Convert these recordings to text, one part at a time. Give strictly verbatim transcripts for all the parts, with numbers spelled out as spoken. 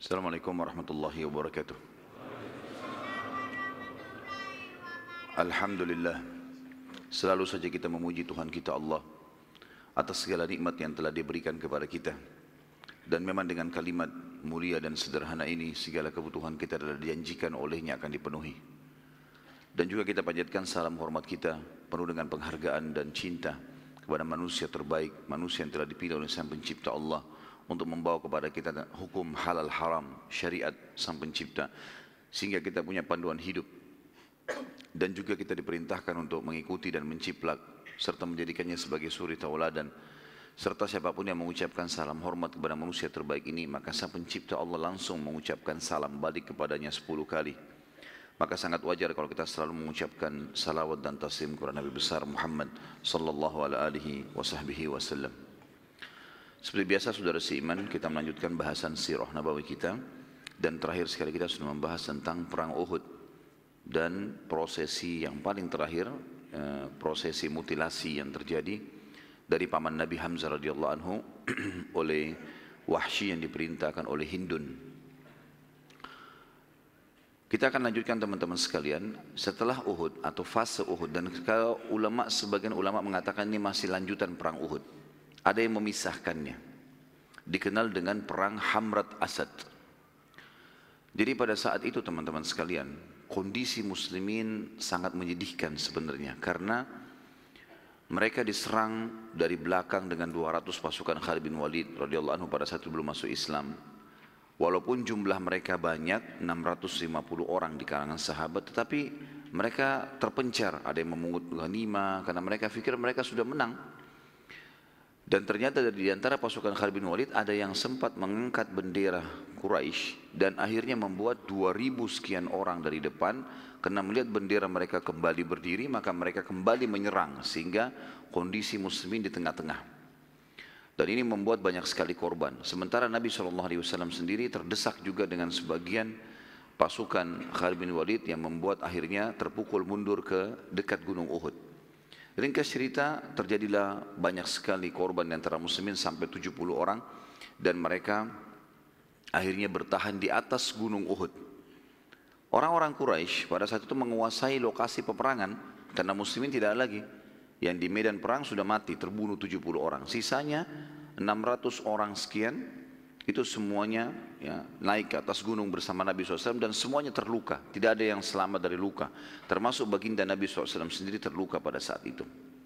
Assalamualaikum warahmatullahi wabarakatuh. Alhamdulillah, selalu saja kita memuji Tuhan kita Allah atas segala nikmat yang telah diberikan kepada kita. Dan memang dengan kalimat mulia dan sederhana ini segala kebutuhan kita telah dijanjikan olehnya akan dipenuhi. Dan juga kita panjatkan salam hormat kita penuh dengan penghargaan dan cinta kepada manusia terbaik, manusia yang telah dipilih oleh Sang Pencipta Allah untuk membawa kepada kita hukum halal haram, syariat Sang Pencipta, sehingga kita punya panduan hidup. Dan juga kita diperintahkan untuk mengikuti dan menciplak serta menjadikannya sebagai suri tauladan. Serta siapapun yang mengucapkan salam hormat kepada manusia terbaik ini, maka Sang Pencipta Allah langsung mengucapkan salam balik kepadanya sepuluh kali. Maka sangat wajar kalau kita selalu mengucapkan salawat dan taslim kepada Nabi besar Muhammad sallallahu alaihi wasallam. Seperti biasa saudara seiman, kita melanjutkan bahasan sirah nabawi kita. Dan terakhir sekali kita sudah membahas tentang perang Uhud. Dan prosesi yang paling terakhir, eh, prosesi mutilasi yang terjadi dari paman Nabi Hamzah radhiyallahu anhu oleh Wahsy yang diperintahkan oleh Hindun. Kita akan lanjutkan teman-teman sekalian setelah Uhud atau fase Uhud. Dan kalau ulama, sebagian ulama mengatakan ini masih lanjutan perang Uhud. Ada yang memisahkannya, dikenal dengan perang Hamrat Asad. Jadi pada saat itu teman-teman sekalian, kondisi muslimin sangat menyedihkan sebenarnya, karena mereka diserang dari belakang dengan dua ratus pasukan Khalid bin Walid radhiyallahu anhu pada saat itu belum masuk Islam. Walaupun jumlah mereka banyak, enam ratus lima puluh orang di kalangan sahabat, tetapi mereka terpencar, ada yang memungut ghanimah karena mereka pikir mereka sudah menang. Dan ternyata dari antara pasukan Khalid bin Walid ada yang sempat mengangkat bendera Quraisy dan akhirnya membuat dua ribu sekian orang dari depan, karena melihat bendera mereka kembali berdiri maka mereka kembali menyerang, sehingga kondisi muslimin di tengah-tengah. Dan ini membuat banyak sekali korban. Sementara Nabi shallallahu alaihi wasallam sendiri terdesak juga dengan sebagian pasukan Khalid bin Walid yang membuat akhirnya terpukul mundur ke dekat gunung Uhud. Ringkas cerita, terjadilah banyak sekali korban di antara muslimin sampai tujuh puluh orang, dan mereka akhirnya bertahan di atas gunung Uhud. Orang-orang Quraisy pada saat itu menguasai lokasi peperangan karena muslimin tidak ada lagi. Yang di medan perang sudah mati, terbunuh tujuh puluh orang. Sisanya enam ratus orang sekian, itu semuanya ya, naik ke atas gunung bersama Nabi shallallahu alaihi wasallam dan semuanya terluka. Tidak ada yang selamat dari luka. Termasuk baginda Nabi shallallahu alaihi wasallam sendiri terluka pada saat itu.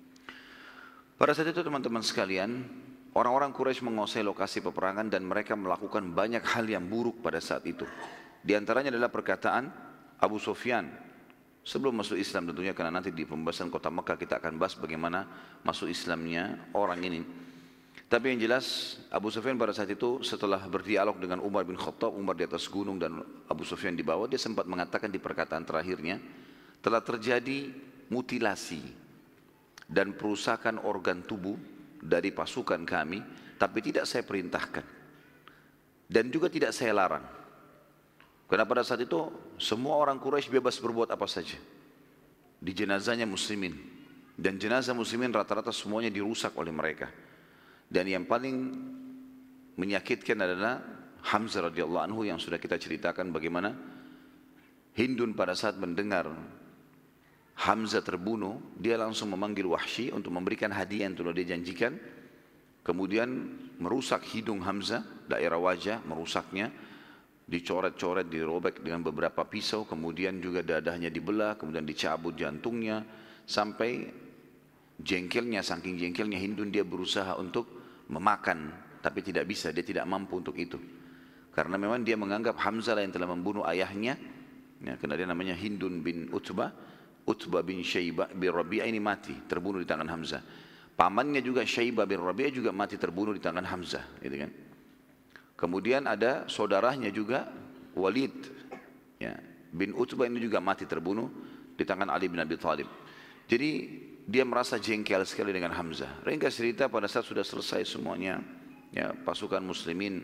Pada saat itu teman-teman sekalian, orang-orang Quraisy menguasai lokasi peperangan dan mereka melakukan banyak hal yang buruk pada saat itu. Di antaranya adalah perkataan Abu Sufyan sebelum masuk Islam tentunya, karena nanti di pembahasan kota Mekah kita akan bahas bagaimana masuk Islamnya orang ini. Tapi yang jelas Abu Sufyan pada saat itu setelah berdialog dengan Umar bin Khattab, Umar di atas gunung dan Abu Sufyan di bawah, dia sempat mengatakan di perkataan terakhirnya, telah terjadi mutilasi dan perusakan organ tubuh dari pasukan kami, tapi tidak saya perintahkan dan juga tidak saya larang. Karena pada saat itu semua orang Quraisy bebas berbuat apa saja di jenazahnya muslimin, dan jenazah muslimin rata-rata semuanya dirusak oleh mereka. Dan yang paling menyakitkan adalah Hamzah radhiyallahu anhu yang sudah kita ceritakan bagaimana Hindun pada saat mendengar Hamzah terbunuh, dia langsung memanggil Wahsy untuk memberikan hadiah yang telah dia janjikan. Kemudian merusak hidung Hamzah, daerah wajah merusaknya, dicoret-coret, dirobek dengan beberapa pisau, kemudian juga dadahnya dibelah, kemudian dicabut jantungnya, sampai jengkelnya, saking jengkelnya Hindun, dia berusaha untuk memakan, tapi tidak bisa, dia tidak mampu untuk itu. Karena memang dia menganggap Hamzah yang telah membunuh ayahnya, ya, karena dia namanya Hindun bin Utbah, Utbah bin Syaibah bin Rabi'ah ini mati, terbunuh di tangan Hamzah. Pamannya juga Syaibah bin Rabi'ah juga mati terbunuh di tangan Hamzah, gitu kan. Kemudian ada saudaranya juga Walid, ya, bin Utbah ini juga mati terbunuh di tangan Ali bin Abi Thalib. Jadi dia merasa jengkel sekali dengan Hamzah. Ringkas cerita, pada saat sudah selesai semuanya, ya, pasukan muslimin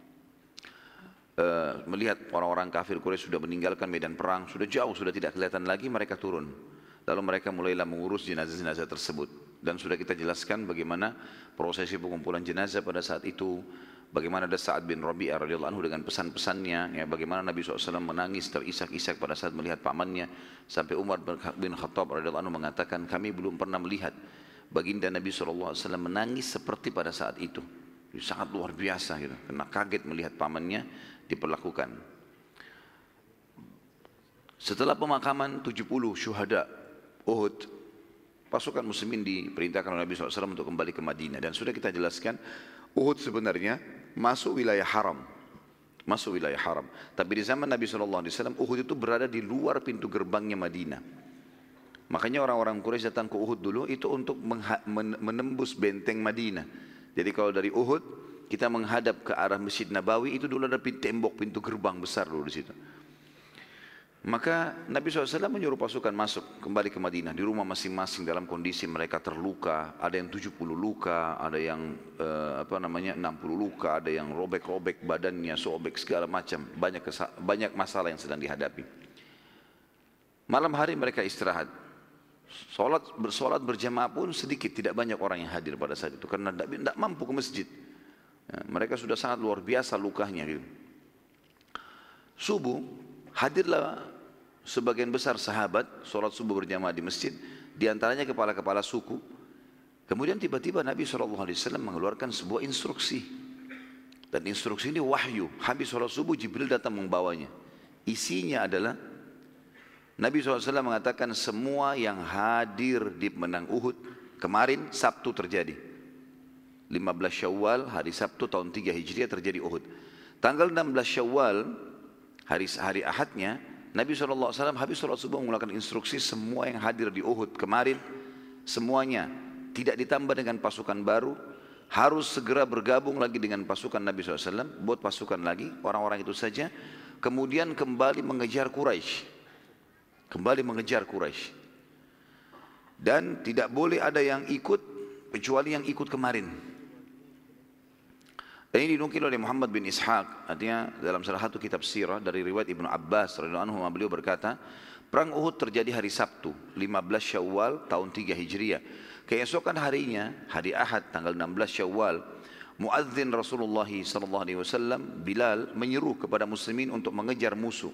uh, melihat orang-orang kafir Quraisy sudah meninggalkan medan perang, sudah jauh, sudah tidak kelihatan lagi, mereka turun. Lalu mereka mulailah mengurus jenazah-jenazah tersebut. Dan sudah kita jelaskan bagaimana prosesi pengumpulan jenazah pada saat itu, Bagaimana ada Sa'ad bin Rabi'ah radhiyallahu anhu dengan pesan-pesannya, ya, bagaimana Nabi shallallahu alaihi wasallam menangis terisak-isak pada saat melihat pamannya, sampai Umar bin Khattab radhiyallahu anhu mengatakan, kami belum pernah melihat baginda Nabi shallallahu alaihi wasallam menangis seperti pada saat itu. Itu sangat luar biasa gitu, karena kaget melihat pamannya diperlakukan. Setelah pemakaman tujuh puluh syuhada Uhud, pasukan muslimin diperintahkan oleh Nabi shallallahu alaihi wasallam untuk kembali ke Madinah. Dan sudah kita jelaskan, Uhud sebenarnya masuk wilayah haram, masuk wilayah haram. Tapi di zaman Nabi shallallahu alaihi wasallam, Uhud itu berada di luar pintu gerbangnya Madinah. Makanya orang-orang Quraisy datang ke Uhud dulu itu untuk menembus benteng Madinah. Jadi kalau dari Uhud kita menghadap ke arah Masjid Nabawi, itu dulu ada tembok pintu gerbang besar dulu di situ. Maka Nabi shallallahu alaihi wasallam menyuruh pasukan masuk kembali ke Madinah, di rumah masing-masing dalam kondisi mereka terluka. Ada yang tujuh puluh luka, ada yang eh, apa namanya enam puluh luka, ada yang robek-robek badannya, sobek segala macam. Banyak banyak masalah yang sedang dihadapi. Malam hari mereka istirahat. Solat, bersolat berjamaah pun sedikit, tidak banyak orang yang hadir pada saat itu karena tidak mampu ke masjid. Ya, mereka sudah sangat luar biasa lukanya gitu. Subuh hadirlah sebagian besar sahabat sholat subuh berjamaah di masjid, diantaranya kepala-kepala suku. Kemudian tiba-tiba Nabi shallallahu alaihi wasallam mengeluarkan sebuah instruksi, dan instruksi ini wahyu. Habis sholat subuh Jibril datang membawanya. Isinya adalah Nabi shallallahu alaihi wasallam mengatakan, semua yang hadir di menang Uhud kemarin Sabtu terjadi, lima belas Syawal hari Sabtu tahun tiga Hijriah terjadi Uhud. Tanggal enam belas Syawal hari hari Ahadnya, Nabi shallallahu alaihi wasallam habis sholat subuh mengeluarkan instruksi, semua yang hadir di Uhud kemarin, semuanya tidak ditambah dengan pasukan baru, harus segera bergabung lagi dengan pasukan Nabi shallallahu alaihi wasallam, buat pasukan lagi, orang-orang itu saja, kemudian kembali mengejar Quraisy, kembali mengejar Quraisy, dan tidak boleh ada yang ikut kecuali yang ikut kemarin. Dan ini dinukil oleh Muhammad bin Ishaq, artinya dalam salah satu kitab sirah dari riwayat Ibnu Abbas radhiyallahu anhu, beliau berkata, perang Uhud terjadi hari Sabtu, lima belas Syawal tahun tiga Hijriah. Keesokan harinya, hari Ahad tanggal enam belas Syawal, muadzin Rasulullah sallallahu alaihi wasallam Bilal menyeru kepada muslimin untuk mengejar musuh.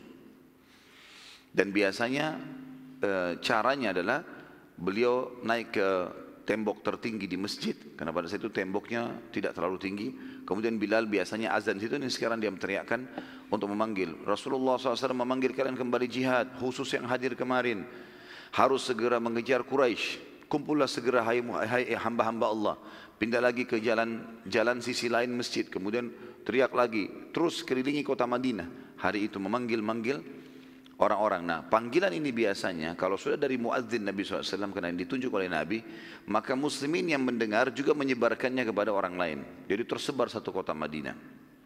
Dan biasanya e, caranya adalah beliau naik ke tembok tertinggi di masjid, karena pada saat itu temboknya tidak terlalu tinggi. Kemudian Bilal biasanya azan situ, ini sekarang dia meneriakkan untuk memanggil Rasulullah shallallahu alaihi wasallam, memanggil kalian kembali jihad, khusus yang hadir kemarin, harus segera mengejar Quraisy. Kumpullah segera hai, hai hamba-hamba Allah, pindah lagi ke jalan jalan sisi lain masjid. Kemudian teriak lagi, terus kelilingi kota Madinah. Hari itu memanggil-manggil orang-orang. Nah, panggilan ini biasanya kalau sudah dari muadzin Nabi shallallahu alaihi wasallam, karena yang ditunjuk oleh Nabi, maka muslimin yang mendengar juga menyebarkannya kepada orang lain. Jadi tersebar satu kota Madinah.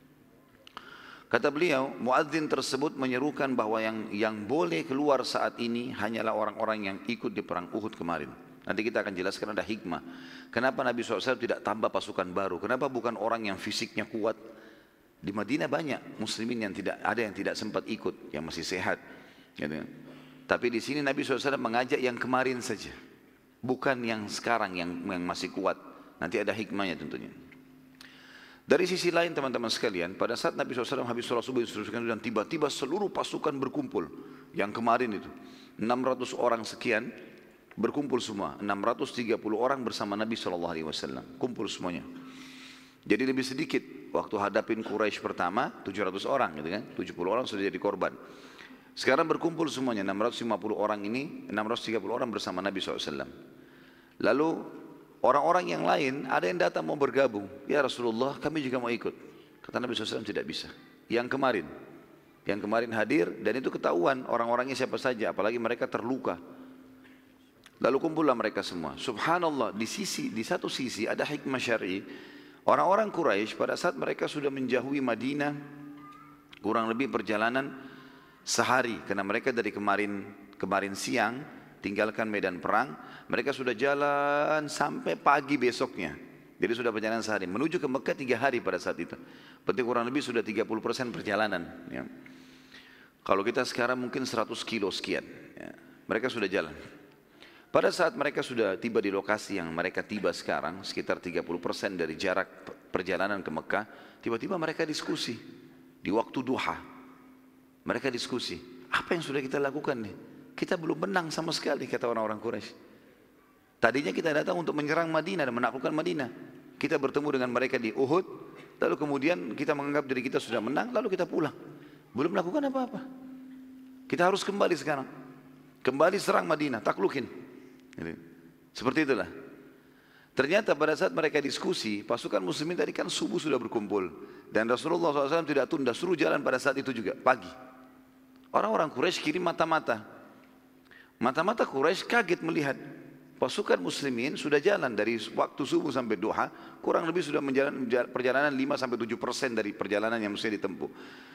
Kata beliau, muadzin tersebut menyerukan bahwa yang yang boleh keluar saat ini hanyalah orang-orang yang ikut di perang Uhud kemarin. Nanti kita akan jelaskan ada hikmah. Kenapa Nabi shallallahu alaihi wasallam tidak tambah pasukan baru? Kenapa bukan orang yang fisiknya kuat? Di Madinah banyak muslimin yang tidak ada yang tidak sempat ikut, yang masih sehat. Gitu. Tapi di sini Nabi shallallahu alaihi wasallam mengajak yang kemarin saja, bukan yang sekarang yang, yang masih kuat. Nanti ada hikmahnya tentunya. Dari sisi lain teman-teman sekalian, pada saat Nabi shallallahu alaihi wasallam habis sholat subuh instruksikan, dan tiba-tiba seluruh pasukan berkumpul. Yang kemarin itu enam ratus orang sekian berkumpul semua, enam ratus tiga puluh orang bersama Nabi shallallahu alaihi wasallam, kumpul semuanya. Jadi lebih sedikit waktu hadapin Quraisy pertama tujuh ratus orang gitu kan, tujuh puluh orang sudah jadi korban. Sekarang berkumpul semuanya enam ratus lima puluh orang ini, enam ratus tiga puluh orang bersama Nabi shallallahu alaihi wasallam. Lalu orang-orang yang lain ada yang datang mau bergabung. Ya Rasulullah, kami juga mau ikut. Kata Nabi shallallahu alaihi wasallam, tidak bisa. Yang kemarin, yang kemarin hadir, dan itu ketahuan orang-orangnya siapa saja, apalagi mereka terluka. Lalu kumpullah mereka semua. Subhanallah, di sisi di satu sisi ada hikmah syar'i. Orang-orang Quraisy pada saat mereka sudah menjauhi Madinah kurang lebih perjalanan sehari, karena mereka dari kemarin kemarin siang tinggalkan medan perang, mereka sudah jalan sampai pagi besoknya. Jadi sudah perjalanan sehari, menuju ke Mekah tiga hari pada saat itu. Berarti kurang lebih sudah tiga puluh persen perjalanan. Ya. Kalau kita sekarang mungkin seratus kilo sekian. Ya. Mereka sudah jalan. Pada saat mereka sudah tiba di lokasi yang mereka tiba sekarang, sekitar tiga puluh persen dari jarak perjalanan ke Mekah, tiba-tiba mereka diskusi di waktu duha. Mereka diskusi, apa yang sudah kita lakukan nih? Kita belum menang sama sekali, kata orang-orang Quraisy. Tadinya kita datang untuk menyerang Madinah dan menaklukkan Madinah. Kita bertemu dengan mereka di Uhud, lalu kemudian kita menganggap diri kita sudah menang, lalu kita pulang. Belum melakukan apa-apa. Kita harus kembali sekarang. Kembali serang Madinah, taklukin. Seperti itulah. Ternyata pada saat mereka diskusi, pasukan muslimin tadi kan subuh sudah berkumpul. Dan Rasulullah shallallahu alaihi wasallam tidak tunda, suruh jalan pada saat itu juga, pagi. Orang-orang Quraisy kirim mata-mata. Mata-mata Quraisy kaget melihat pasukan muslimin sudah jalan dari waktu subuh sampai duha, kurang lebih sudah menjalan perjalanan lima sampai tujuh persen dari perjalanan yang mesti ditempuh.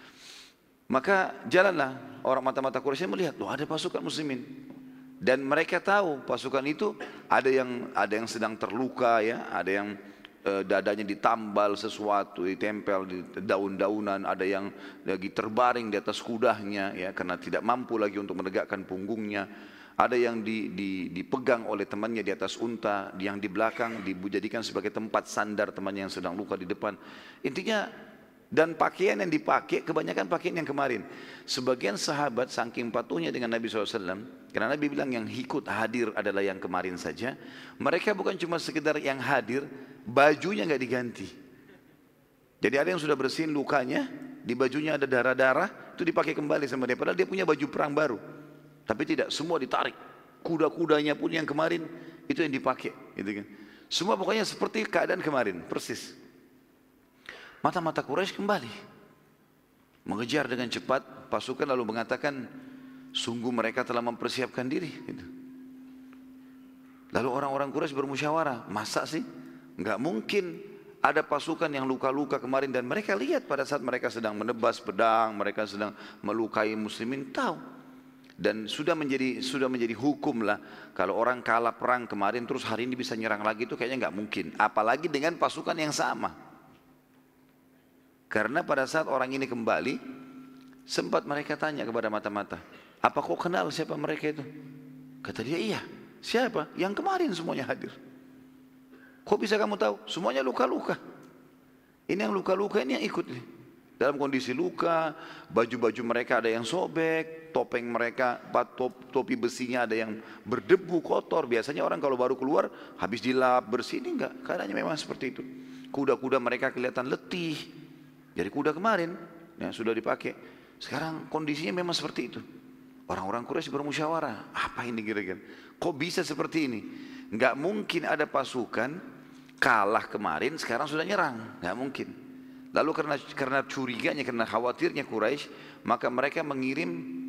Maka jalanlah orang mata-mata Quraisy melihat, loh ada pasukan muslimin. Dan mereka tahu pasukan itu ada yang ada yang sedang terluka ya, ada yang e, dadanya ditambal sesuatu, ditempel di daun-daunan, ada yang lagi terbaring di atas kudanya ya karena tidak mampu lagi untuk menegakkan punggungnya. Ada yang di, di, dipegang oleh temannya di atas unta, yang di belakang dijadikan sebagai tempat sandar temannya yang sedang luka di depan. Intinya, dan pakaian yang dipakai kebanyakan pakaian yang kemarin. Sebagian sahabat saking patuhnya dengan Nabi shallallahu alaihi wasallam, karena Nabi bilang yang ikut hadir adalah yang kemarin saja. Mereka bukan cuma sekedar yang hadir, bajunya nggak diganti. Jadi ada yang sudah bersihin lukanya, di bajunya ada darah-darah, itu dipakai kembali sama dia. Padahal dia punya baju perang baru. Tapi tidak, semua ditarik. Kuda-kudanya pun yang kemarin, itu yang dipakai. Gitu kan. Semua pokoknya seperti keadaan kemarin, persis. Mata-mata Quraisy kembali. Mengejar dengan cepat, pasukan lalu mengatakan, sungguh mereka telah mempersiapkan diri. Gitu. Lalu orang-orang Quraisy bermusyawarah, masa sih? Enggak mungkin ada pasukan yang luka-luka kemarin dan mereka lihat pada saat mereka sedang menebas pedang, mereka sedang melukai muslimin, tahu. Dan sudah menjadi sudah menjadi hukum lah kalau orang kalah perang kemarin terus hari ini bisa nyerang lagi itu kayaknya nggak mungkin. Apalagi dengan pasukan yang sama. Karena pada saat orang ini kembali sempat mereka tanya kepada mata-mata, apa kau kenal siapa mereka itu? Kata dia iya. Siapa? Yang kemarin semuanya hadir. Kok bisa kamu tahu? Semuanya luka-luka. Ini yang luka-luka ini yang ikut nih. Dalam kondisi luka, baju-baju mereka ada yang sobek, topeng mereka, topi besinya ada yang berdebu, kotor. Biasanya orang kalau baru keluar, habis dilap, bersih. Ini enggak, keadaannya memang seperti itu. Kuda-kuda mereka kelihatan letih. Jadi kuda kemarin, yang sudah dipakai. Sekarang kondisinya memang seperti itu. Orang-orang Quraisy bermusyawarah, apa ini kira-kira? Kok bisa seperti ini? Enggak mungkin ada pasukan kalah kemarin, sekarang sudah nyerang. Enggak mungkin. Lalu karena karena curiganya, karena khawatirnya Quraisy, maka mereka mengirim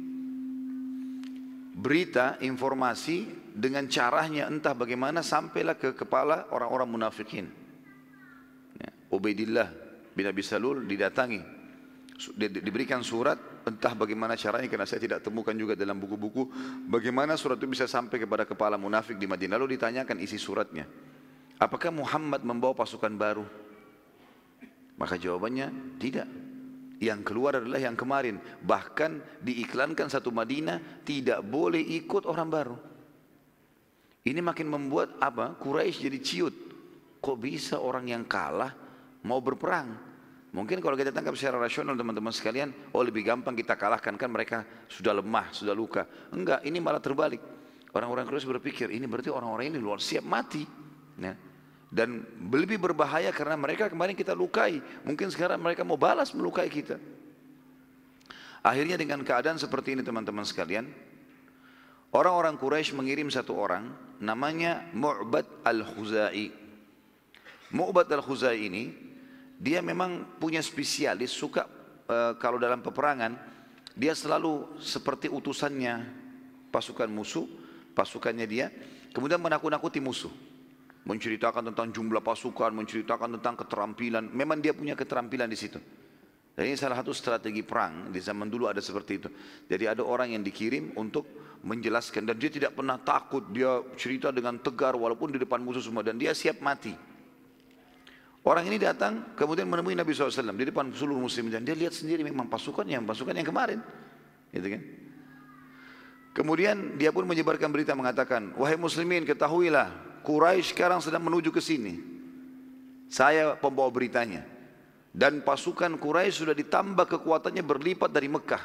berita, informasi dengan caranya entah bagaimana sampailah ke kepala orang-orang munafikin. Ya, Ubaidillah bin Abi Salul didatangi, di, di, diberikan surat, entah bagaimana caranya karena saya tidak temukan juga dalam buku-buku bagaimana surat itu bisa sampai kepada kepala munafik di Madinah. Lalu ditanyakan isi suratnya, apakah Muhammad membawa pasukan baru? Maka jawabannya tidak. Yang keluar adalah yang kemarin. Bahkan diiklankan satu Madinah tidak boleh ikut orang baru. Ini makin membuat apa? Quraisy jadi ciut. Kok bisa orang yang kalah mau berperang? Mungkin kalau kita tangkap secara rasional teman-teman sekalian, oh lebih gampang kita kalahkan, kan mereka sudah lemah, sudah luka. Enggak, ini malah terbalik. Orang-orang Quraisy berpikir, ini berarti orang-orang ini luar siap mati. Ya. Dan lebih berbahaya karena mereka kemarin kita lukai. Mungkin sekarang mereka mau balas melukai kita. Akhirnya dengan keadaan seperti ini teman-teman sekalian, orang-orang Quraisy mengirim satu orang namanya Mu'bad al-Khuzai. Mu'bad al-Khuzai ini dia memang punya spesialis, suka uh, kalau dalam peperangan dia selalu seperti utusannya pasukan musuh, pasukannya dia, kemudian menakut-nakuti musuh. Menceritakan tentang jumlah pasukan, menceritakan tentang keterampilan. Memang dia punya keterampilan di situ. Dan ini salah satu strategi perang di zaman dulu ada seperti itu. Jadi ada orang yang dikirim untuk menjelaskan dan dia tidak pernah takut. Dia cerita dengan tegar walaupun di depan musuh semua dan dia siap mati. Orang ini datang kemudian menemui Nabi shallallahu alaihi wasallam di depan seluruh muslim dan dia lihat sendiri memang pasukan yang pasukan yang kemarin, gitu kan? Kemudian dia pun menyebarkan berita mengatakan, wahai muslimin ketahuilah, Quraisy sekarang sedang menuju ke sini. Saya pembawa beritanya. Dan pasukan Quraisy sudah ditambah kekuatannya berlipat dari Mekah.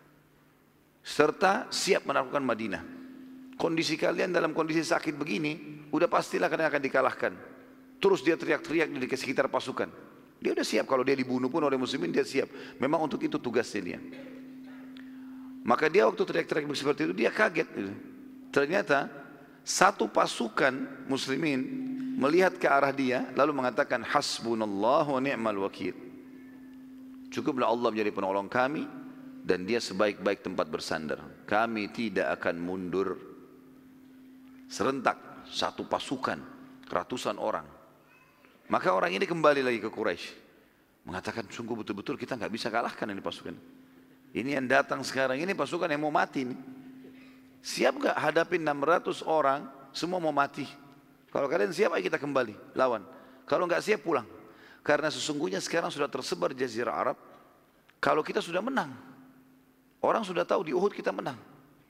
Serta siap menaklukkan Madinah. Kondisi kalian dalam kondisi sakit begini, udah pastilah kalian akan dikalahkan. Terus dia teriak-teriak di sekitar pasukan. Dia udah siap, kalau dia dibunuh pun oleh muslimin dia siap. Memang untuk itu tugasnya dia. Maka dia waktu teriak-teriak seperti itu, dia kaget. Ternyata satu pasukan muslimin melihat ke arah dia, lalu mengatakan, hasbunallah wa ni'mal wakil. Cukuplah Allah menjadi penolong kami, dan dia sebaik-baik tempat bersandar. Kami tidak akan mundur. Serentak, satu pasukan, ratusan orang. Maka orang ini kembali lagi ke Quraisy, mengatakan sungguh betul-betul kita nggak bisa kalahkan ini pasukan. Ini yang datang sekarang ini pasukan yang mau mati nih. Siap nggak hadapin enam ratus orang, semua mau mati. Kalau kalian siap, ayo kita kembali lawan. Kalau nggak siap, pulang. Karena sesungguhnya sekarang sudah tersebar Jazirah Arab. Kalau kita sudah menang, orang sudah tahu di Uhud kita menang.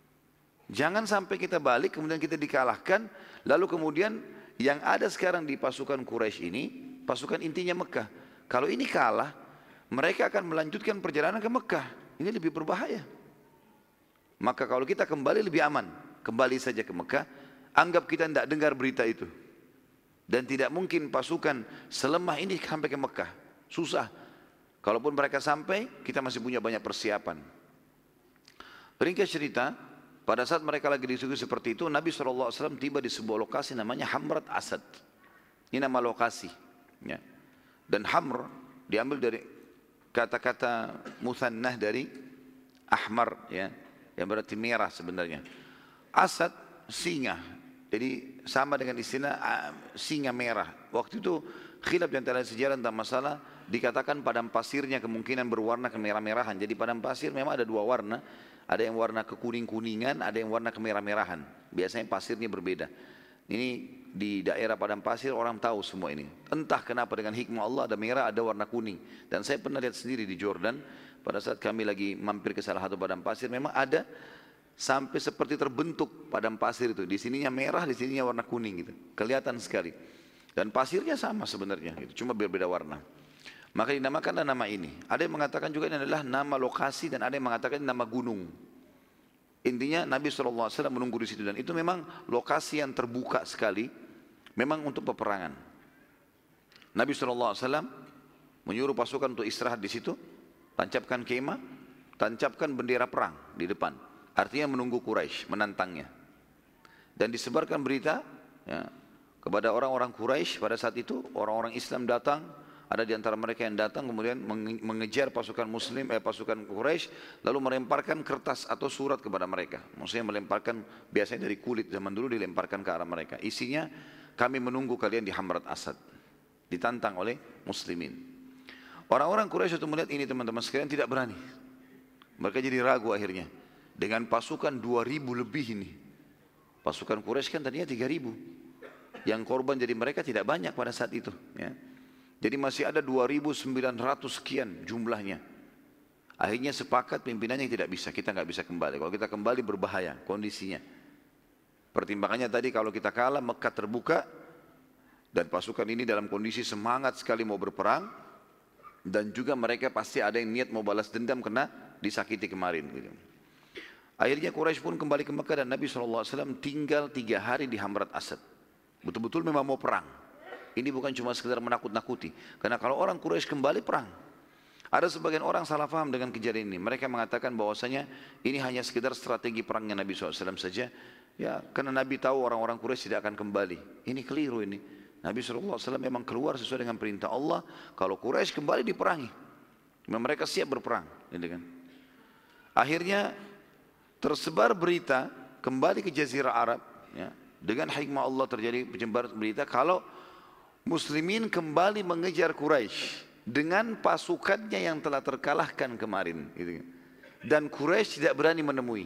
Jangan sampai kita balik kemudian kita dikalahkan, lalu kemudian yang ada sekarang di pasukan Quraisy ini, pasukan intinya Mekah. Kalau ini kalah, mereka akan melanjutkan perjalanan ke Mekah. Ini lebih berbahaya. Maka kalau kita kembali lebih aman, kembali saja ke Mekah, anggap kita tidak dengar berita itu. Dan tidak mungkin pasukan selemah ini sampai ke Mekah. Susah. Kalaupun mereka sampai, kita masih punya banyak persiapan. Ringkas cerita, pada saat mereka lagi disuguhi seperti itu, Nabi shallallahu alaihi wasallam tiba di sebuah lokasi namanya Hamrat Asad. Ini nama lokasi. Ya. Dan Hamr diambil dari kata-kata muthannah dari ahmar, ya, yang berarti merah sebenarnya. Asad, singa. Jadi sama dengan istilah uh, singa merah. Waktu itu khilaf di antara sejarah tentang masalah, dikatakan padang pasirnya kemungkinan berwarna kemerah-merahan. Jadi padang pasir memang ada dua warna. Ada yang warna kekuning-kuningan, ada yang warna kemerah-merahan. Biasanya pasirnya berbeda. Ini di daerah padang pasir orang tahu semua ini. Entah kenapa dengan hikmah Allah ada merah, ada warna kuning. Dan saya pernah lihat sendiri di Jordan, pada saat kami lagi mampir ke salah satu padang pasir, memang ada sampai seperti terbentuk padang pasir itu. Di sininya merah, di sininya warna kuning gitu. Kelihatan sekali. Dan pasirnya sama sebenarnya, gitu. Cuma berbeda warna. Maka dinamakanlah nama ini. Ada yang mengatakan juga ini adalah nama lokasi dan ada yang mengatakan ini nama gunung. Intinya Nabi shallallahu alaihi wasallam menunggu di situ dan itu memang lokasi yang terbuka sekali, memang untuk peperangan. Nabi shallallahu alaihi wasallam menyuruh pasukan untuk istirahat di situ, tancapkan kemah, tancapkan bendera perang di depan. Artinya menunggu Quraisy, menantangnya. Dan disebarkan berita ya, kepada orang-orang Quraisy pada saat itu, orang-orang Islam datang. Ada di antara mereka yang datang kemudian mengejar pasukan muslim, eh, pasukan Quraisy, lalu melemparkan kertas atau surat kepada mereka. Maksudnya melemparkan, biasanya dari kulit zaman dulu dilemparkan ke arah mereka. Isinya, kami menunggu kalian di Hamrat Asad. Ditantang oleh muslimin. Orang-orang Quraisy itu melihat ini teman-teman sekalian tidak berani. Mereka jadi ragu akhirnya. Dengan pasukan dua ribu lebih ini. Pasukan Quraisy kan tadinya tiga ribu. Yang korban jadi mereka tidak banyak pada saat itu. Ya. Jadi masih ada dua ribu sembilan ratus sekian jumlahnya. Akhirnya sepakat pimpinannya tidak bisa, kita nggak bisa kembali. Kalau kita kembali berbahaya kondisinya. Pertimbangannya tadi kalau kita kalah Mekah terbuka dan pasukan ini dalam kondisi semangat sekali mau berperang dan juga mereka pasti ada yang niat mau balas dendam karena disakiti kemarin. Gitu. Akhirnya Quraisy pun kembali ke Mekah dan Nabi shallallahu alaihi wasallam tinggal tiga hari di Hamrat Asad. Betul-betul memang mau perang. Ini bukan cuma sekedar menakut-nakuti. Karena kalau orang Quraisy kembali perang. Ada sebagian orang salah faham dengan kejadian ini. Mereka mengatakan bahwasanya ini hanya sekedar strategi perangnya Nabi shallallahu alaihi wasallam saja. Ya, karena Nabi tahu orang-orang Quraisy tidak akan kembali. Ini keliru ini. Nabi shallallahu alaihi wasallam memang keluar sesuai dengan perintah Allah. Kalau Quraisy kembali diperangi. Mereka siap berperang. Gitu kan. Akhirnya tersebar berita kembali ke Jazirah Arab. Ya, dengan hikmah Allah terjadi penyebar berita kalau Muslimin kembali mengejar Quraisy dengan pasukannya yang telah terkalahkan kemarin. Gitu. Dan Quraisy tidak berani menemui.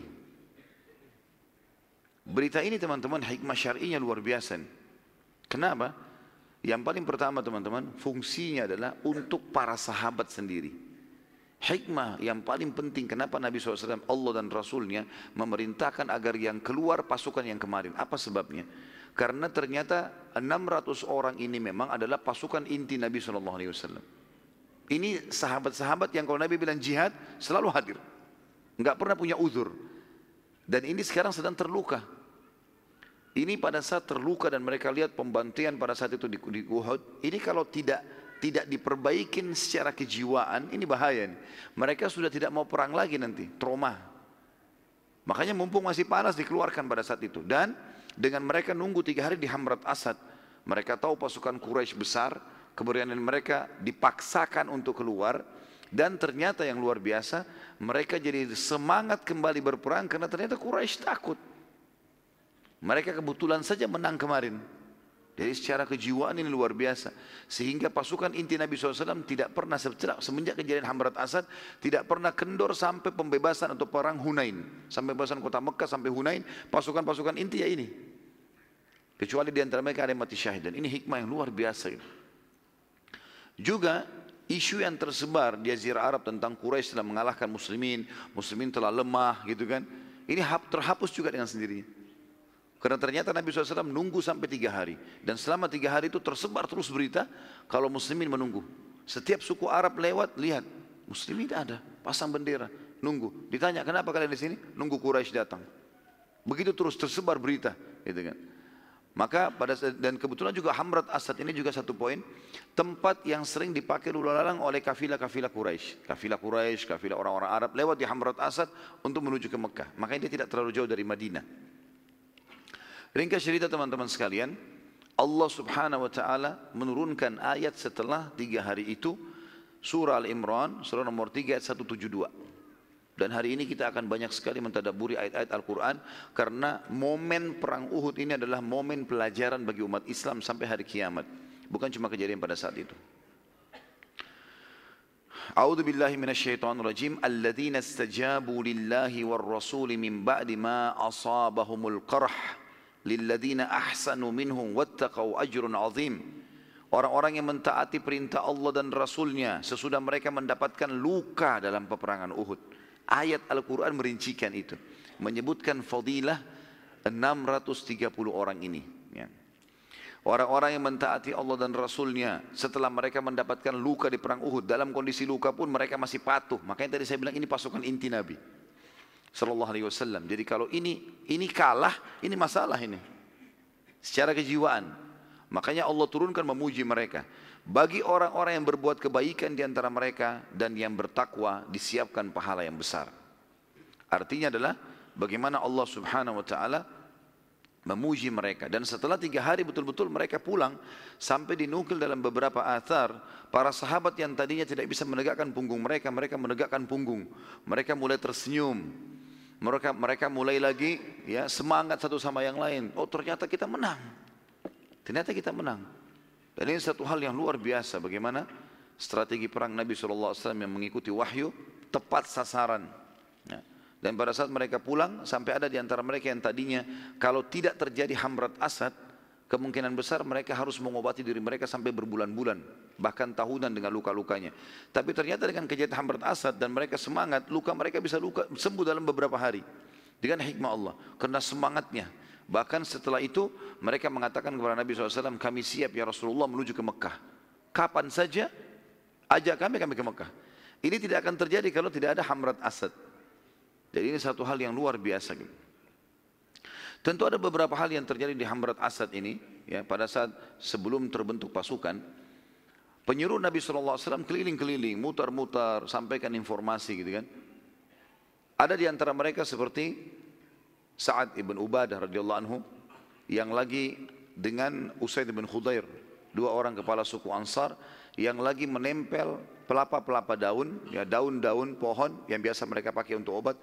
Berita ini teman-teman hikmah syar'inya luar biasa. Kenapa? Yang paling pertama teman-teman, fungsinya adalah untuk para sahabat sendiri. Hikmah yang paling penting kenapa Nabi shallallahu alaihi wasallam Allah dan Rasulnya memerintahkan agar yang keluar pasukan yang kemarin. Apa sebabnya? Karena ternyata enam ratus orang ini memang adalah pasukan inti Nabi shallallahu alaihi wasallam. Ini sahabat-sahabat yang kalau Nabi bilang jihad selalu hadir, nggak pernah punya uzur. Dan ini sekarang sedang terluka. Ini pada saat terluka dan mereka lihat pembantaian pada saat itu di, di Uhud. Ini kalau tidak tidak diperbaikin secara kejiwaan, ini bahaya nih. Mereka sudah tidak mau perang lagi nanti, trauma. Makanya mumpung masih panas dikeluarkan pada saat itu. Dan dengan mereka nunggu tiga hari di Hamrat Asad, mereka tahu pasukan Quraisy besar, keberanian mereka dipaksakan untuk keluar, dan ternyata yang luar biasa, mereka jadi semangat kembali berperang karena ternyata Quraisy takut. Mereka kebetulan saja menang kemarin. Jadi secara kejiwaan ini luar biasa. Sehingga pasukan inti Nabi shallallahu alaihi wasallam tidak pernah semenjak kejadian Hamrat Asad, tidak pernah kendor sampai pembebasan atau perang Hunain. Sampai pembebasan kota Mekah sampai Hunain, pasukan-pasukan inti ya ini. Kecuali di antara mereka ada yang mati syahid. Dan ini hikmah yang luar biasa. Juga isu yang tersebar di Jazirah Arab tentang Quraisy telah mengalahkan muslimin, muslimin telah lemah gitu kan. Ini terhapus juga dengan sendirinya. Karena ternyata Nabi shallallahu alaihi wasallam nunggu sampai tiga hari. Dan selama tiga hari itu tersebar terus berita kalau muslimin menunggu. Setiap suku Arab lewat, lihat. Muslimin ada, pasang bendera, nunggu. Ditanya, kenapa kalian di sini? Nunggu Quraisy datang. Begitu terus tersebar berita. Gitu kan. Maka pada dan kebetulan juga Hamrat Asad ini juga satu poin. Tempat yang sering dipakai lalang oleh kafilah-kafilah Quraisy. Kafilah Quraisy, kafilah orang-orang Arab lewat di Hamrat Asad untuk menuju ke Mekah. Makanya dia tidak terlalu jauh dari Madinah. Ringkas cerita teman-teman sekalian, Allah subhanahu wa ta'ala menurunkan ayat setelah tiga hari itu, surah Al-Imran, surah nomor tiga ayat seratus tujuh puluh dua. Dan hari ini kita akan banyak sekali mentadabburi ayat-ayat Al-Quran, karena momen perang Uhud ini adalah momen pelajaran bagi umat Islam sampai hari kiamat. Bukan cuma kejadian pada saat itu. A'udzu billahi minasyaitonir rajim. Alladzina istajabu lillahi war rasuli min ba'di ma asabahumul qarh lilladzina ahsanu minhum wattaqau ajrun azim. Orang-orang yang mentaati perintah Allah dan Rasulnya sesudah mereka mendapatkan luka dalam peperangan Uhud. Ayat Al-Quran merincikan itu, menyebutkan fadilah enam ratus tiga puluh orang ini ya. Orang-orang yang mentaati Allah dan Rasulnya setelah mereka mendapatkan luka di perang Uhud, dalam kondisi luka pun mereka masih patuh. Makanya tadi saya bilang ini pasukan inti Nabi Sallallahu Alaihi Wasallam. Jadi kalau ini ini kalah, ini masalah ini secara kejiwaan. Makanya Allah turunkan memuji mereka. Bagi orang-orang yang berbuat kebaikan di antara mereka dan yang bertakwa disiapkan pahala yang besar. Artinya adalah bagaimana Allah Subhanahu Wa Taala memuji mereka. Dan setelah tiga hari betul-betul mereka pulang, sampai dinukil dalam beberapa athar, para sahabat yang tadinya tidak bisa menegakkan punggung mereka, mereka menegakkan punggung. Mereka mulai tersenyum. Mereka mereka mulai lagi ya semangat satu sama yang lain. Oh ternyata kita menang. Ternyata kita menang. Dan ini satu hal yang luar biasa. Bagaimana strategi perang Nabi shallallahu alaihi wasallam yang mengikuti wahyu tepat sasaran. Ya. Dan pada saat mereka pulang, sampai ada di antara mereka yang tadinya kalau tidak terjadi Hamrat Asad, kemungkinan besar mereka harus mengobati diri mereka sampai berbulan-bulan, bahkan tahunan dengan luka-lukanya. Tapi ternyata dengan kejadian Hamrat Asad dan mereka semangat, luka mereka bisa luka, sembuh dalam beberapa hari. Dengan hikmah Allah, karena semangatnya. Bahkan setelah itu mereka mengatakan kepada Nabi shallallahu alaihi wasallam, kami siap ya Rasulullah menuju ke Mekah. Kapan saja ajak kami, kami ke Mekah. Ini tidak akan terjadi kalau tidak ada Hamrat Asad. Jadi ini satu hal yang luar biasa. Tentu ada beberapa hal yang terjadi di Hamrat Asad ini, ya, pada saat sebelum terbentuk pasukan, penyuruh Nabi shallallahu alaihi wasallam keliling-keliling, mutar-mutar, sampaikan informasi gitu kan. Ada di antara mereka seperti Sa'ad ibn Ubadah radhiyallahu anhu, yang lagi dengan Usaid bin Khudair, dua orang kepala suku Ansar, yang lagi menempel pelapa-pelapa daun, ya daun-daun pohon yang biasa mereka pakai untuk obat,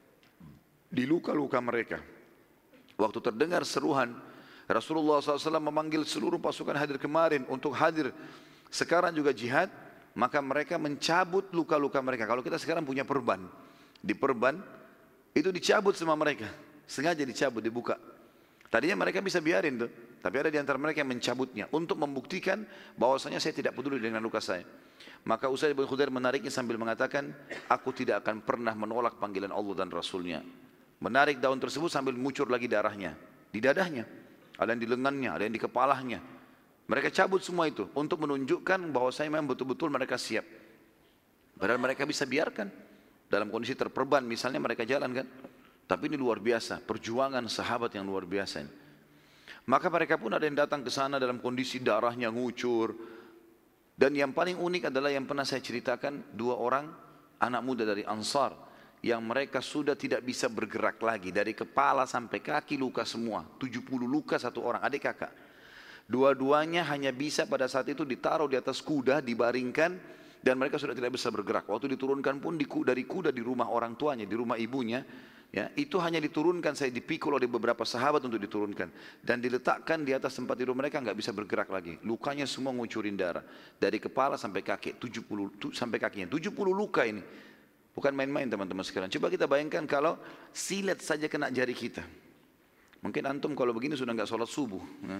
di luka-luka mereka. Waktu terdengar seruan, Rasulullah shallallahu alaihi wasallam memanggil seluruh pasukan hadir kemarin untuk hadir sekarang juga jihad, maka mereka mencabut luka-luka mereka. Kalau kita sekarang punya perban, di perban itu dicabut sama mereka, sengaja dicabut, dibuka. Tadinya mereka bisa biarin tuh, tapi ada di antara mereka yang mencabutnya untuk membuktikan bahwasanya saya tidak peduli dengan luka saya. Maka Usaid bin Khudair menariknya sambil mengatakan, aku tidak akan pernah menolak panggilan Allah dan Rasulnya. Menarik daun tersebut sambil muncur lagi darahnya di dadahnya. ada yang di lengannya, ada yang di kepalanya. Mereka cabut semua itu untuk menunjukkan bahwa saya memang betul-betul mereka siap. Padahal mereka bisa biarkan dalam kondisi terperban, misalnya mereka jalan kan. Tapi ini luar biasa, perjuangan sahabat yang luar biasa ini. Maka mereka pun ada yang datang ke sana dalam kondisi darahnya ngucur. Dan yang paling unik adalah yang pernah saya ceritakan, dua orang anak muda dari Ansar yang mereka sudah tidak bisa bergerak lagi, dari kepala sampai kaki luka semua, tujuh puluh luka satu orang, adik kakak. Dua-duanya hanya bisa pada saat itu ditaruh di atas kuda, dibaringkan, dan mereka sudah tidak bisa bergerak. Waktu diturunkan pun dari kuda di rumah orang tuanya, di rumah ibunya, ya, itu hanya diturunkan, saya dipikul oleh beberapa sahabat untuk diturunkan dan diletakkan di atas tempat tidur mereka, nggak bisa bergerak lagi. Lukanya semua ngucurin darah dari kepala sampai kaki, tujuh puluh sampai kakinya, tujuh puluh luka ini. Bukan main-main teman-teman sekalian. Coba kita bayangkan kalau silet saja kena jari kita. Mungkin antum kalau begini sudah nggak sholat subuh.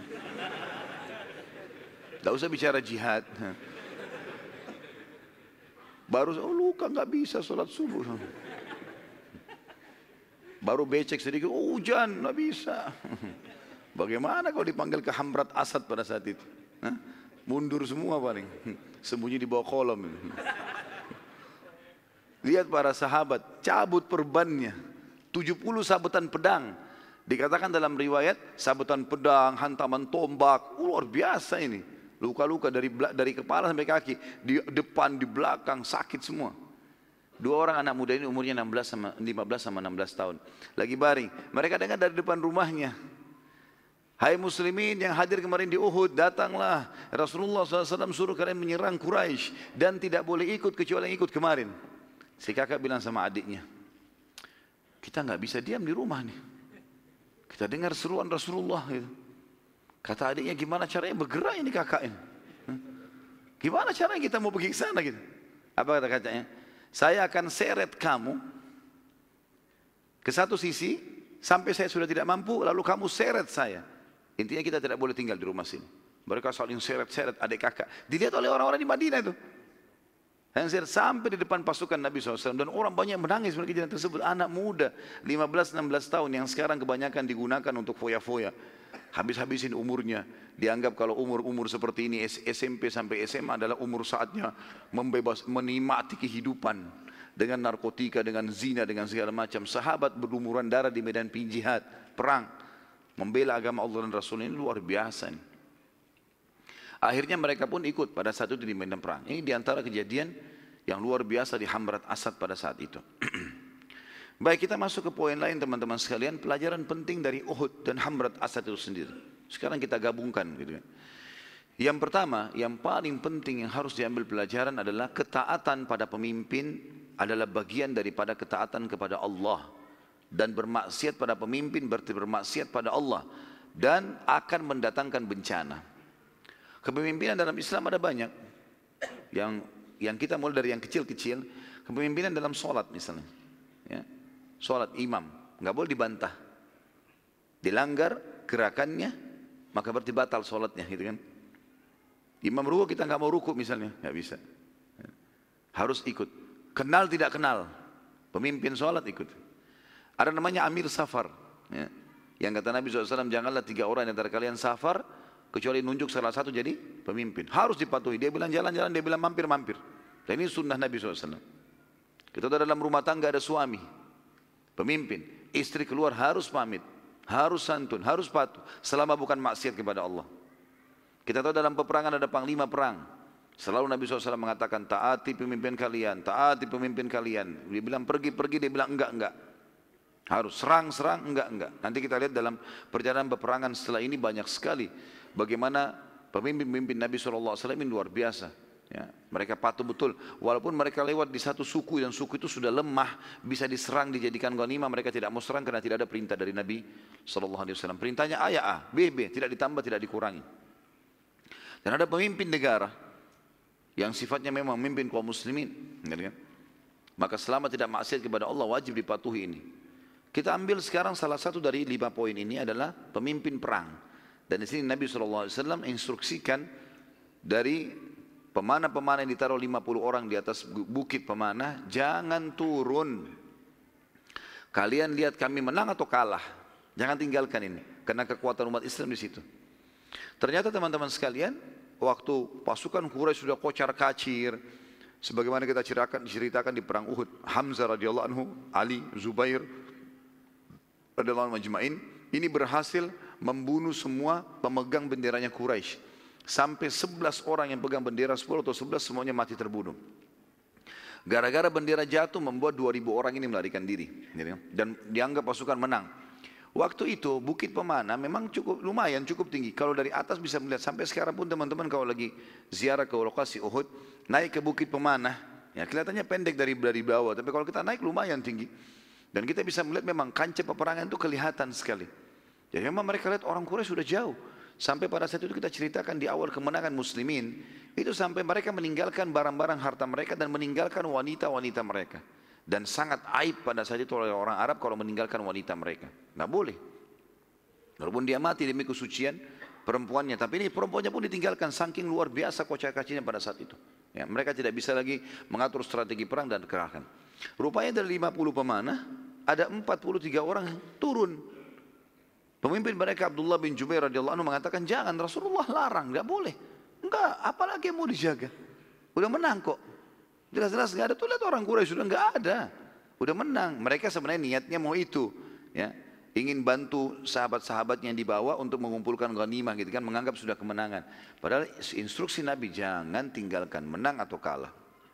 Nggak usah bicara jihad. Baru oh, luka nggak bisa sholat subuh. Baru becek sedikit, oh hujan nggak bisa. Bagaimana kalau dipanggil ke Hamrat Asad pada saat itu? Hah? Mundur semua paling, sembunyi di bawah kolom. Lihat para sahabat, cabut perbannya, tujuh puluh sabetan pedang. Dikatakan dalam riwayat, sabetan pedang, hantaman tombak, luar biasa ini. Luka-luka dari dari kepala sampai kaki, di depan, di belakang, sakit semua. Dua orang anak muda ini umurnya enam belas sama lima belas sama enam belas tahun. Lagi baring, mereka dengar dari depan rumahnya. Hai muslimin yang hadir kemarin di Uhud, datanglah. Rasulullah shallallahu alaihi wasallam suruh kalian menyerang Quraisy dan tidak boleh ikut kecuali yang ikut kemarin. Si kakak bilang sama adiknya, kita nggak bisa diam di rumah nih. Kita dengar seruan Rasulullah gitu. Kata adiknya, gimana caranya bergerak ini kakak ini? Gimana caranya kita mau pergi ke sana gitu? Apa kata kakaknya? Saya akan seret kamu ke satu sisi sampai saya sudah tidak mampu, lalu kamu seret saya. Intinya kita tidak boleh tinggal di rumah sini. Mereka saling seret-seret adik kakak. Dilihat oleh orang-orang di Madinah itu. Dan sampai di depan pasukan Nabi shallallahu alaihi wasallam. Dan orang banyak menangis pada kejadian tersebut. Anak muda, lima belas enam belas tahun yang sekarang kebanyakan digunakan untuk foya-foya. Habis-habisin umurnya. Dianggap kalau umur-umur seperti ini S M P sampai S M A adalah umur saatnya membebas, menikmati kehidupan. Dengan narkotika, dengan zina, dengan segala macam. Sahabat berlumuran darah di medan jihad, perang. Membela agama Allah dan Rasul ini luar biasa. Ini. Akhirnya mereka pun ikut pada saat itu di medan perang. Ini diantara kejadian yang luar biasa di Hamrat Asad pada saat itu. Baik, kita masuk ke poin lain teman-teman sekalian. Pelajaran penting dari Uhud dan Hamrat Asad itu sendiri. Sekarang kita gabungkan gitu kan. Yang pertama, yang paling penting yang harus diambil pelajaran adalah ketaatan pada pemimpin adalah bagian daripada ketaatan kepada Allah. Dan bermaksiat pada pemimpin berarti bermaksiat pada Allah. Dan akan mendatangkan bencana. Kepemimpinan dalam Islam ada banyak. Yang yang kita mulai dari yang kecil-kecil. Kepemimpinan dalam sholat misalnya. Ya. Sholat imam. Nggak boleh dibantah. Dilanggar gerakannya, maka berarti batal sholatnya. Gitu kan. Imam ruku kita nggak mau ruku misalnya. Nggak bisa. Ya. Harus ikut. Kenal tidak kenal. Pemimpin sholat ikut. Ada namanya Amir Safar. Ya. Yang kata Nabi shallallahu alaihi wasallam, janganlah tiga orang antara kalian safar. Kecuali nunjuk salah satu jadi pemimpin. Harus dipatuhi. Dia bilang jalan-jalan, dia bilang mampir-mampir. Dan ini sunnah Nabi shallallahu alaihi wasallam. Kita tahu dalam rumah tangga ada suami, pemimpin. Istri keluar harus pamit. Harus santun, harus patuh. Selama bukan maksiat kepada Allah. Kita tahu dalam peperangan ada panglima perang. Selalu Nabi shallallahu alaihi wasallam mengatakan, taati pemimpin kalian, taati pemimpin kalian. Dia bilang pergi-pergi, dia bilang enggak-enggak. Harus serang-serang, enggak-enggak. Nanti kita lihat dalam perjalanan peperangan setelah ini banyak sekali. Bagaimana pemimpin-pemimpin Nabi shallallahu alaihi wasallam ini luar biasa. Ya, mereka patuh betul. Walaupun mereka lewat di satu suku dan suku itu sudah lemah, bisa diserang, dijadikan ghanimah, mereka tidak mau serang karena tidak ada perintah dari Nabi shallallahu alaihi wasallam. Perintahnya A ya A, B B, tidak ditambah, tidak dikurangi. Dan ada pemimpin negara yang sifatnya memang memimpin kaum muslimin. Kan? Maka selama tidak maksiat kepada Allah wajib dipatuhi ini. Kita ambil sekarang salah satu dari lima poin ini adalah pemimpin perang. Dan di sini Nabi shallallahu alaihi wasallam instruksikan dari pemanah-pemanah yang ditaruh lima puluh orang di atas bukit pemanah, jangan turun. Kalian lihat kami menang atau kalah. Jangan tinggalkan ini, karena kekuatan umat Islam di situ. Ternyata teman-teman sekalian, waktu pasukan Quraisy sudah kocar kacir, sebagaimana kita ceritakan, diceritakan di perang Uhud, Hamzah radhiyallahu anhu, Ali, Zubair radhiyallahu anhu majma'in, ini berhasil membunuh semua pemegang benderanya Quraisy. Sampai sebelas orang yang pegang bendera, sepuluh atau sebelas semuanya mati terbunuh. Gara-gara bendera jatuh membuat dua ribu orang ini melarikan diri. Dan dianggap pasukan menang. Waktu itu Bukit Pemanah memang cukup lumayan, cukup tinggi. Kalau dari atas bisa melihat, sampai sekarang pun teman-teman kalau lagi ziarah ke lokasi Uhud, naik ke Bukit Pemanah, ya kelihatannya pendek dari dari bawah, tapi kalau kita naik lumayan tinggi. Dan kita bisa melihat memang kancah peperangan itu kelihatan sekali. Jadi memang mereka lihat orang Quraisy sudah jauh. Sampai pada saat itu kita ceritakan di awal kemenangan muslimin, itu sampai mereka meninggalkan barang-barang harta mereka dan meninggalkan wanita-wanita mereka. Dan sangat aib pada saat itu oleh orang Arab kalau meninggalkan wanita mereka. Nggak boleh. Walaupun dia mati demi kesucian perempuannya, tapi ini perempuannya pun ditinggalkan saking luar biasa kocak-kacirnya pada saat itu. Ya, mereka tidak bisa lagi mengatur strategi perang dan kerahkan. Rupanya dari lima puluh pemanah, ada empat puluh tiga orang turun. Pemimpin mereka Abdullah bin Jubair radhiyallahu anhu mengatakan, jangan, Rasulullah larang, nggak boleh. Enggak, apalagi yang mau dijaga. Udah menang kok. Jelas-jelas nggak ada, tuh lihat orang Quraisy sudah nggak ada, udah menang. Mereka sebenarnya niatnya mau itu, ya, ingin bantu sahabat-sahabatnya yang dibawa untuk mengumpulkan ghanimah, gitu kan, menganggap sudah kemenangan. Padahal instruksi Nabi jangan tinggalkan, menang atau kalah.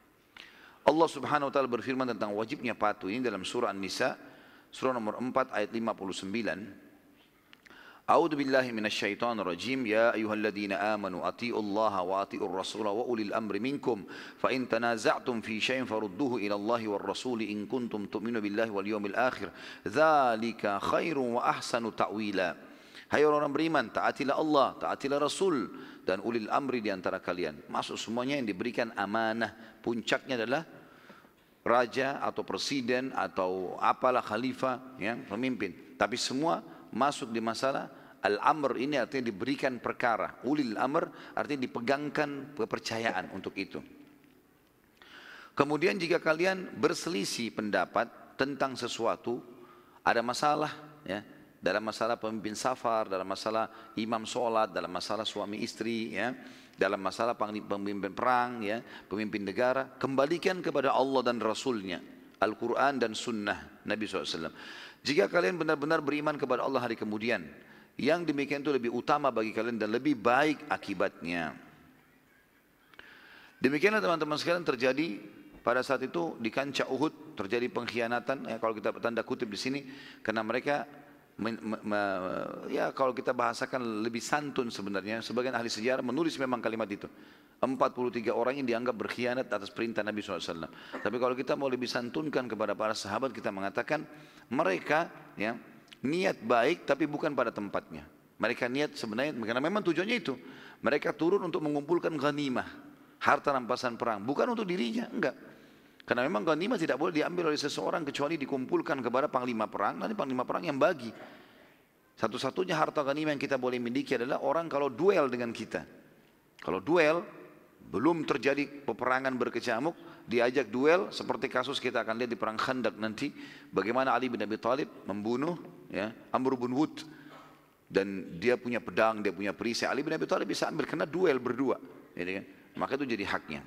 Allah Subhanahu Wa Taala berfirman tentang wajibnya patuh ini dalam surah An-Nisa, surah nomor empat ayat lima puluh sembilan. A'udzu billahi minasyaitonir rajim. Ya ayyuhalladzina amanu atti'u Allah wa atti'ur rasul wa ulil amri minkum fa in tanaza'tum fi syai'in farudduhu ila Allah war rasul in kuntum tu'minu billahi wal yawmil akhir. Dzalika khairun wa ahsanu ta'wila. Hai orang-orang beriman, taatilah Allah, taatilah Rasul dan ulil amri di antara kalian. Masuk semuanya yang diberikan amanah. Puncaknya adalah raja atau presiden atau apalah khalifah, ya, pemimpin. Tapi semua masuk di masalah al-amr ini, artinya diberikan perkara. Ulil amr artinya dipegangkan kepercayaan untuk itu. Kemudian jika kalian berselisih pendapat tentang sesuatu, ada masalah, ya, dalam masalah pemimpin safar, dalam masalah imam sholat, dalam masalah suami istri, ya, dalam masalah pemimpin perang, ya, pemimpin negara, kembalikan kepada Allah dan Rasulnya, Al-Quran dan Sunnah Nabi shallallahu alaihi wasallam. Jika kalian benar-benar beriman kepada Allah hari kemudian, yang demikian itu lebih utama bagi kalian dan lebih baik akibatnya. Demikianlah teman-teman sekalian terjadi pada saat itu di kancah Uhud, terjadi pengkhianatan, ya, kalau kita tanda kutip di sini, karena mereka men, me, me, ya kalau kita bahasakan lebih santun sebenarnya, sebagian ahli sejarah menulis memang kalimat itu. empat puluh tiga orang yang dianggap berkhianat atas perintah Nabi shallallahu alaihi wasallam. Tapi kalau kita mau lebih santunkan kepada para sahabat, kita mengatakan mereka, ya, niat baik tapi bukan pada tempatnya. Mereka niat sebenarnya, karena memang tujuannya itu. Mereka turun untuk mengumpulkan ghanimah, harta rampasan perang, bukan untuk dirinya, enggak. Karena memang ghanimah tidak boleh diambil oleh seseorang kecuali dikumpulkan kepada panglima perang, nanti panglima perang yang bagi. Satu-satunya harta ghanimah yang kita boleh miliki adalah orang kalau duel dengan kita. Kalau duel, belum terjadi peperangan berkecamuk, diajak duel, seperti kasus kita akan lihat di perang Khandaq nanti, bagaimana Ali bin Abi Thalib membunuh, ya, Amr bin Wud, dan dia punya pedang, dia punya perisai. Ali bin Abi Thalib bisa ambil karena duel berdua, ya, kan? Maka itu jadi haknya.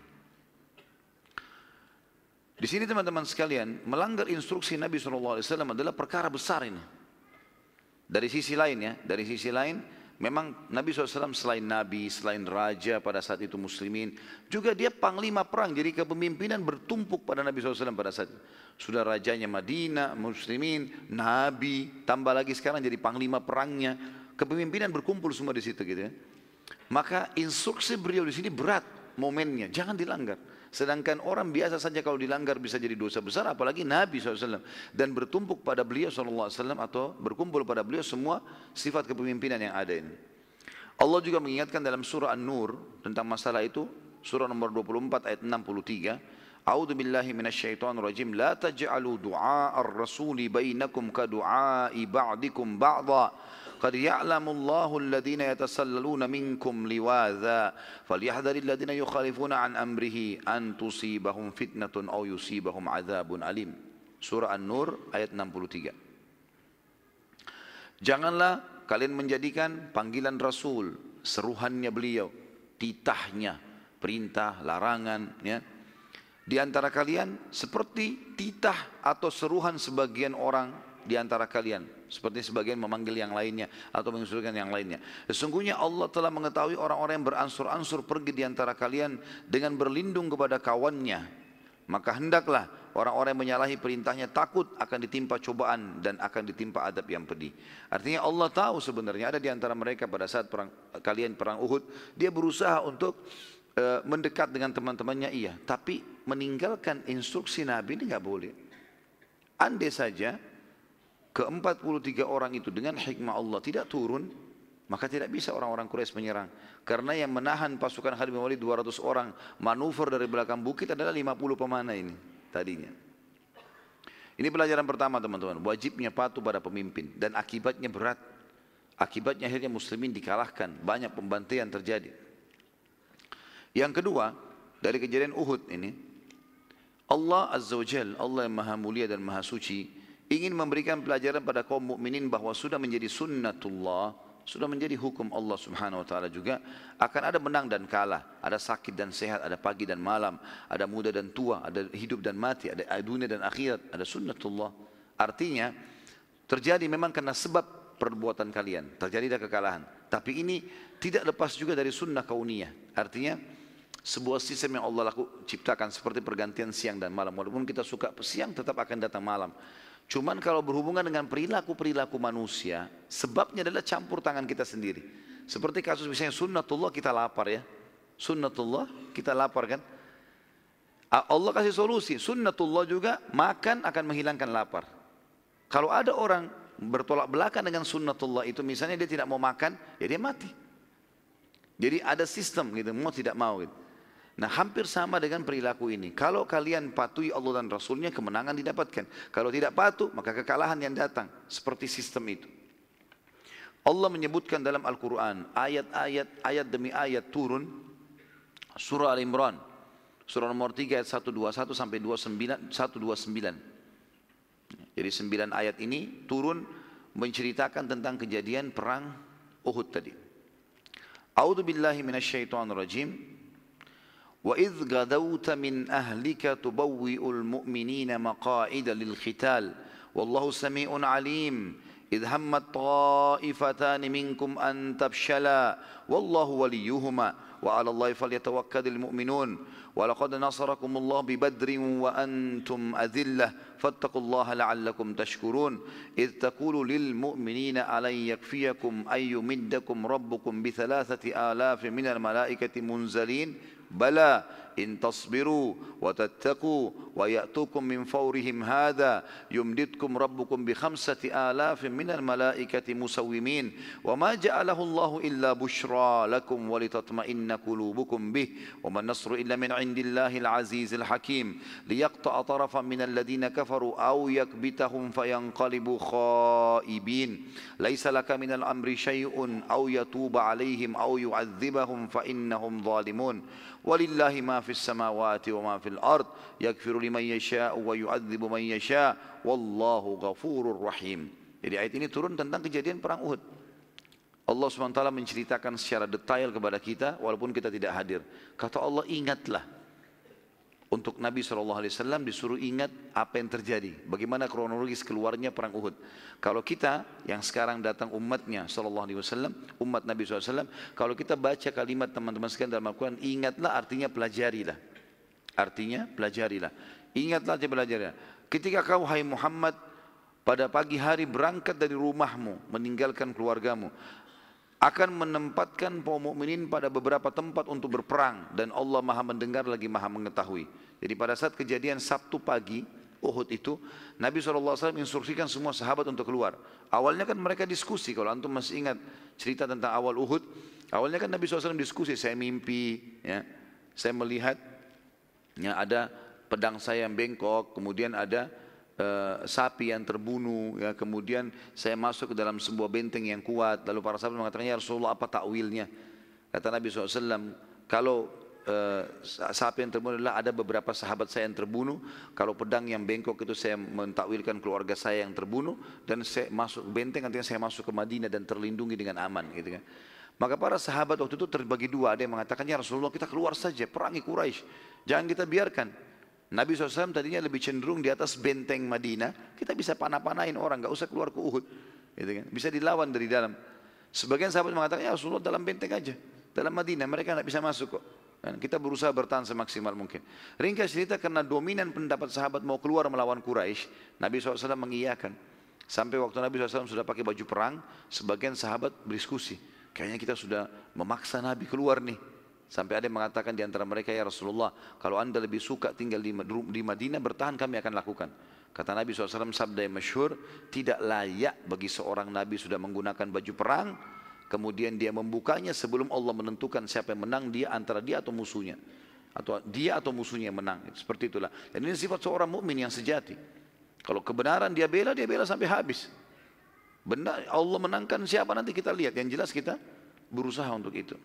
Di sini teman-teman sekalian, melanggar instruksi Nabi shallallahu alaihi wasallam adalah perkara besar ini. Dari sisi lain, ya, dari sisi lain, memang Nabi shallallahu alaihi wasallam selain Nabi, selain Raja pada saat itu muslimin, juga dia panglima perang, jadi kepemimpinan bertumpuk pada Nabi shallallahu alaihi wasallam pada saat itu. Sudah rajanya Madinah, muslimin, Nabi, tambah lagi sekarang jadi panglima perangnya, kepemimpinan berkumpul semua di situ, gitu, ya. Maka instruksi beliau di sini berat momennya, jangan dilanggar. Sedangkan orang biasa saja kalau dilanggar bisa jadi dosa besar, apalagi Nabi shallallahu alaihi wasallam. Dan bertumpuk pada beliau shallallahu alaihi wasallam atau berkumpul pada beliau semua sifat kepemimpinan yang ada ini. Allah juga mengingatkan dalam surah An-Nur tentang masalah itu, surah nomor dua puluh empat ayat enam puluh tiga. A'udzu billahi minasyaitonir rajim. La taj'alu du'a'ar rasuli bainakum ka du'a'i ba'dikum ba'dha. قد يعلم الله الذين يتسللون منكم لواذا فليحذر الذين يخالفون عن أمره أن تصيبهم فتنة أو يصيبهم عذاب أليم. Surah An-Nur ayat enam puluh tiga. Janganlah kalian menjadikan panggilan Rasul, seruhannya beliau, titahnya, perintah, larangan, ya, di antara kalian seperti titah atau seruhan sebagian orang di antara kalian, seperti sebagian memanggil yang lainnya atau mengusulkan yang lainnya. Sesungguhnya Allah telah mengetahui orang-orang yang beransur-ansur pergi di antara kalian dengan berlindung kepada kawannya. Maka hendaklah orang-orang yang menyalahi perintahnya takut akan ditimpa cobaan dan akan ditimpa adab yang pedih. Artinya Allah tahu sebenarnya ada di antara mereka pada saat perang, kalian perang Uhud, dia berusaha untuk uh, mendekat dengan teman-temannya, iya, tapi meninggalkan instruksi Nabi ini nggak boleh. Andai saja ke empat puluh tiga orang itu dengan hikmah Allah tidak turun, maka tidak bisa orang-orang Quraisy menyerang. Karena yang menahan pasukan Khalid bin Walid dua ratus orang manuver dari belakang bukit adalah lima puluh pemanah ini tadinya. Ini pelajaran pertama teman-teman, wajibnya patuh pada pemimpin dan akibatnya berat. Akibatnya akhirnya muslimin dikalahkan, banyak pembantaian terjadi. Yang kedua, dari kejadian Uhud ini, Allah Azza wa Jalla, Allah yang maha mulia dan maha suci, ingin memberikan pelajaran pada kaum mukminin bahwa sudah menjadi sunnatullah, sudah menjadi hukum Allah Subhanahu wa taala juga, akan ada menang dan kalah, ada sakit dan sehat, ada pagi dan malam, ada muda dan tua, ada hidup dan mati, ada dunia dan akhirat, ada sunnatullah. Artinya terjadi memang karena sebab perbuatan kalian, terjadi kekalahan, tapi ini tidak lepas juga dari sunnah kauniyah. Artinya sebuah sistem yang Allah laku, ciptakan seperti pergantian siang dan malam. Walaupun kita suka siang tetap akan datang malam. Cuman kalau berhubungan dengan perilaku-perilaku manusia, sebabnya adalah campur tangan kita sendiri. Seperti kasus misalnya sunnatullah, kita lapar ya. Sunnatullah, kita lapar kan. Allah kasih solusi, sunnatullah juga makan akan menghilangkan lapar. Kalau ada orang bertolak belakang dengan sunnatullah itu, misalnya dia tidak mau makan, ya dia mati. Jadi ada sistem gitu, mau tidak mau gitu. Nah hampir sama dengan perilaku ini. Kalau kalian patuhi Allah dan Rasulnya, kemenangan didapatkan. Kalau tidak patuh, maka kekalahan yang datang. Seperti sistem itu. Allah menyebutkan dalam Al-Quran, ayat-ayat, ayat demi ayat turun. Surah Al-Imran, surah nomor tiga ayat seratus dua puluh satu sampai seratus dua puluh sembilan. Jadi sembilan ayat ini turun menceritakan tentang kejadian perang Uhud tadi. A'udzu billahi minasyaitonir rajim. وَإِذْ غَدَوْتَ مِنْ أَهْلِكَ تُبَوِّئُ الْمُؤْمِنِينَ مَقَاعِدَ لِلْقِتَالِ وَاللَّهُ سَمِيعٌ عَلِيمٌ إِذْ هَمَّتْ طَائِفَتَانِ مِنْكُمْ أَنْ تَفْشَلَا وَاللَّهُ وَلِيُّهُمَا وَعَلَى اللَّهِ فَلْيَتَوَكَّلِ الْمُؤْمِنُونَ وَلَقَدْ نَصَرَكُمُ اللَّهُ بِبَدْرٍ وَأَنْتُمْ أَذِلَّةٌ فَاتَّقُوا اللَّهَ لَعَلَّكُمْ تَشْكُرُونَ إِذْ تَقُولُ لِلْمُؤْمِنِينَ أَلَنْ يَكْفِيَكُمْ أَنْ يُمِدَّكُمْ رَبُّكُمْ بِثَلَاثَةِ آلَافٍ مِنَ الْمَلَائِكَةِ مُنْزَلِينَ بلى إن تصبروا وتتقوا ويأتوكم من فورهم هذا يمددكم ربكم بخمسة آلاف من الملائكة مسومين وما جعله الله إلا بشرى لكم ولتطمئن قلوبكم به وما النصر إلا من عند الله العزيز الحكيم ليقطع طرفا من الذين كفروا أو يكبتهم فينقلبوا خائبين ليس لك من الأمر شيء أو يتوب عليهم أو يعذبهم فإنهم ظالمون ولله ما في السماوات وما في الأرض يغفر لمن يشاء ويعذب من يشاء والله غفور رحيم. Jadi ayat ini turun tentang kejadian perang Uhud. Allah subhanahu wa taala menceritakan secara detail kepada kita walaupun kita tidak hadir. Kata Allah, ingatlah. Untuk Nabi shallallahu alaihi wasallam disuruh ingat apa yang terjadi, bagaimana kronologis keluarnya perang Uhud. Kalau kita yang sekarang datang umatnya shallallahu alaihi wasallam, umat Nabi shallallahu alaihi wasallam, kalau kita baca kalimat teman-teman sekalian dalam Al-Quran, ingatlah artinya pelajarilah. Artinya pelajarilah. Ingatlah artinya pelajarilah. Ketika kau hai Muhammad pada pagi hari berangkat dari rumahmu, meninggalkan keluargamu, akan menempatkan kaum mukminin pada beberapa tempat untuk berperang dan Allah Maha mendengar lagi Maha mengetahui. Jadi pada saat kejadian Sabtu pagi Uhud itu, Nabi shallallahu alaihi wasallam instruksikan semua sahabat untuk keluar. Awalnya kan mereka diskusi, kalau antum masih ingat cerita tentang awal Uhud, awalnya kan Nabi shallallahu alaihi wasallam diskusi, saya mimpi, ya, saya melihat ya, ada pedang saya yang bengkok, kemudian ada Uh, sapi yang terbunuh, ya, kemudian saya masuk ke dalam sebuah benteng yang kuat. Lalu para sahabat mengatakan, ya Rasulullah, apa takwilnya? Kata Nabi shallallahu alaihi wasallam, kalau uh, siapa yang terbunuh adalah ada beberapa sahabat saya yang terbunuh. Kalau pedang yang bengkok itu saya mentakwilkan keluarga saya yang terbunuh, dan saya masuk benteng artinya saya masuk ke Madinah dan terlindungi dengan aman, gitu kan. Maka para sahabat waktu itu terbagi dua, ada yang mengatakan ya Rasulullah kita keluar saja perangi Quraisy, jangan kita biarkan. Nabi shallallahu alaihi wasallam tadinya lebih cenderung di atas benteng Madinah, kita bisa panah-panahin orang, nggak usah keluar ke Uhud, gitu kan? Bisa dilawan dari dalam. Sebagian sahabat mengatakan ya Rasulullah dalam benteng aja, dalam Madinah mereka nggak bisa masuk kok. Dan kita berusaha bertahan semaksimal mungkin. Ringkas cerita, karena dominan pendapat sahabat mau keluar melawan Quraisy, Nabi shallallahu alaihi wasallam mengiyakan. Sampai waktu Nabi shallallahu alaihi wasallam sudah pakai baju perang, sebagian sahabat berdiskusi, kayaknya kita sudah memaksa Nabi keluar nih. Sampai ada yang mengatakan di antara mereka, ya Rasulullah, kalau anda lebih suka tinggal di, di Madinah, bertahan kami akan lakukan. Kata Nabi shallallahu alaihi wasallam sabda yang masyhur, tidak layak bagi seorang Nabi sudah menggunakan baju perang, kemudian dia membukanya sebelum Allah menentukan siapa yang menang, dia antara dia atau musuhnya, atau dia atau musuhnya yang menang. Seperti itulah. Dan ini sifat seorang mukmin yang sejati. Kalau kebenaran dia bela, dia bela sampai habis. Benar, Allah menangkan siapa nanti kita lihat. Yang jelas kita berusaha untuk itu.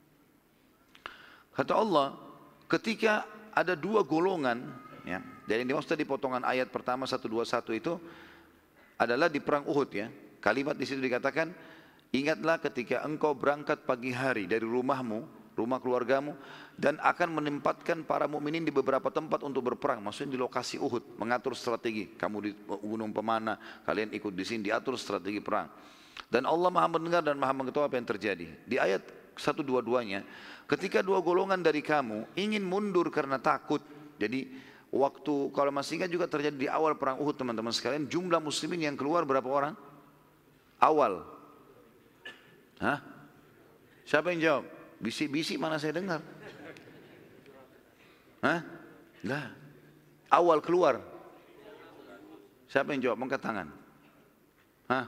Kata Allah, ketika ada dua golongan, ya, dari yang dimaksud di potongan ayat pertama seratus dua puluh satu itu adalah di perang Uhud, ya. Kalimat di situ dikatakan, ingatlah ketika engkau berangkat pagi hari dari rumahmu, rumah keluargamu, dan akan menempatkan para mukminin di beberapa tempat untuk berperang. Maksudnya di lokasi Uhud, mengatur strategi. Kamu di gunung pemana, kalian ikut di sini, diatur strategi perang. Dan Allah Maha mendengar dan Maha mengetahui apa yang terjadi. Di ayat seratus dua puluh dua-nya, ketika dua golongan dari kamu ingin mundur karena takut. Jadi waktu, kalau masih ingat juga terjadi di awal perang Uhud teman-teman sekalian, jumlah muslimin yang keluar berapa orang? Awal. Hah? Siapa yang jawab? Bisik-bisik mana saya dengar? Hah? Lah. Awal keluar. Siapa yang jawab? Angkat tangan. Hah?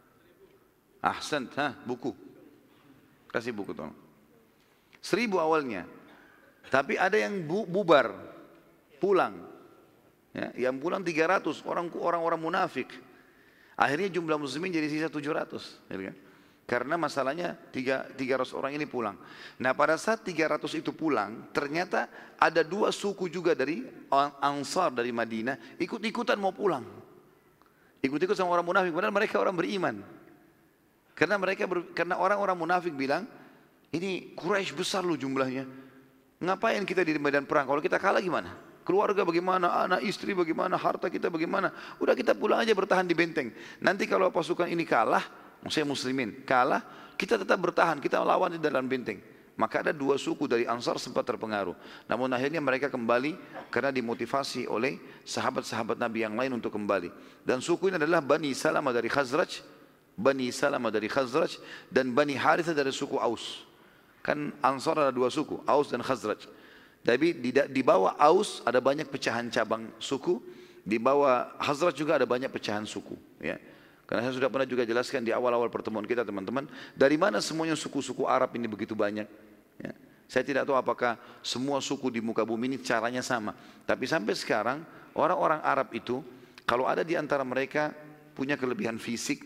Ahsan, hah? Buku. Kasih buku tolong. Seribu awalnya. Tapi ada yang bu, bubar. Pulang. Ya, yang pulang tiga ratus. Orang-orang munafik. Akhirnya jumlah muslimin jadi sisa tujuh ratus. Ya kan? Karena masalahnya tiga ratus orang ini pulang. Nah pada saat tiga ratus itu pulang, ternyata ada dua suku juga dari Ansar dari Madinah ikut-ikutan mau pulang. Ikut-ikut sama orang munafik, padahal mereka orang beriman. Karena mereka ber, karena orang-orang munafik bilang, ini Quraisy besar loh jumlahnya. Ngapain kita di medan perang? Kalau kita kalah gimana? Keluarga bagaimana? Anak istri bagaimana? Harta kita bagaimana? Udah kita pulang aja bertahan di benteng. Nanti kalau pasukan ini kalah, maksudnya muslimin kalah, kita tetap bertahan, kita lawan di dalam benteng. Maka ada dua suku dari Ansar sempat terpengaruh. Namun akhirnya mereka kembali karena dimotivasi oleh sahabat-sahabat Nabi yang lain untuk kembali. Dan suku ini adalah Bani Salamah dari Khazraj, Bani Salamah dari Khazraj, dan Bani Harithah dari suku Aus. Kan Ansar ada dua suku, Aus dan Khazraj. Tapi di, di bawah Aus ada banyak pecahan cabang suku, di bawah Khazraj juga ada banyak pecahan suku. Ya. Karena saya sudah pernah juga jelaskan di awal-awal pertemuan kita teman-teman, dari mana semuanya suku-suku Arab ini begitu banyak. Ya. Saya tidak tahu apakah semua suku di muka bumi ini caranya sama. Tapi sampai sekarang orang-orang Arab itu, kalau ada di antara mereka punya kelebihan fisik,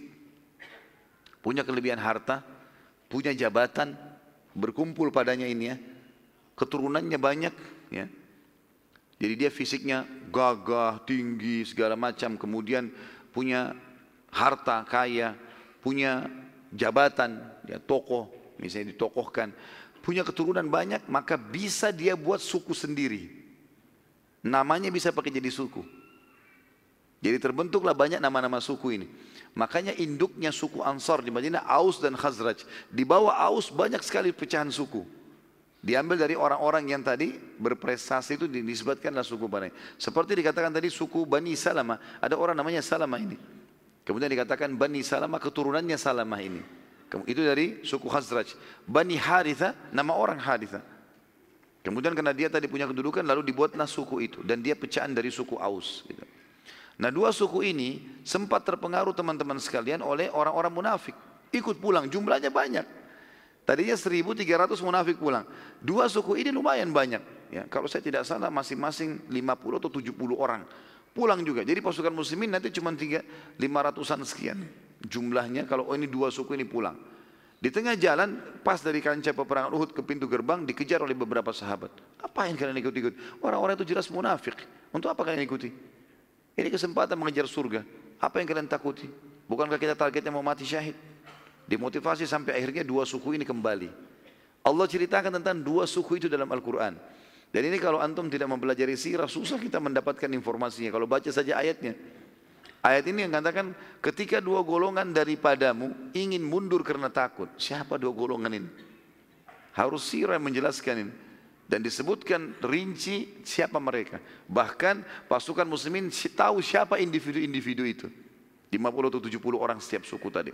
punya kelebihan harta, punya jabatan, berkumpul padanya ini ya, keturunannya banyak ya. Jadi dia fisiknya gagah, tinggi, segala macam, kemudian punya harta kaya, punya jabatan, ya tokoh, misalnya ditokohkan, punya keturunan banyak, maka bisa dia buat suku sendiri. Namanya bisa pakai jadi suku. Jadi terbentuklah banyak nama-nama suku ini. Makanya induknya suku Ansar di Madinah, Aus dan Khazraj. Di bawah Aus banyak sekali pecahan suku. Diambil dari orang-orang yang tadi berprestasi itu disebutkanlah suku Bani. Seperti dikatakan tadi suku Bani Salamah, ada orang namanya Salamah ini. Kemudian dikatakan Bani Salamah, keturunannya Salamah ini. Itu dari suku Khazraj. Bani Harithah, nama orang Harithah. Kemudian karena dia tadi punya kedudukan, lalu dibuatlah suku itu. Dan dia pecahan dari suku Aus. Gitu. Nah dua suku ini sempat terpengaruh teman-teman sekalian oleh orang-orang munafik. Ikut pulang, jumlahnya banyak. Tadinya seribu tiga ratus munafik pulang. Dua suku ini lumayan banyak. Ya, kalau saya tidak salah masing-masing lima puluh atau tujuh puluh orang. Pulang juga. Jadi pasukan muslimin nanti cuma lima ratusan sekian jumlahnya kalau oh ini dua suku ini pulang. Di tengah jalan, pas dari kancah peperangan Uhud ke pintu gerbang, dikejar oleh beberapa sahabat. Apa yang kalian ikut-ikut? Orang-orang itu jelas munafik. Untuk apa kalian ikuti? Ini kesempatan mengejar surga. Apa yang kalian takuti? Bukankah kita targetnya mau mati syahid? Dimotivasi sampai akhirnya dua suku ini kembali. Allah ceritakan tentang dua suku itu dalam Al-Quran. Dan ini kalau antum tidak mempelajari sirah, susah kita mendapatkan informasinya. Kalau baca saja ayatnya. Ayat ini yang katakan ketika dua golongan daripadamu ingin mundur karena takut. Siapa dua golongan ini? Harus sirah yang menjelaskan ini. Dan disebutkan rinci siapa mereka. Bahkan pasukan muslimin tahu siapa individu-individu itu. lima puluh atau tujuh puluh orang setiap suku tadi.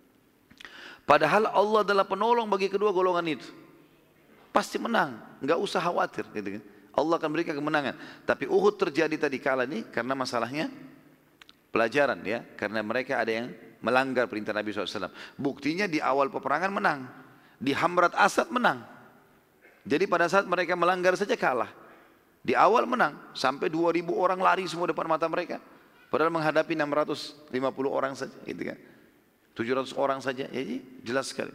Padahal Allah adalah penolong bagi kedua golongan itu. Pasti menang. Enggak usah khawatir. Gitu kan. Allah akan berikan kemenangan. Tapi Uhud terjadi tadi kala ini karena masalahnya pelajaran ya, karena mereka ada yang melanggar perintah Nabi shallallahu alaihi wasallam. Buktinya di awal peperangan menang, di Hamrat Asad menang. Jadi pada saat mereka melanggar saja kalah. Di awal menang, sampai dua ribu orang lari semua depan mata mereka. Padahal menghadapi enam ratus lima puluh orang saja, gitu kan? tujuh ratus orang saja, jadi jelas sekali.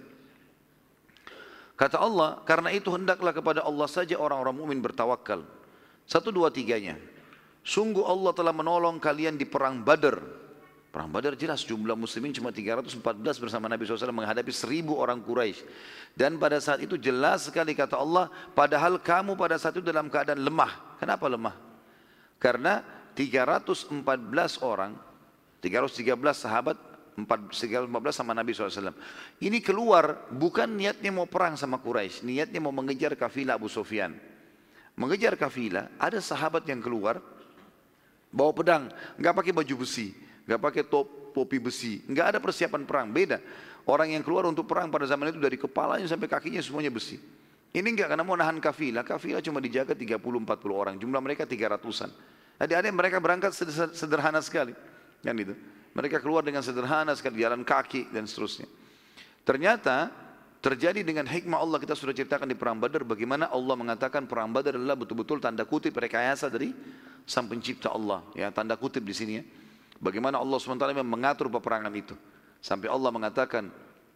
Kata Allah, karena itu hendaklah kepada Allah saja orang-orang mukmin bertawakal. Satu dua tiganya. Sungguh Allah telah menolong kalian di perang Badar. Perang Badar jelas jumlah muslimin cuma tiga ratus empat belas bersama Nabi shallallahu alaihi wasallam menghadapi seribu orang Quraisy. Dan pada saat itu jelas sekali kata Allah, padahal kamu pada saat itu dalam keadaan lemah. Kenapa lemah? Karena tiga ratus empat belas orang, tiga ratus tiga belas sahabat, tiga ratus empat belas sama Nabi shallallahu alaihi wasallam. Ini keluar bukan niatnya mau perang sama Quraisy, niatnya mau mengejar kafilah Abu Sufyan. Mengejar kafilah, ada sahabat yang keluar bawa pedang, nggak pakai baju besi, nggak pakai top, topi besi, nggak ada persiapan perang. Beda. Orang yang keluar untuk perang pada zaman itu dari kepalanya sampai kakinya semuanya besi. Ini nggak karena mau nahan kafilah. Kafilah cuma dijaga tiga puluh sampai empat puluh orang. Jumlah mereka tiga ratusan. Jadi ada yang mereka berangkat sederhana sekali, kan itu. Mereka keluar dengan sederhana sekali, jalan kaki dan seterusnya. Ternyata terjadi dengan hikmah Allah, kita sudah ceritakan di perang Badar bagaimana Allah mengatakan perang Badar adalah betul-betul tanda kutip rekayasa dari Sang Pencipta Allah, ya, tanda kutip di sini ya. Bagaimana Allah subhanahu wa taala mengatur peperangan itu. Sampai Allah mengatakan,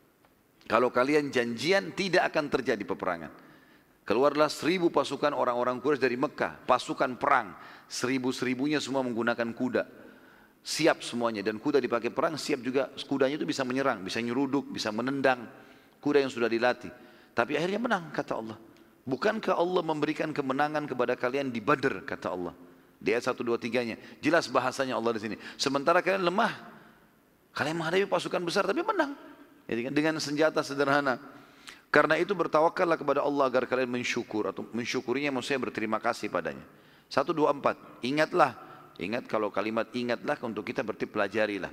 kalau kalian janjian tidak akan terjadi peperangan. Keluarlah seribu pasukan orang-orang Quraisy dari Mekah, pasukan perang. Seribu-seribunya semua menggunakan kuda. Siap semuanya, dan kuda dipakai perang, siap juga kudanya itu bisa menyerang, bisa nyeruduk, bisa menendang. Kuda yang sudah dilatih. Tapi akhirnya menang, kata Allah. Bukankah Allah memberikan kemenangan kepada kalian di Badar, kata Allah. Di ayat satu, dua, tiganya. Jelas bahasanya Allah di sini. Sementara kalian lemah. Kalian menghadapi pasukan besar tapi menang. Jadi dengan senjata sederhana. Karena itu bertawakallah kepada Allah agar kalian mensyukur. Atau mensyukurinya maksudnya berterima kasih padanya. Satu, dua, empat. Ingatlah. Ingat kalau kalimat ingatlah untuk kita berarti pelajarilah.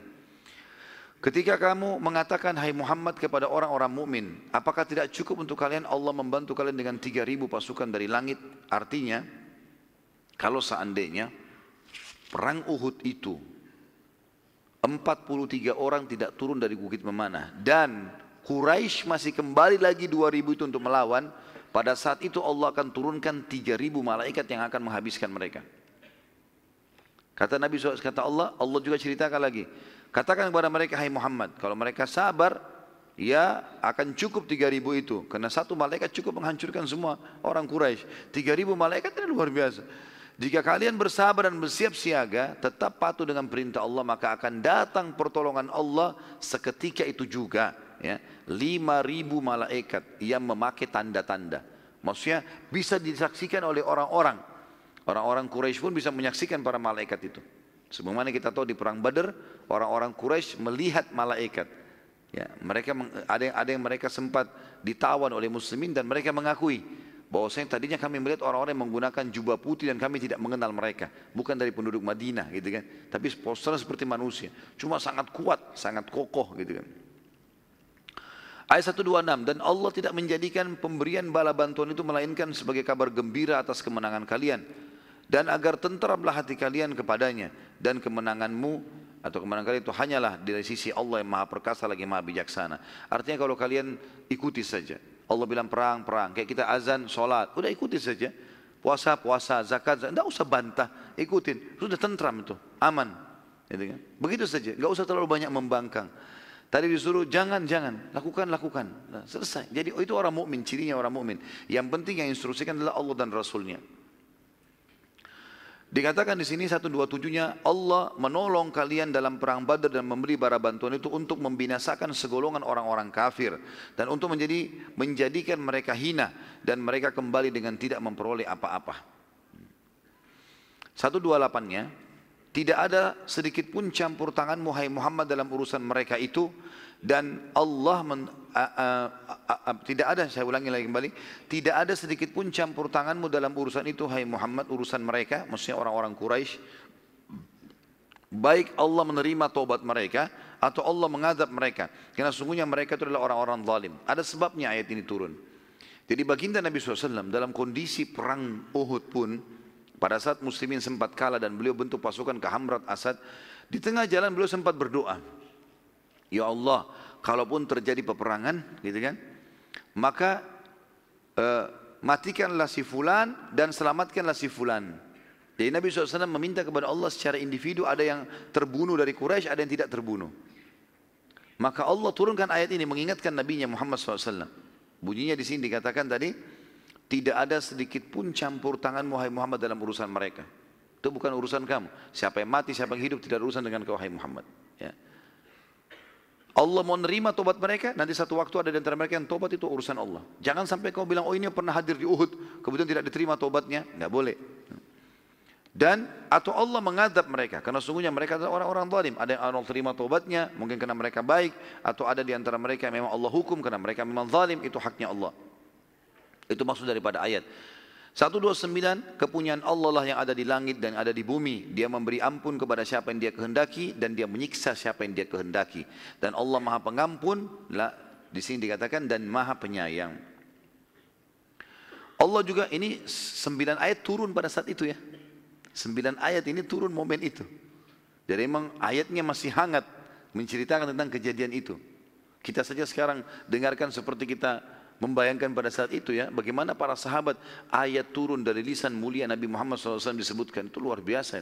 Ketika kamu mengatakan hai Muhammad kepada orang-orang mukmin, apakah tidak cukup untuk kalian Allah membantu kalian dengan tiga ribu pasukan dari langit? Artinya, kalau seandainya perang Uhud itu empat puluh tiga orang tidak turun dari bukit memanah dan Quraisy masih kembali lagi dua ribu itu untuk melawan, pada saat itu Allah akan turunkan tiga ribu malaikat yang akan menghabiskan mereka. Kata Nabi shallallahu alaihi wasallam, kata Allah, Allah juga ceritakan lagi, katakan kepada mereka hai Muhammad, kalau mereka sabar ya akan cukup tiga ribu itu, karena satu malaikat cukup menghancurkan semua orang Quraisy. tiga ribu malaikat ini luar biasa. Jika kalian bersabar dan bersiap siaga, tetap patuh dengan perintah Allah, maka akan datang pertolongan Allah seketika itu juga. Ya, lima ribu malaikat yang memakai tanda-tanda. Maksudnya bisa disaksikan oleh orang-orang. Orang-orang Quraisy pun bisa menyaksikan para malaikat itu. Sebagaimana kita tahu di perang Badar, orang-orang Quraisy melihat malaikat. Ya, mereka ada yang ada yang mereka sempat ditawan oleh muslimin dan mereka mengakui bahwasanya tadinya kami melihat orang-orang yang menggunakan jubah putih dan kami tidak mengenal mereka, bukan dari penduduk Madinah gitu kan, tapi posturnya seperti manusia, cuma sangat kuat, sangat kokoh gitu kan. Ayat seratus dua puluh enam, dan Allah tidak menjadikan pemberian bala bantuan itu melainkan sebagai kabar gembira atas kemenangan kalian, dan agar tenteramlah hati kalian kepadanya, dan kemenanganmu atau kemenangan kalian itu hanyalah dari sisi Allah yang maha perkasa lagi maha bijaksana. Artinya kalau kalian ikuti saja, Allah bilang perang, perang. Kayak kita azan, sholat. Udah ikuti saja. Puasa, puasa, zakat, zakat. Tidak usah bantah. Ikutin. Sudah tentram itu. Aman. Gitu kan? Begitu saja. Tidak usah terlalu banyak membangkang. Tadi disuruh jangan, jangan, lakukan, lakukan. Nah, selesai. Jadi itu orang mukmin, cirinya orang mukmin. Yang penting yang instruksikan adalah Allah dan Rasulnya. Dikatakan di sini seratus dua puluh tujuh-nya Allah menolong kalian dalam perang Badar dan memberi bara bantuan itu untuk membinasakan segolongan orang-orang kafir dan untuk menjadi menjadikan mereka hina dan mereka kembali dengan tidak memperoleh apa-apa. seratus dua puluh delapan-nya tidak ada sedikit pun campur tanganmu hai Muhammad dalam urusan mereka itu dan Allah men, a, a, a, a, tidak ada, saya ulangi lagi kembali, tidak ada sedikit pun campur tanganmu dalam urusan itu hai Muhammad, urusan mereka, maksudnya orang-orang Quraisy. Baik Allah menerima taubat mereka atau Allah mengadab mereka, karena sungguhnya mereka itu adalah orang-orang zalim. Ada sebabnya ayat ini turun. Jadi baginda Nabi shallallahu alaihi wasallam dalam kondisi perang Uhud pun, pada saat muslimin sempat kalah dan beliau bentuk pasukan ke Hamrat Asad, di tengah jalan beliau sempat berdoa, ya Allah, kalaupun terjadi peperangan, gitu kan, maka uh, matikanlah si fulan dan selamatkanlah si fulan. Jadi Nabi shallallahu alaihi wasallam meminta kepada Allah secara individu, ada yang terbunuh dari Quraisy, ada yang tidak terbunuh. Maka Allah turunkan ayat ini mengingatkan Nabi-Nya Muhammad shallallahu alaihi wasallam. Bunyinya di sini dikatakan tadi, tidak ada sedikit pun campur tangan wahai Muhammad dalam urusan mereka. Itu bukan urusan kamu. Siapa yang mati, siapa yang hidup tidak ada urusan dengan kau wahai Muhammad. Ya. Allah mau nerima tobat mereka, nanti satu waktu ada di antara mereka yang tobat, itu urusan Allah. Jangan sampai kau bilang, oh ini pernah hadir di Uhud, kemudian tidak diterima tobatnya, nggak boleh. Dan atau Allah mengadab mereka, karena sungguhnya mereka adalah orang-orang zalim. Ada yang Allah terima tobatnya, mungkin karena mereka baik, atau ada di antara mereka yang memang Allah hukum karena mereka memang zalim, itu haknya Allah. Itu maksud daripada ayat. seratus dua puluh sembilan, kepunyaan Allah lah yang ada di langit dan ada di bumi. Dia memberi ampun kepada siapa yang dia kehendaki dan dia menyiksa siapa yang dia kehendaki. Dan Allah Maha Pengampun, lah di sini dikatakan, dan Maha Penyayang. Allah juga, ini sembilan ayat turun pada saat itu ya. Sembilan ayat ini turun momen itu. Jadi memang ayatnya masih hangat menceritakan tentang kejadian itu. Kita saja sekarang dengarkan seperti kita membayangkan pada saat itu ya, bagaimana para sahabat, ayat turun dari lisan mulia Nabi Muhammad shallallahu alaihi wasallam disebutkan, itu luar biasa.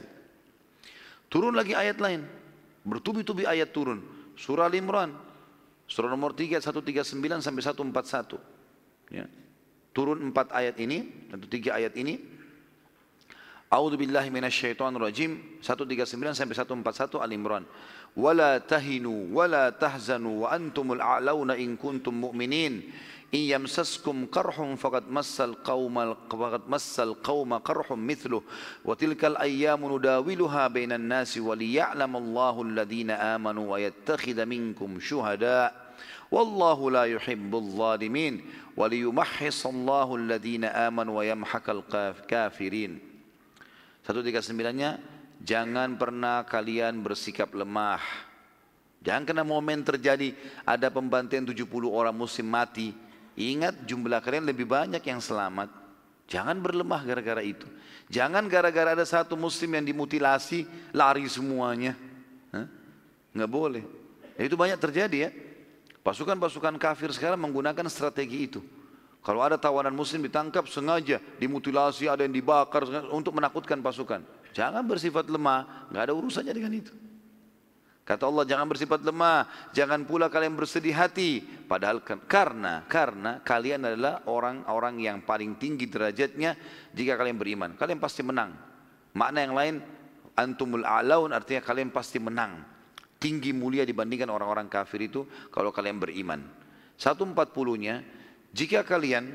Turun lagi ayat lain, bertubi-tubi ayat turun. Surah Al-Imran, surah nomor tiga, seratus tiga puluh sembilan sampai seratus empat puluh satu. Ya. Turun empat ayat ini, atau tiga ayat ini. A'udzubillahi minasyaitonirrajim, seratus tiga puluh sembilan sampai seratus empat puluh satu Al-Imran. Wala tahinu wala tahzanu wa antumul a'launa in kuntum mu'minin. In yamsaskum qarhum faqad massal qaumal faqad massal qauma qarhum mithluh wa tilkal ayyamu nudawiluha bainan nasi wa liya'lamallahu alladhina amanu wa yattakhidha minkum syuhada wallahu la yuhibbul zalimin wa liyumahhisallahu alladhina amanu wa yamhaqal kafirin. seratus tiga puluh sembilan-nya, jangan pernah kalian bersikap lemah. Jangan kena momen terjadi ada pembantaian tujuh puluh orang muslim mati, ingat jumlah kalian lebih banyak yang selamat. Jangan berlemah gara-gara itu. Jangan gara-gara ada satu muslim yang dimutilasi lari semuanya. Hah? Nggak boleh. Ya, itu banyak terjadi ya. Pasukan-pasukan kafir sekarang menggunakan strategi itu. Kalau ada tawanan muslim ditangkap, sengaja dimutilasi, ada yang dibakar untuk menakutkan pasukan. Jangan bersifat lemah, nggak ada urusannya dengan itu. Kata Allah, jangan bersifat lemah, jangan pula kalian bersedih hati. Padahal karena karena kalian adalah orang-orang yang paling tinggi derajatnya jika kalian beriman. Kalian pasti menang. Makna yang lain, antumul a'laun, artinya kalian pasti menang. Tinggi mulia dibandingkan orang-orang kafir itu kalau kalian beriman. seratus empat puluh-nya, jika kalian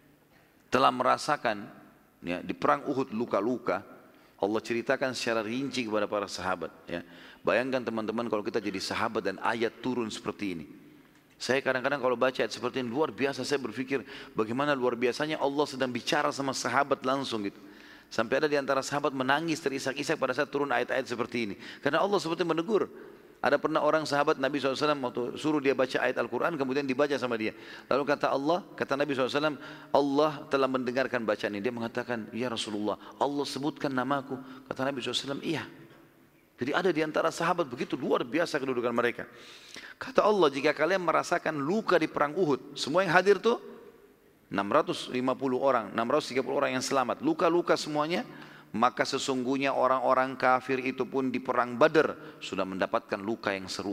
telah merasakan ya, di perang Uhud luka-luka, Allah ceritakan secara rinci kepada para sahabat. Ya. Bayangkan teman-teman kalau kita jadi sahabat dan ayat turun seperti ini. Saya kadang-kadang kalau baca ayat seperti ini luar biasa, saya berpikir bagaimana luar biasanya Allah sedang bicara sama sahabat langsung gitu. Sampai ada di antara sahabat menangis terisak-isak pada saat turun ayat-ayat seperti ini. Karena Allah seperti menegur. Ada pernah orang sahabat Nabi shallallahu alaihi wasallam waktu suruh dia baca ayat Al-Quran, kemudian dibaca sama dia. Lalu kata Allah, kata Nabi shallallahu alaihi wasallam, Allah telah mendengarkan bacaan ini. Dia mengatakan, ya Rasulullah, Allah sebutkan namaku. Kata Nabi shallallahu alaihi wasallam, iya. Jadi ada di antara sahabat begitu luar biasa kedudukan mereka. Kata Allah, jika kalian merasakan luka di perang Uhud, semua yang hadir tuh enam ratus lima puluh orang, enam ratus tiga puluh orang yang selamat, luka-luka semuanya, maka sesungguhnya orang-orang kafir itu pun di perang Badar sudah mendapatkan luka yang serupa.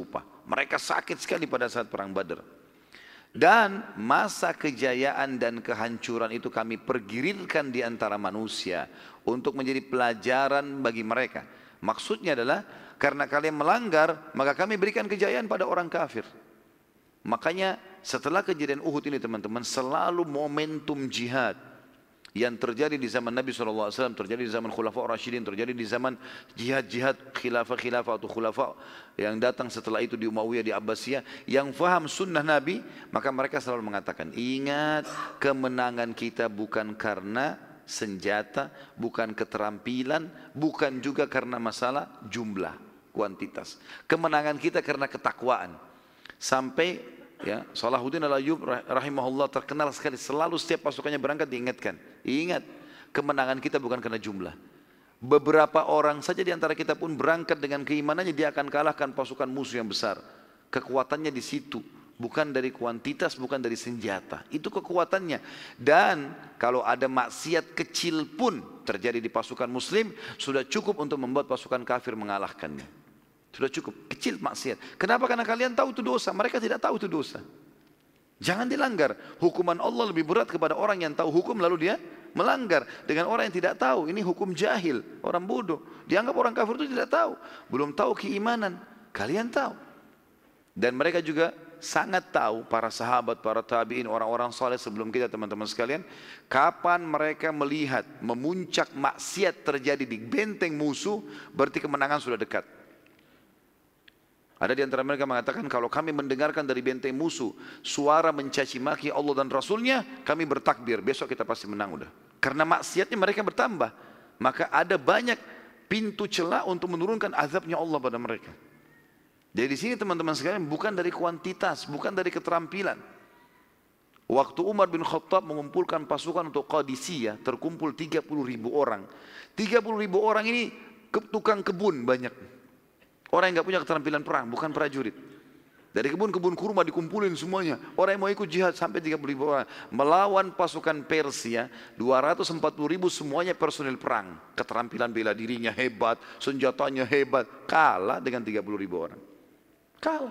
Mereka sakit sekali pada saat perang Badar. Dan masa kejayaan dan kehancuran itu kami pergirirkan di antara manusia untuk menjadi pelajaran bagi mereka. Maksudnya adalah karena kalian melanggar, maka kami berikan kejayaan pada orang kafir. Makanya setelah kejadian Uhud ini teman-teman, selalu momentum jihad yang terjadi di zaman Nabi shallallahu alaihi wasallam, terjadi di zaman Khulafa' Rasyidin, terjadi di zaman jihad-jihad khilafah-khilafah atau khulafa yang datang setelah itu di Umayyah, di Abbasiyah, yang faham sunnah Nabi, maka mereka selalu mengatakan, ingat kemenangan kita bukan karena senjata, bukan keterampilan, bukan juga karena masalah jumlah, kuantitas. Kemenangan kita karena ketakwaan. Sampai ya, Salahuddin Al-Ayyub rahimahullah terkenal sekali, selalu setiap pasukannya berangkat diingatkan, ingat kemenangan kita bukan karena jumlah. Beberapa orang saja di antara kita pun berangkat dengan keimanannya, dia akan kalahkan pasukan musuh yang besar. Kekuatannya di situ, bukan dari kuantitas, bukan dari senjata. Itu kekuatannya. Dan kalau ada maksiat kecil pun terjadi di pasukan muslim, sudah cukup untuk membuat pasukan kafir mengalahkannya. Sudah cukup, kecil maksiat. Kenapa? Karena kalian tahu itu dosa, mereka tidak tahu itu dosa. Jangan dilanggar. Hukuman Allah lebih berat kepada orang yang tahu hukum lalu dia melanggar. Dengan orang yang tidak tahu, ini hukum jahil, orang bodoh. Dianggap orang kafir itu tidak tahu, belum tahu keimanan. Kalian tahu. Dan mereka juga sangat tahu, para sahabat, para tabi'in, orang-orang saleh sebelum kita teman-teman sekalian, kapan mereka melihat memuncak maksiat terjadi di benteng musuh, berarti kemenangan sudah dekat. Ada di antara mereka mengatakan, kalau kami mendengarkan dari benteng musuh suara mencaci maki Allah dan Rasulnya, kami bertakbir, besok kita pasti menang udah. Karena maksiatnya mereka bertambah, maka ada banyak pintu celah untuk menurunkan azabnya Allah pada mereka. Jadi di sini teman-teman sekalian, bukan dari kuantitas, bukan dari keterampilan. Waktu Umar bin Khattab mengumpulkan pasukan untuk Qadisiyah, terkumpul tiga puluh ribu orang. tiga puluh ribu orang ini tukang kebun banyak. Orang yang nggak punya keterampilan perang, bukan prajurit. Dari kebun-kebun kurma dikumpulin semuanya. Orang yang mau ikut jihad sampai tiga puluh ribu orang. Melawan pasukan Persia, dua ratus empat puluh ribu semuanya personil perang. Keterampilan bela dirinya hebat, senjatanya hebat. Kalah dengan tiga puluh ribu orang. Kalah.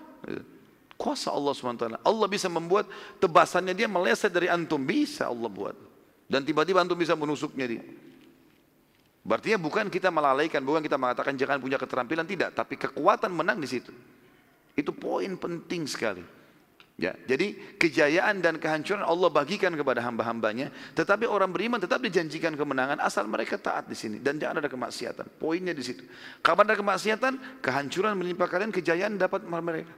Kuasa Allah subhanahu wa taala. Allah bisa membuat tebasannya dia meleset dari antum. Bisa Allah buat. Dan tiba-tiba antum bisa menusuknya dia. Berarti bukan kita melalaikan, bukan kita mengatakan jangan punya keterampilan, tidak. Tapi kekuatan menang di situ. Itu poin penting sekali. Ya, jadi kejayaan dan kehancuran Allah bagikan kepada hamba-hambanya. Tetapi orang beriman tetap dijanjikan kemenangan asal mereka taat di sini. Dan jangan ada kemaksiatan. Poinnya di situ. Kapan ada kemaksiatan, kehancuran menimpa kalian, kejayaan dapat mereka.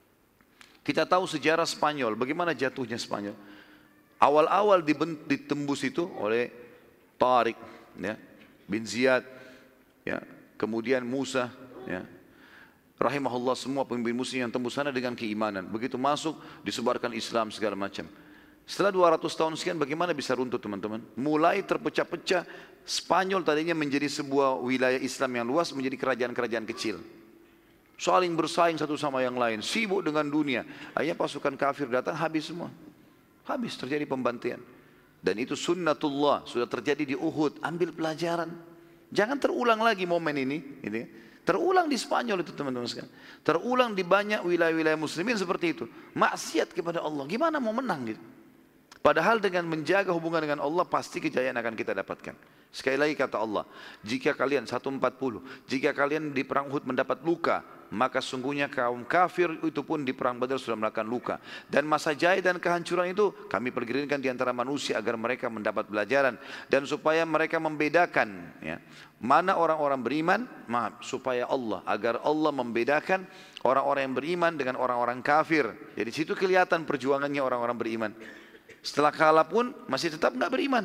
Kita tahu sejarah Spanyol, bagaimana jatuhnya Spanyol. Awal-awal ditembus itu oleh Tariq, ya, bin Ziyad, ya, kemudian Musa, ya, rahimahullah, semua pemimpin muslim yang tembus sana dengan keimanan. Begitu masuk disebarkan Islam segala macam. Setelah dua ratus tahun sekian bagaimana bisa runtuh teman-teman? Mulai terpecah-pecah. Spanyol tadinya menjadi sebuah wilayah Islam yang luas menjadi kerajaan-kerajaan kecil. Saling bersaing satu sama yang lain, sibuk dengan dunia. Akhirnya pasukan kafir datang, habis semua. Habis, terjadi pembantaian. Dan itu sunnatullah, sudah terjadi di Uhud. Ambil pelajaran. Jangan terulang lagi momen ini. Gitu. Terulang di Spanyol itu teman-teman sekalian. Terulang di banyak wilayah-wilayah muslimin seperti itu. Maksiat kepada Allah. Gimana mau menang gitu? Padahal dengan menjaga hubungan dengan Allah, pasti kejayaan akan kita dapatkan. Sekali lagi kata Allah, jika kalian, seratus empat puluh, jika kalian di perang Uhud mendapat luka, maka sungguhnya kaum kafir itu pun di perang Badar sudah melakukan luka. Dan masa jaya dan kehancuran itu kami pergiringkan di antara manusia agar mereka mendapat pelajaran. Dan supaya mereka membedakan, ya, mana orang-orang beriman, maaf, supaya Allah, agar Allah membedakan orang-orang yang beriman dengan orang-orang kafir. Jadi situ kelihatan perjuangannya orang-orang beriman. Setelah kalah pun masih tetap nggak beriman.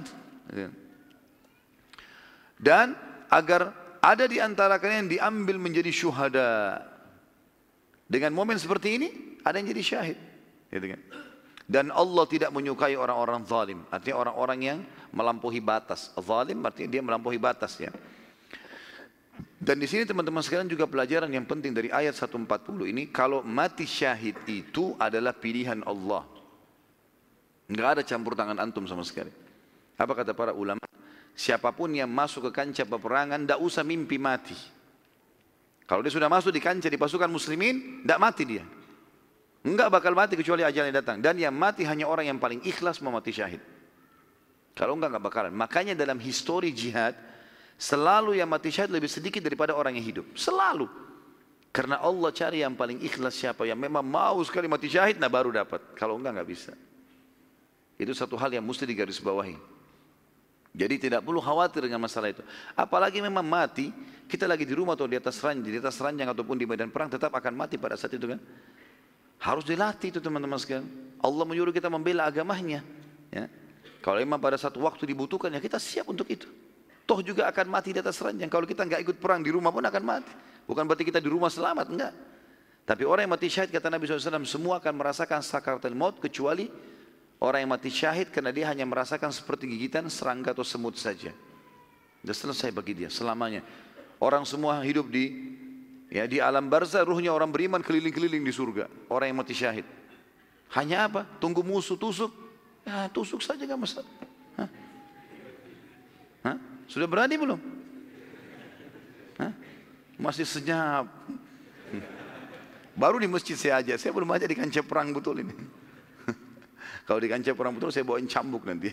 Dan agar ada di antara kalian yang diambil menjadi syuhada. Dengan momen seperti ini, ada yang jadi syahid. Gitu kan? Dan Allah tidak menyukai orang-orang zalim. Artinya orang-orang yang melampaui batas. Zalim artinya dia melampaui batas. Ya. Dan di sini teman-teman sekalian juga pelajaran yang penting dari ayat seratus empat puluh ini. Kalau mati syahid itu adalah pilihan Allah. Enggak ada campur tangan antum sama sekali. Apa kata para ulama? Siapapun yang masuk ke kancah peperangan, tidak usah mimpi mati. Kalau dia sudah masuk di kancah di pasukan muslimin, tidak mati dia. Enggak bakal mati kecuali ajalnya datang. Dan yang mati hanya orang yang paling ikhlas mau mati syahid. Kalau enggak, enggak bakalan. Makanya dalam histori jihad, selalu yang mati syahid lebih sedikit daripada orang yang hidup. Selalu. Karena Allah cari yang paling ikhlas siapa. Yang memang mau sekali mati syahid, nah baru dapat. Kalau enggak, enggak bisa. Itu satu hal yang mesti digarisbawahi. Jadi tidak perlu khawatir dengan masalah itu. Apalagi memang mati, kita lagi di rumah atau di atas ranjang, di atas ranjang ataupun di medan perang tetap akan mati pada saat itu kan. Harus dilatih itu teman-teman sekalian. Allah menyuruh kita membela agamanya. Ya. Kalau memang pada satu waktu dibutuhkan, ya kita siap untuk itu. Toh juga akan mati di atas ranjang. Kalau kita nggak ikut perang di rumah pun akan mati. Bukan berarti kita di rumah selamat, enggak. Tapi orang yang mati syahid, kata Nabi shallallahu alaihi wasallam, semua akan merasakan sakaratul maut kecuali orang yang mati syahid karena dia hanya merasakan seperti gigitan serangga atau semut saja. Sudah selesai bagi dia selamanya. Orang semua hidup di ya di alam barzah, ruhnya orang beriman keliling-keliling di surga. Orang yang mati syahid. Hanya apa? Tunggu musuh tusuk. Ya tusuk saja gak masalah. Hah? Hah? Sudah berani belum? Hah? Masih senyap. Baru di masjid saya aja. Saya belum aja di kancah perang betul ini. Kalau di kancah perang betul saya bawain cambuk nanti.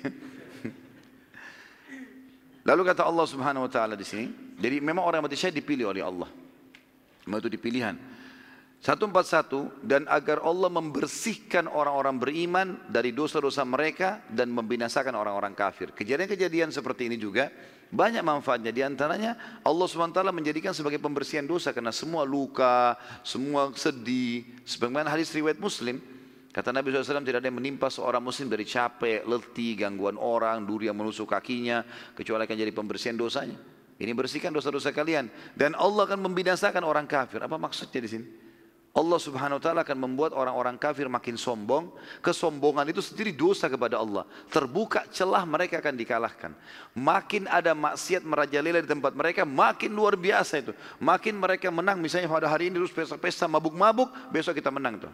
Lalu kata Allah Subhanahu wa taala di sini, jadi memang orang mati syahid dipilih oleh Allah. Memang itu dipilihan. seratus empat puluh satu dan agar Allah membersihkan orang-orang beriman dari dosa-dosa mereka dan membinasakan orang-orang kafir. Kejadian-kejadian seperti ini juga banyak manfaatnya. Di antaranya Allah subhanahu wa taala menjadikan sebagai pembersihan dosa karena semua luka, semua sedih. Sebagaimana hadis riwayat Muslim, kata Nabi shallallahu alaihi wasallam, tidak ada yang menimpa seorang muslim dari capek, letih, gangguan orang, duri yang menusuk kakinya, kecuali akan jadi pembersihan dosanya. Ini bersihkan dosa-dosa kalian. Dan Allah akan membinasakan orang kafir. Apa maksudnya di sini? Allah subhanahu wa ta'ala akan membuat orang-orang kafir makin sombong. Kesombongan itu sendiri dosa kepada Allah. Terbuka celah mereka akan dikalahkan. Makin ada maksiat merajalela di tempat mereka, makin luar biasa itu. Makin mereka menang. Misalnya pada hari ini terus pesta-pesta mabuk-mabuk, besok kita menang tuh.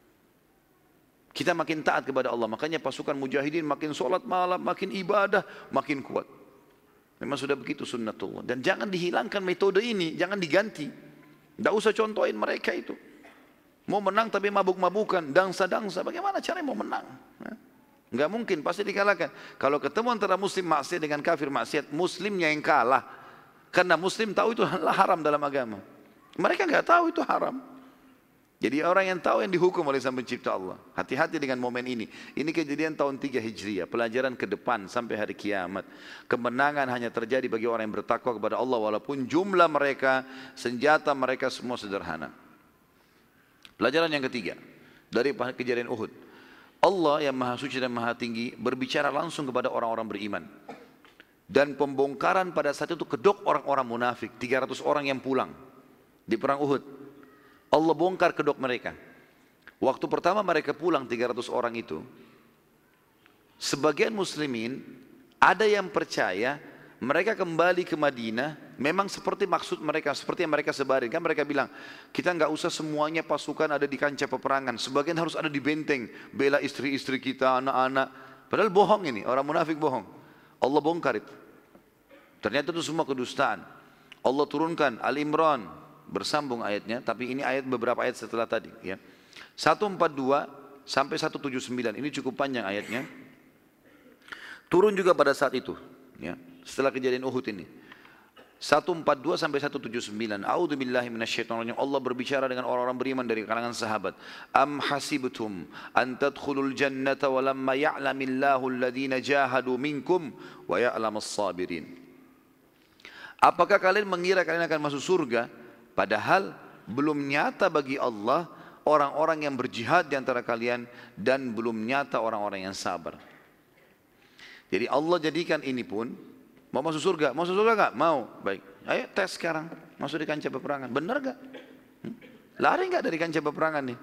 Kita makin taat kepada Allah. Makanya pasukan mujahidin makin sholat malam, makin ibadah, makin kuat. Memang sudah begitu sunnatullah. Dan jangan dihilangkan metode ini, jangan diganti. Tidak usah contohin mereka itu. Mau menang tapi mabuk-mabukan, dangsa-dangsa. Bagaimana caranya mau menang? Enggak mungkin, pasti dikalahkan. Kalau ketemu antara muslim maksiat dengan kafir maksiat, muslimnya yang kalah. Karena muslim tahu itu haram dalam agama. Mereka enggak tahu itu haram. Jadi orang yang tahu yang dihukum oleh Sang Pencipta Allah. Hati-hati dengan momen ini. Ini kejadian tahun tiga Hijriah. Pelajaran ke depan sampai hari kiamat. Kemenangan hanya terjadi bagi orang yang bertakwa kepada Allah. Walaupun jumlah mereka, senjata mereka semua sederhana. Pelajaran yang ketiga. Dari kejadian Uhud. Allah yang maha suci dan maha tinggi berbicara langsung kepada orang-orang beriman. Dan pembongkaran pada saat itu kedok orang-orang munafik. tiga ratus orang yang pulang di perang Uhud. Allah bongkar kedok mereka. Waktu pertama mereka pulang tiga ratus orang itu, sebagian muslimin ada yang percaya mereka kembali ke Madinah memang seperti maksud mereka, seperti yang mereka sebarin. Kan mereka bilang, kita nggak usah semuanya pasukan ada di kancah peperangan, sebagian harus ada di benteng, bela istri-istri kita, anak-anak. Padahal bohong ini, orang munafik bohong. Allah bongkar itu. Ternyata itu semua kedustaan. Allah turunkan Al-Imran, bersambung ayatnya, tapi ini ayat beberapa ayat setelah tadi ya. seratus empat puluh dua sampai seratus tujuh puluh sembilan ini cukup panjang ayatnya. Turun juga pada saat itu ya, setelah kejadian Uhud ini. seratus empat puluh dua sampai seratus tujuh puluh sembilan. A'udzubillahi minasyaitonir rajim. Allah berbicara dengan orang-orang beriman dari kalangan sahabat. Am hasibtum an tadkhulul jannata wa lamma ya'lamillahu alladhina jahadu minkum wa ya'lamas sabirin. Apakah kalian mengira kalian akan masuk surga padahal belum nyata bagi Allah orang-orang yang berjihad di antara kalian dan belum nyata orang-orang yang sabar. Jadi Allah jadikan ini pun, mau masuk surga, mau masuk surga enggak? Mau. Baik. Ayo tes sekarang, masuk di kancah peperangan. Benar enggak? Hmm? Lari enggak dari kancah peperangan nih?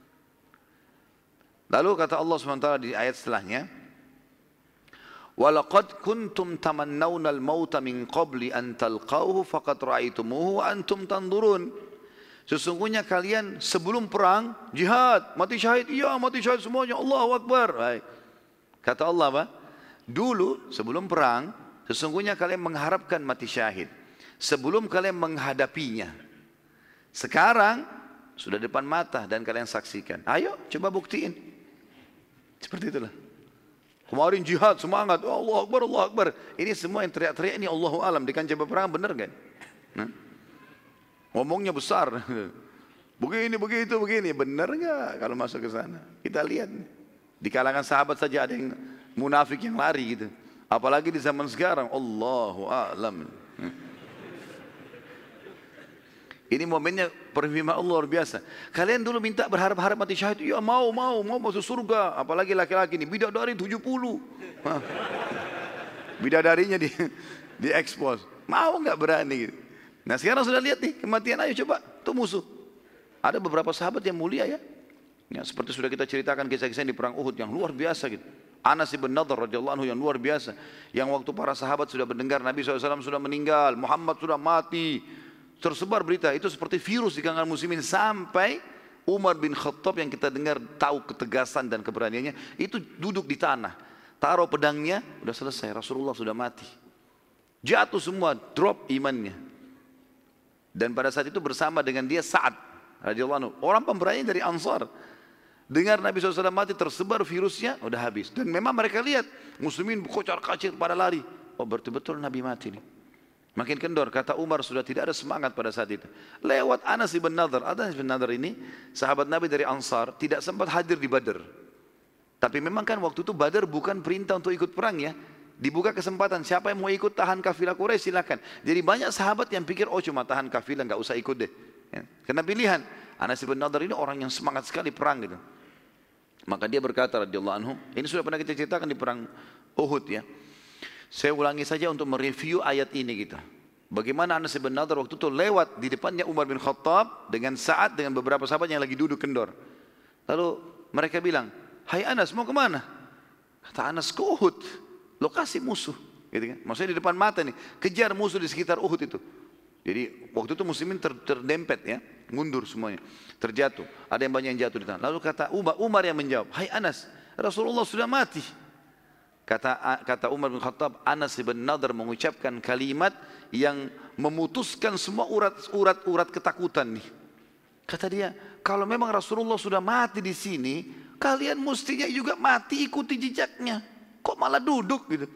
Lalu kata Allah subhanahu wa taala di ayat setelahnya, وَلَقَدْ كُنْتُمْ تَمَنَّوْنَ الْمَوْتَ مِنْ قَبْلِ أَنْ تَلْقَوْهُ فَقَدْ رَأَيْتُمُوهُ وَأَنْتُمْ تَنْظُرُونَ. Sesungguhnya kalian sebelum perang, jihad, mati syahid, iya mati syahid semuanya, Allahu Akbar. Baik. Kata Allah apa? Dulu sebelum perang, sesungguhnya kalian mengharapkan mati syahid. Sebelum kalian menghadapinya. Sekarang sudah depan mata dan kalian saksikan. Ayo coba buktiin. Seperti itulah. Kemarin jihad semangat, oh, Allah Akbar, Allah Akbar. Ini semua yang teriak-teriak ini Allahu alam di kancah peperangan, benar kan? Nah, ngomongnya besar. Begini, begitu, begini. Benar enggak kalau masuk ke sana? Kita lihat. Di kalangan sahabat saja ada yang munafik yang lari gitu. Apalagi di zaman sekarang. Allahu a'lam. Ini momennya perfirman Allah luar biasa. Kalian dulu minta berharap-harap mati syahid. Ya mau, mau, mau masuk surga. Apalagi laki-laki ini. Bidadari tujuh puluh. Bidadarinya di, di expose. Mau enggak berani gitu. Nah sekarang sudah lihat nih kematian. Ayo coba. Itu musuh. Ada beberapa sahabat yang mulia ya. Ya seperti sudah kita ceritakan kisah-kisah di perang Uhud yang luar biasa gitu. Anas bin Nadhr radhiyallahu anhu yang luar biasa. Yang waktu para sahabat sudah mendengar Nabi shallallahu alaihi wasallam sudah meninggal, Muhammad sudah mati, tersebar berita itu seperti virus di kalangan muslimin sampai Umar bin Khattab yang kita dengar tahu ketegasan dan keberaniannya itu duduk di tanah, taruh pedangnya, sudah selesai, Rasulullah sudah mati. Jatuh semua, drop imannya. Dan pada saat itu bersama dengan dia Sa'ad radhiyallahu anhu, orang pemberani dari Ansar. Dengar Nabi shallallahu alaihi wasallam mati, tersebar virusnya, udah habis. Dan memang mereka lihat, muslimin kocar-kacir pada lari. Oh betul-betul Nabi mati nih. Makin kendor, kata Umar sudah tidak ada semangat pada saat itu. Lewat Anas bin Nadhr. Anas bin Nadhr ini, sahabat Nabi dari Ansar, tidak sempat hadir di Badar. Tapi memang kan waktu itu Badar bukan perintah untuk ikut perang ya. Dibuka kesempatan, siapa yang mau ikut tahan kafilah Quraisy silakan. Jadi banyak sahabat yang pikir, oh cuma tahan kafilah, nggak usah ikut deh. Ya. Karena pilihan, Anas bin Nadhr ini orang yang semangat sekali perang gitu. Maka dia berkata radhiyallahu anhu, ini sudah pernah kita ceritakan di perang Uhud ya. Saya ulangi saja untuk mereview ayat ini kita. Bagaimana Anas bin Nadhr waktu itu lewat di depannya Umar bin Khattab dengan Sa'ad dengan beberapa sahabat yang lagi duduk kendor. Lalu mereka bilang, hai Anas mau kemana? Kata Anas ke Uhud, lokasi musuh. Gitu kan? Maksudnya di depan mata nih, kejar musuh di sekitar Uhud itu. Jadi waktu itu muslimin ter, terdempet ya, mundur semuanya, terjatuh. Ada yang banyak yang jatuh di tanah. Lalu kata Umar, Umar yang menjawab, hai Anas, Rasulullah sudah mati. Kata kata Umar bin Khattab, Anas bin Nadhr mengucapkan kalimat yang memutuskan semua urat-urat urat ketakutan nih. Kata dia, kalau memang Rasulullah sudah mati di sini, kalian mestinya juga mati ikuti jejaknya. Kok malah duduk gitu?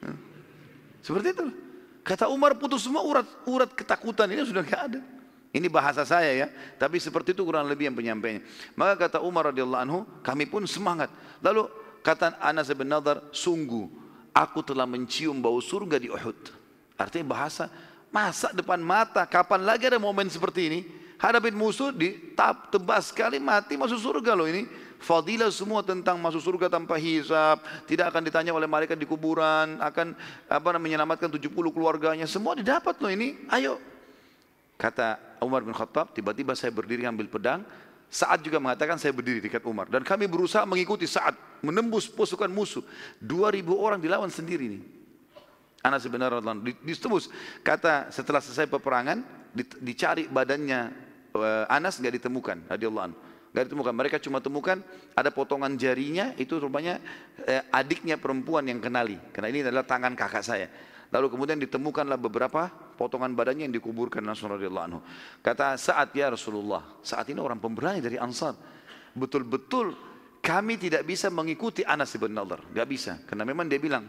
Seperti itu. Kata Umar putus semua urat-urat ketakutan ini sudah tidak ada. Ini bahasa saya ya, tapi seperti itu kurang lebih yang penyampainya. Maka kata Umar radhiyallahu anhu, kami pun semangat. Lalu kata Anas bin Nadhr, sungguh aku telah mencium bau surga di Uhud. Artinya bahasa, masa depan mata, kapan lagi ada momen seperti ini? Hadapin musuh, ditap tebas sekali mati masuk surga loh ini. Fadilah semua tentang masuk surga tanpa hisab, tidak akan ditanya oleh malaikat di kuburan, akan apa namanya menyelamatkan tujuh puluh keluarganya, semua didapat loh ini. Ayo. Kata Umar bin Khattab, tiba-tiba saya berdiri ambil pedang. Sa'ad juga mengatakan saya berdiri dekat Umar dan kami berusaha mengikuti Sa'ad menembus pasukan musuh. dua ribu orang dilawan sendiri nih. Anas bin Nadhr ditembus. Kata setelah selesai peperangan dicari badannya Anas nggak ditemukan radhiyallahu anhu. Gak ditemukan, mereka cuma temukan ada potongan jarinya, itu rupanya eh, adiknya perempuan yang kenali, karena ini adalah tangan kakak saya. Lalu kemudian ditemukanlah beberapa potongan badannya yang dikuburkan langsung radhiyallahu anhu. Kata Sa'ad, ya Rasulullah, saat ini orang pemberani dari Ansar, betul-betul kami tidak bisa mengikuti Anas bin Nadhr, gak bisa, karena memang dia bilang,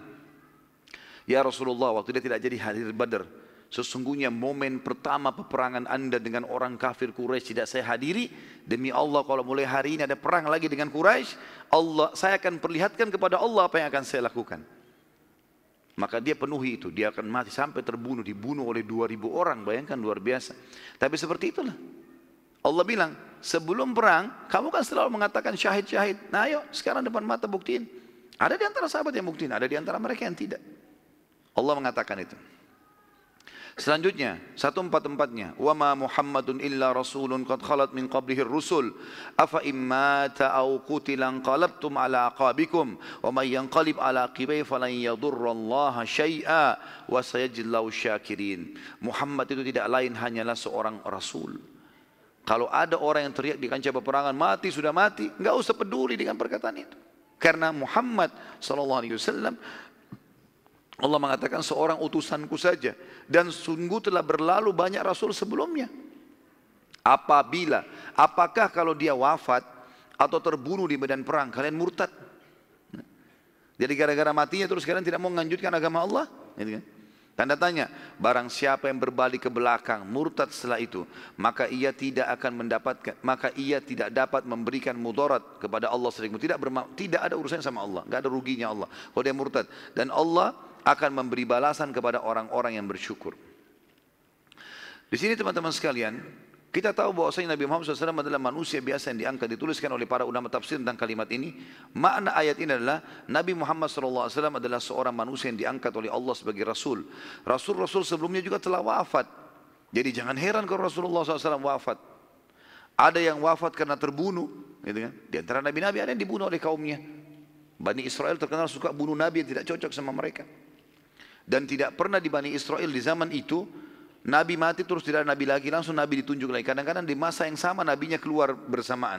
ya Rasulullah, waktu dia tidak jadi hadir Badar, sesungguhnya momen pertama peperangan anda dengan orang kafir Quraisy tidak saya hadiri. Demi Allah kalau mulai hari ini ada perang lagi dengan Quraisy, Allah, saya akan perlihatkan kepada Allah apa yang akan saya lakukan. Maka dia penuhi itu, dia akan mati sampai terbunuh, dibunuh oleh dua ribu orang, bayangkan luar biasa. Tapi seperti itulah. Allah bilang, sebelum perang, kamu kan selalu mengatakan syahid-syahid. Nah ayo, sekarang depan mata buktiin. Ada di antara sahabat yang buktiin, ada di antara mereka yang tidak. Allah mengatakan itu. Selanjutnya, seratus empat puluh empat-nya, wa ma Muhammadun illa rasulun qad khalat min qablihi ar-rusul afa imma ta'aw qutilan qalabtum ala aqabikum wa may yanqalib ala aqibai falan yadurrallaha syai'a wa sayajzillahu syakirin. Muhammad itu tidak lain hanyalah seorang rasul. Kalau ada orang yang teriak di kancah peperangan mati sudah mati, enggak usah peduli dengan perkataan itu. Karena Muhammad sallallahu alaihi wasallam Allah mengatakan seorang utusanku saja dan sungguh telah berlalu banyak rasul sebelumnya. Apabila, apakah kalau dia wafat atau terbunuh di medan perang, kalian murtad? Jadi gara-gara matinya terus kalian tidak mau melanjutkan agama Allah? Gitu kan? Tanda tanya, barang siapa yang berbalik ke belakang, murtad setelah itu, maka ia tidak akan mendapatkan, maka ia tidak dapat memberikan mudarat kepada Allah sendiri. Tidak berma, tidak ada urusannya sama Allah, nggak ada ruginya Allah kalau dia murtad. Dan Allah akan memberi balasan kepada orang-orang yang bersyukur. Di sini teman-teman sekalian, kita tahu bahwasanya Nabi Muhammad shallallahu alaihi wasallam adalah manusia biasa yang diangkat, dituliskan oleh para ulama tafsir tentang kalimat ini. Makna ayat ini adalah Nabi Muhammad shallallahu alaihi wasallam adalah seorang manusia yang diangkat oleh Allah sebagai Rasul. Rasul-Rasul sebelumnya juga telah wafat. Jadi jangan heran kalau Rasulullah shallallahu alaihi wasallam wafat. Ada yang wafat karena terbunuh. Gitu kan? Di antara Nabi-Nabi ada yang dibunuh oleh kaumnya. Bani Israel terkenal suka bunuh Nabi yang tidak cocok sama mereka. Dan tidak pernah di Bani Israel di zaman itu Nabi mati terus tidak ada Nabi lagi, langsung Nabi ditunjuk lagi. Kadang-kadang di masa yang sama Nabinya keluar bersamaan.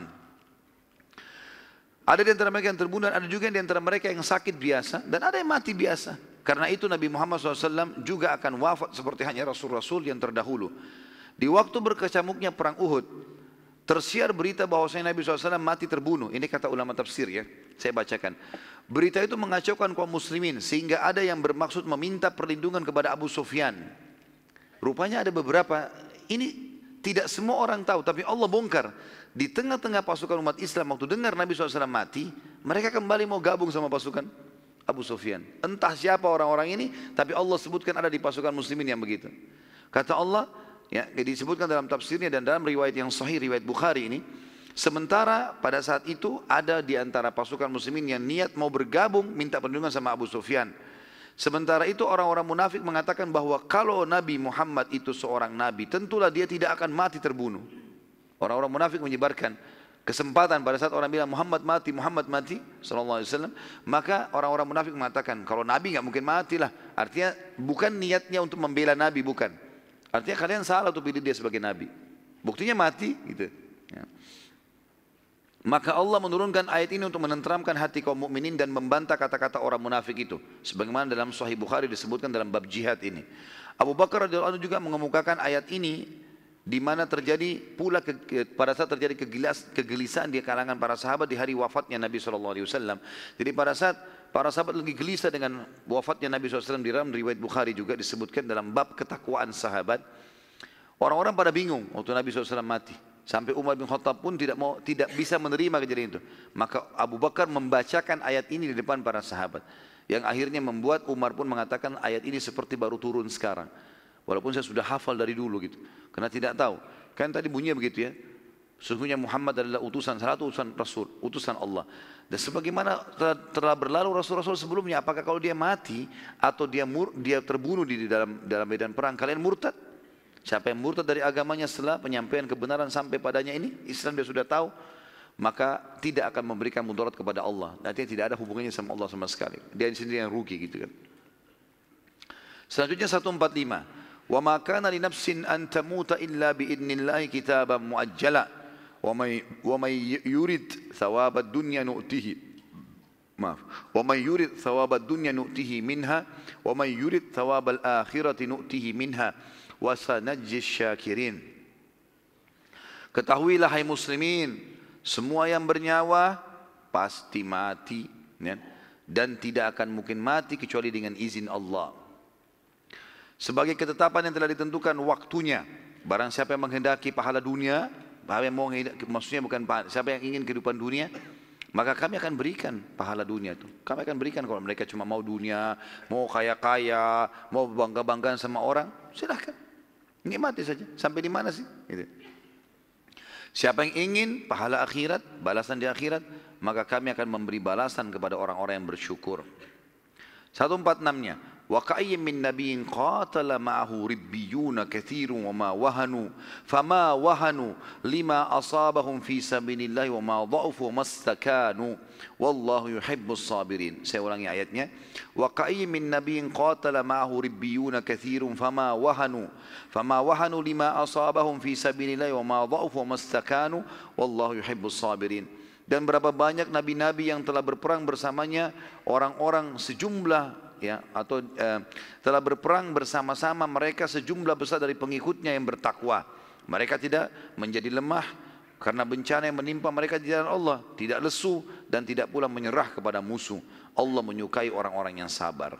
Ada di antara mereka yang terbunuh, ada juga di antara mereka yang sakit biasa, dan ada yang mati biasa. Karena itu Nabi Muhammad shallallahu alaihi wasallam juga akan wafat seperti hanya Rasul-Rasul yang terdahulu. Di waktu berkecamuknya perang Uhud, tersiar berita bahwasanya Nabi shallallahu alaihi wasallam mati terbunuh. Ini kata ulama tafsir ya, saya bacakan. Berita itu mengacaukan kaum muslimin, sehingga ada yang bermaksud meminta perlindungan kepada Abu Sufyan. Rupanya ada beberapa, ini tidak semua orang tahu, tapi Allah bongkar. Di tengah-tengah pasukan umat Islam, waktu dengar Nabi shallallahu alaihi wasallam mati, mereka kembali mau gabung sama pasukan Abu Sufyan. Entah siapa orang-orang ini, tapi Allah sebutkan ada di pasukan muslimin yang begitu. Kata Allah, ya, disebutkan dalam tafsirnya dan dalam riwayat yang sahih, riwayat Bukhari ini, sementara pada saat itu ada di antara pasukan muslimin yang niat mau bergabung, minta perlindungan sama Abu Sufyan. Sementara itu orang-orang munafik mengatakan bahwa kalau Nabi Muhammad itu seorang Nabi, tentulah dia tidak akan mati terbunuh. Orang-orang munafik menyebarkan kesempatan pada saat orang bilang Muhammad mati, Muhammad mati, sallallahu alaihi wasallam. Maka orang-orang munafik mengatakan kalau Nabi nggak mungkin matilah. Artinya bukan niatnya untuk membela Nabi, bukan. Artinya kalian salah untuk pilih dia sebagai Nabi. Buktinya mati, gitu. Ya. Maka Allah menurunkan ayat ini untuk menenteramkan hati kaum mukminin dan membantah kata-kata orang munafik itu. Sebagaimana dalam Sahih Bukhari disebutkan dalam bab jihad ini. Abu Bakar radhiyallahu anhu juga mengemukakan ayat ini di mana terjadi pula ke, ke, pada saat terjadi kegilas, kegelisahan di kalangan para sahabat di hari wafatnya Nabi shallallahu alaihi wasallam. Jadi pada saat para sahabat lagi gelisah dengan wafatnya Nabi shallallahu alaihi wasallam, di dalam riwayat Bukhari juga disebutkan dalam bab ketakwaan sahabat. Orang-orang pada bingung waktu Nabi shallallahu alaihi wasallam mati. Sampai Umar bin Khattab pun tidak mau, tidak bisa menerima kejadian itu. Maka Abu Bakar membacakan ayat ini di depan para sahabat. Yang akhirnya membuat Umar pun mengatakan ayat ini seperti baru turun sekarang. Walaupun saya sudah hafal dari dulu gitu. Karena tidak tahu. Kan tadi bunyinya begitu ya. Sesungguhnya Muhammad adalah utusan, salah satu utusan Rasul, utusan Allah. Dan sebagaimana telah berlalu Rasul-Rasul sebelumnya, apakah kalau dia mati atau dia mur, dia terbunuh di dalam dalam medan perang, kalian murtad? Siapa yang murtad dari agamanya setelah penyampaian kebenaran sampai padanya ini, Islam dia sudah tahu, maka tidak akan memberikan mudarat kepada Allah. Nanti tidak ada hubungannya sama Allah sama sekali. Dia sendiri yang rugi gitu kan. Selanjutnya seratus empat puluh lima. Wa ma kana li nafsin an tamuta illa bi idnillahi kitaban muajjala wa may wa may yurid thawabad dunya nu'tihi. Maaf. Wa may yurid thawabad dunya nu'tihi minha wa may yurid thawabal akhirati nu'tihi minha. Wasanajjis syakirin. Ketahuilah hai muslimin, semua yang bernyawa pasti mati ya? Dan tidak akan mungkin mati kecuali dengan izin Allah. Sebagai ketetapan yang telah ditentukan waktunya. Barang siapa yang menghendaki pahala dunia, yang mau maksudnya bukan pahala, siapa yang ingin kehidupan dunia, maka kami akan berikan pahala dunia itu. Kami akan berikan kalau mereka cuma mau dunia, mau kaya-kaya, mau bangga-banggaan sama orang, silahkan. Nikmati saja. Sampai di mana sih? Gitu. Siapa yang ingin pahala akhirat, balasan di akhirat, maka kami akan memberi balasan kepada orang-orang yang bersyukur. seratus empat puluh enam-nya. Wa ka'ayyim min nabiyyin qatala ma'ahu ribbiyuna katsirun wa ma wahanu fama wahanu lima asabahum fi sabilillahi wa ma dha'ufu wa mastakanu wallahu yuhibbus sabirin. Saya ulangi ayatnya. Wa ka'ayyim min nabiyyin qatala ma'ahu ribbiyuna katsirun fama wahanu fama wahanu lima asabahum fi sabilillahi wa ma dha'ufu wa mastakanu wallahu yuhibbus sabirin. Dan berapa banyak nabi-nabi yang telah berperang bersamanya, orang-orang sejumlah ya atau eh, telah berperang bersama-sama mereka sejumlah besar dari pengikutnya yang bertakwa. Mereka tidak menjadi lemah karena bencana yang menimpa mereka di jalan Allah, tidak lesu dan tidak pula menyerah kepada musuh. Allah menyukai orang-orang yang sabar.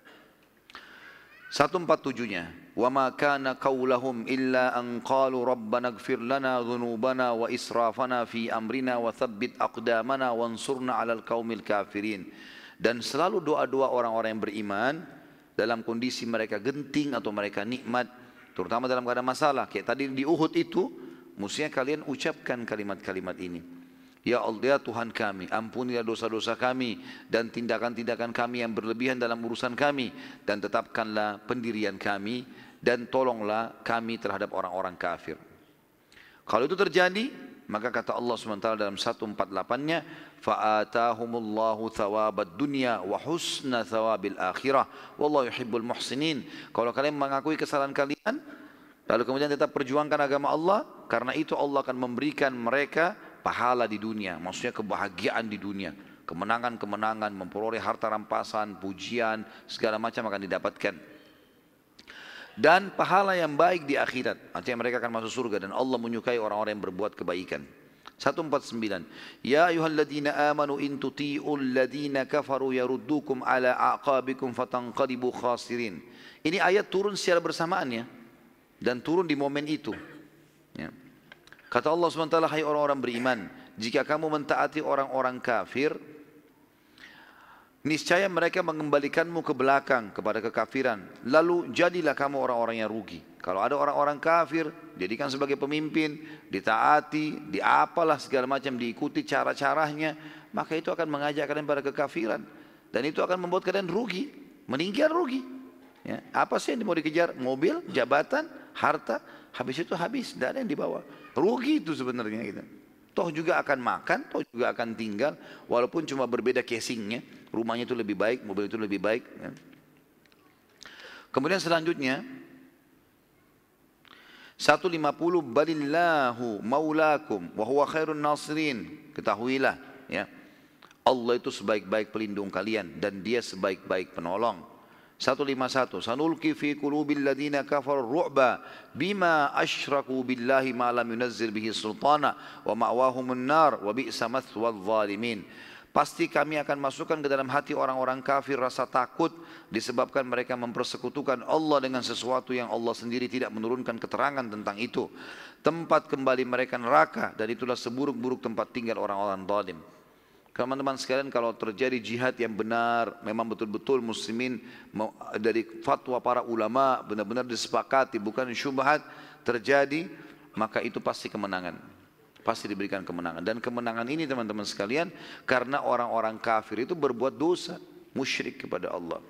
seratus empat puluh tujuh-nya, wa ma kana qaulahum illa an qalu rabbana ighfir lana dhunubana wa israfana fi amrina wa thabbit aqdamana wansurna 'alal qaumil kafirin. Dan selalu doa-doa orang-orang yang beriman dalam kondisi mereka genting atau mereka nikmat, terutama dalam keadaan masalah. Kayak tadi di Uhud itu, mestinya kalian ucapkan kalimat-kalimat ini. Ya Allah, ya Tuhan kami, ampunilah dosa-dosa kami dan tindakan-tindakan kami yang berlebihan dalam urusan kami, dan tetapkanlah pendirian kami dan tolonglah kami terhadap orang-orang kafir. Kalau itu terjadi, maka kata Allah subhanahu wa taala dalam seratus empat puluh delapan-nya, fa'atahumullahu thawabad dunya wa husna thawabil akhirah wallahu yuhibbul muhsinin. Kalau kalian mengakui kesalahan kalian lalu kemudian tetap perjuangkan agama Allah, karena itu Allah akan memberikan mereka pahala di dunia, maksudnya kebahagiaan di dunia, kemenangan-kemenangan, memperoleh harta rampasan, pujian, segala macam akan didapatkan. Dan pahala yang baik di akhirat, artinya mereka akan masuk surga dan Allah menyukai orang-orang yang berbuat kebaikan. seratus empat puluh sembilan, Ya ayuhalladzina amanu in tuti'ul ladzina kafaru yaruddukum ala aqabikum fatanqalibu khasirin. Ini ayat turun secara bersamaan ya, dan turun di momen itu ya. Kata Allah subhanahu wa taala, hai orang-orang beriman, jika kamu mentaati orang-orang kafir, niscaya mereka mengembalikanmu ke belakang kepada kekafiran, lalu jadilah kamu orang-orang yang rugi. Kalau ada orang-orang kafir, jadikan sebagai pemimpin, ditaati, diapalah segala macam, diikuti cara-caranya, maka itu akan mengajak kalian pada kekafiran, dan itu akan membuat kalian rugi, meninggal rugi ya. Apa sih yang mau dikejar? Mobil, jabatan, harta, habis itu habis, tidak ada yang dibawa. Rugi itu sebenarnya gitu. Toh juga akan makan, toh juga akan tinggal, walaupun cuma berbeda casingnya, rumahnya itu lebih baik, mobil itu lebih baik ya. Kemudian selanjutnya seratus lima puluh, balillahu maulakum wa huwa khairun nasirin. Ketahuilah ya, Allah itu sebaik-baik pelindung kalian dan dia sebaik-baik penolong. seratus lima puluh satu, sanulqi fi qulubil ladzina kafaru ru'ba bima asyraku billahi ma lam yunazzil bihi sultana wa ma'wahumun nar wa bi'sa mathwal zalimin. Pasti kami akan masukkan ke dalam hati orang-orang kafir rasa takut disebabkan mereka mempersekutukan Allah dengan sesuatu yang Allah sendiri tidak menurunkan keterangan tentang itu. Tempat kembali mereka neraka, dan itulah seburuk-buruk tempat tinggal orang-orang zalim. Teman-teman sekalian, kalau terjadi jihad yang benar, memang betul-betul muslimin dari fatwa para ulama benar-benar disepakati, bukan syubhat terjadi, maka itu pasti kemenangan, pasti diberikan kemenangan. Dan kemenangan ini teman-teman sekalian, karena orang-orang kafir itu berbuat dosa, musyrik kepada Allah.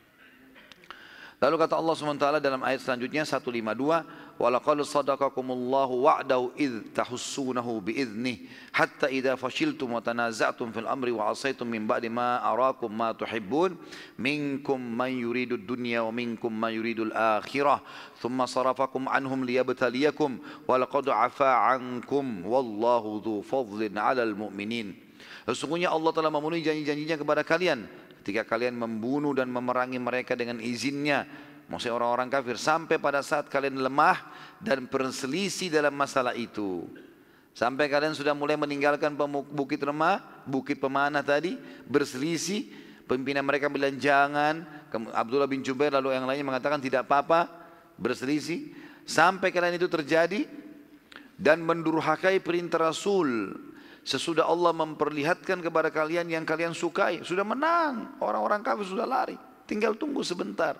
Lalu kata Allah subhanahu wa taala dalam ayat selanjutnya seratus lima puluh dua, walaqad sadaqakumullahu wa'dahu id tahussunahu bi'idnih hatta idza fashiltum wa tanaza'tum fil amri wa 'asaytum min ba'di ma arakum ma tuhibbun minkum man yuridud dunya wa minkum man yuridul akhirah thumma sarafakum anhum liyabtaliyakum walaqad 'afa 'ankum wallahu dzu fadlin 'alal mu'minin. Sesungguhnya Allah telah memenuhi janji-janjinya kepada kalian ketika kalian membunuh dan memerangi mereka dengan izinnya, maksudnya orang-orang kafir, sampai pada saat kalian lemah dan berselisih dalam masalah itu, sampai kalian sudah mulai meninggalkan bukit remah, bukit pemanah tadi, berselisih, pimpinan mereka bilang jangan, Abdullah bin Jubair lalu yang lainnya mengatakan tidak apa-apa, berselisih, sampai kalian itu terjadi dan mendurhakai perintah Rasul. Sesudah Allah memperlihatkan kepada kalian yang kalian sukai, sudah menang, orang-orang kafir sudah lari, tinggal tunggu sebentar.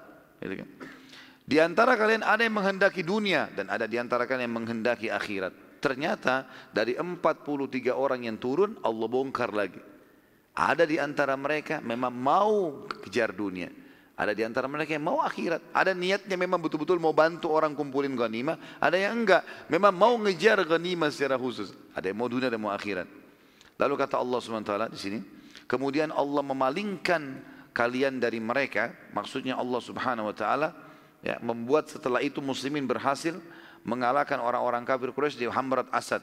Di antara kalian ada yang menghendaki dunia dan ada di antara kalian yang menghendaki akhirat. Ternyata dari empat puluh tiga orang yang turun, Allah bongkar lagi. Ada di antara mereka memang mau kejar dunia, ada di antara mereka yang mau akhirat. Ada niatnya memang betul-betul mau bantu orang kumpulin ghanimah, ada yang enggak, memang mau ngejar ghanimah secara khusus. Ada yang mau dunia, ada yang mau akhirat. Lalu kata Allah subhanahu wa taala di sini, kemudian Allah memalingkan kalian dari mereka, maksudnya Allah subhanahu wa taala ya, membuat setelah itu muslimin berhasil mengalahkan orang-orang kafir Quraisy di Hamrat Asad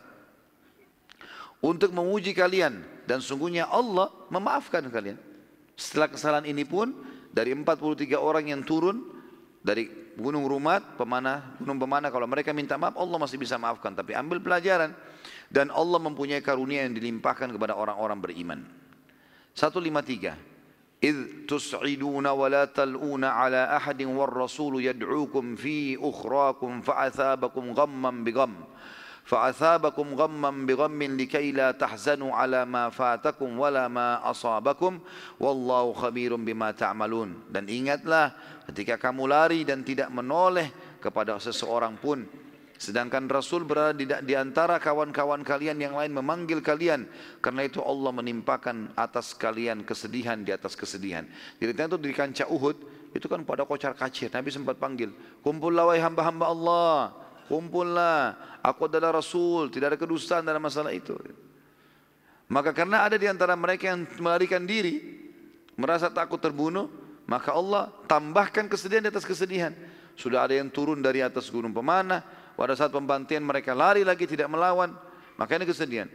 untuk menguji kalian, dan sungguhnya Allah memaafkan kalian. Setelah kesalahan ini pun dari empat puluh tiga orang yang turun dari gunung Rumat, pemanah, gunung pemanah, kalau mereka minta maaf Allah masih bisa maafkan. Tapi ambil pelajaran. Dan Allah mempunyai karunia yang dilimpahkan kepada orang-orang beriman. seratus lima puluh tiga. إذ تصعدون ولا تلؤون على أحد والرسول يدعوكم في أخراكم فأثابكم غما بغم فأثابكم غما بغم لكي لا تحزنوا على ما فاتكم ولا ما أصابكم والله خبير بما تعملون. Dan ingatlah ketika kamu lari dan tidak menoleh kepada seseorang pun, sedangkan Rasul berada di, di antara kawan-kawan kalian yang lain memanggil kalian. Karena itu Allah menimpakan atas kalian kesedihan di atas kesedihan. Jadi itu di kancah Uhud, itu kan pada kocar kacir. Nabi sempat panggil, kumpullah wahai hamba-hamba Allah, kumpullah, aku adalah Rasul, tidak ada kedustaan dalam masalah itu. Maka karena ada di antara mereka yang melarikan diri, merasa takut terbunuh, maka Allah tambahkan kesedihan di atas kesedihan. Sudah ada yang turun dari atas gunung pemanah, pada saat pembantian mereka lari lagi tidak melawan, makanya kesedihan.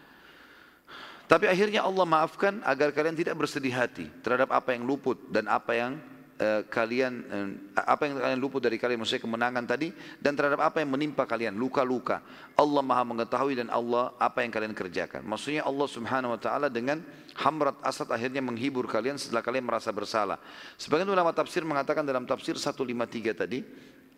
Tapi akhirnya Allah maafkan agar kalian tidak bersedih hati terhadap apa yang luput dan apa yang uh, kalian uh, apa yang kalian luput dari kalian, maksudnya kemenangan tadi, dan terhadap apa yang menimpa kalian, luka-luka. Allah Maha mengetahui dan Allah apa yang kalian kerjakan. Maksudnya Allah Subhanahu wa taala dengan Hamrat Asad akhirnya menghibur kalian setelah kalian merasa bersalah. Sebagian ulama tafsir mengatakan dalam tafsir seratus lima puluh tiga tadi,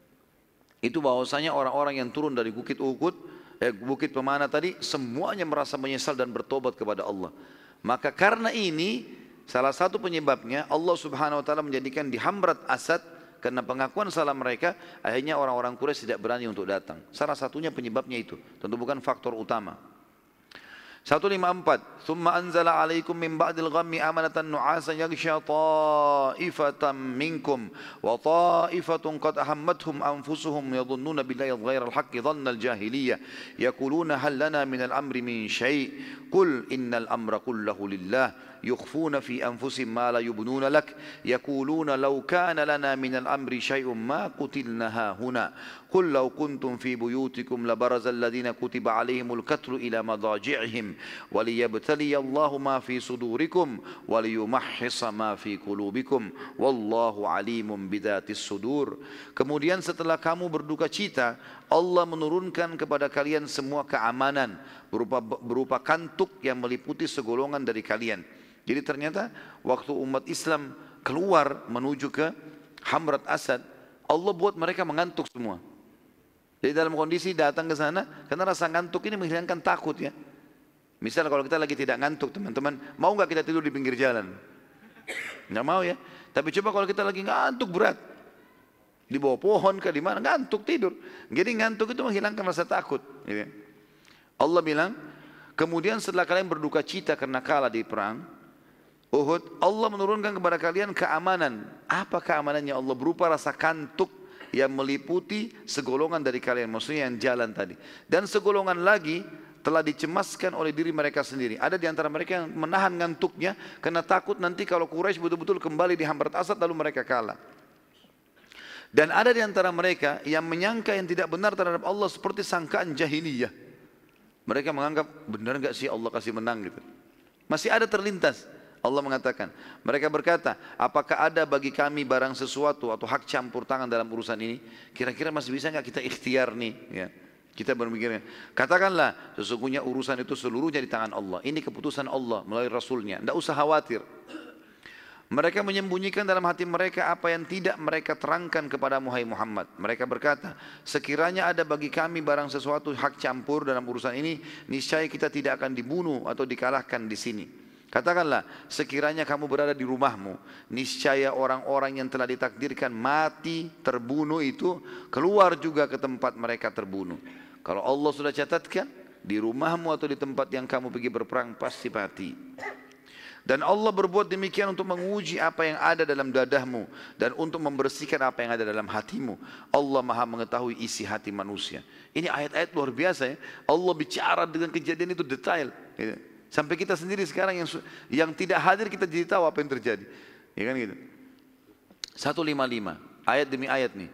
itu bahwasanya orang-orang yang turun dari bukit Uhud, eh, bukit pemanah tadi, semuanya merasa menyesal dan bertobat kepada Allah. Maka karena ini salah satu penyebabnya Allah Subhanahu wa taala menjadikan di Hamrat Asad, karena pengakuan salah mereka, akhirnya orang-orang Quraisy tidak berani untuk datang. Salah satunya penyebabnya itu, tentu bukan faktor utama. seratus lima puluh empat. Thumma anzala alaikum min ba'dil ghammi amanatan nu'asan yaghsha ta'ifatan minkum wa ta'ifatun qad ahammathum anfusuhum yadhunnuna billahi ghairal haqqi dhannal jahiliyah yaquluna hal lana min al-amri min syai' qul innal amra kullahu lillah يخفون في أنفسهم ما لا يبنون لك يقولون لو كان لنا من الأمر شيء ما قتلنا هنا قل لو كنتم في بيوتكم لبرز الذين كتب عليهم القتل إلى مضاجعهم وليبتلي الله ما في صدوركم وليمحص ما في قلوبكم والله عليم بذات الصدور. Kemudian setelah kamu berduka cita, Allah menurunkan kepada kalian semua keamanan berupa berupa kantuk yang meliputi segolongan dari kalian. Jadi ternyata waktu umat Islam keluar menuju ke Hamrat Asad, Allah buat mereka mengantuk semua. Jadi dalam kondisi datang ke sana, karena rasa ngantuk ini menghilangkan takut ya. Misal kalau kita lagi tidak ngantuk teman-teman, mau nggak kita tidur di pinggir jalan? Nggak mau ya. Tapi coba kalau kita lagi ngantuk berat, di bawah pohon ke di mana, ngantuk tidur. Jadi ngantuk itu menghilangkan rasa takut. Gitu. Allah bilang, kemudian setelah kalian berduka cita karena kalah di perang Uhud, Allah menurunkan kepada kalian keamanan. Apa keamanannya Allah? Berupa rasa kantuk yang meliputi segolongan dari kalian, maksudnya yang jalan tadi. Dan segolongan lagi telah dicemaskan oleh diri mereka sendiri. Ada di antara mereka yang menahan ngantuknya karena takut nanti kalau Quraisy betul-betul kembali di Hamrat Asad lalu mereka kalah. Dan ada di antara mereka yang menyangka yang tidak benar terhadap Allah seperti sangkaan jahiliyah. Mereka menganggap benar enggak sih Allah kasih menang gitu. Masih ada terlintas. Allah mengatakan, mereka berkata, apakah ada bagi kami barang sesuatu atau hak campur tangan dalam urusan ini? Kira-kira masih bisa enggak kita ikhtiar nih? Ya. Kita berpikirnya, katakanlah sesungguhnya urusan itu seluruhnya di tangan Allah. Ini keputusan Allah melalui Rasulnya. Tidak usah khawatir. Mereka menyembunyikan dalam hati mereka apa yang tidak mereka terangkan kepada Muhammad. Mereka berkata, sekiranya ada bagi kami barang sesuatu hak campur dalam urusan ini, niscaya kita tidak akan dibunuh atau dikalahkan di sini. Katakanlah, sekiranya kamu berada di rumahmu, niscaya orang-orang yang telah ditakdirkan mati, terbunuh itu, keluar juga ke tempat mereka terbunuh. Kalau Allah sudah catatkan, di rumahmu atau di tempat yang kamu pergi berperang, pasti mati. Dan Allah berbuat demikian untuk menguji apa yang ada dalam dadahmu dan untuk membersihkan apa yang ada dalam hatimu. Allah Maha mengetahui isi hati manusia. Ini ayat-ayat luar biasa ya. Allah bicara dengan kejadian itu detail. Ya. Sampai kita sendiri sekarang yang yang tidak hadir kita jadi tahu apa yang terjadi. Ya kan gitu. seratus lima puluh lima ayat demi ayat nih.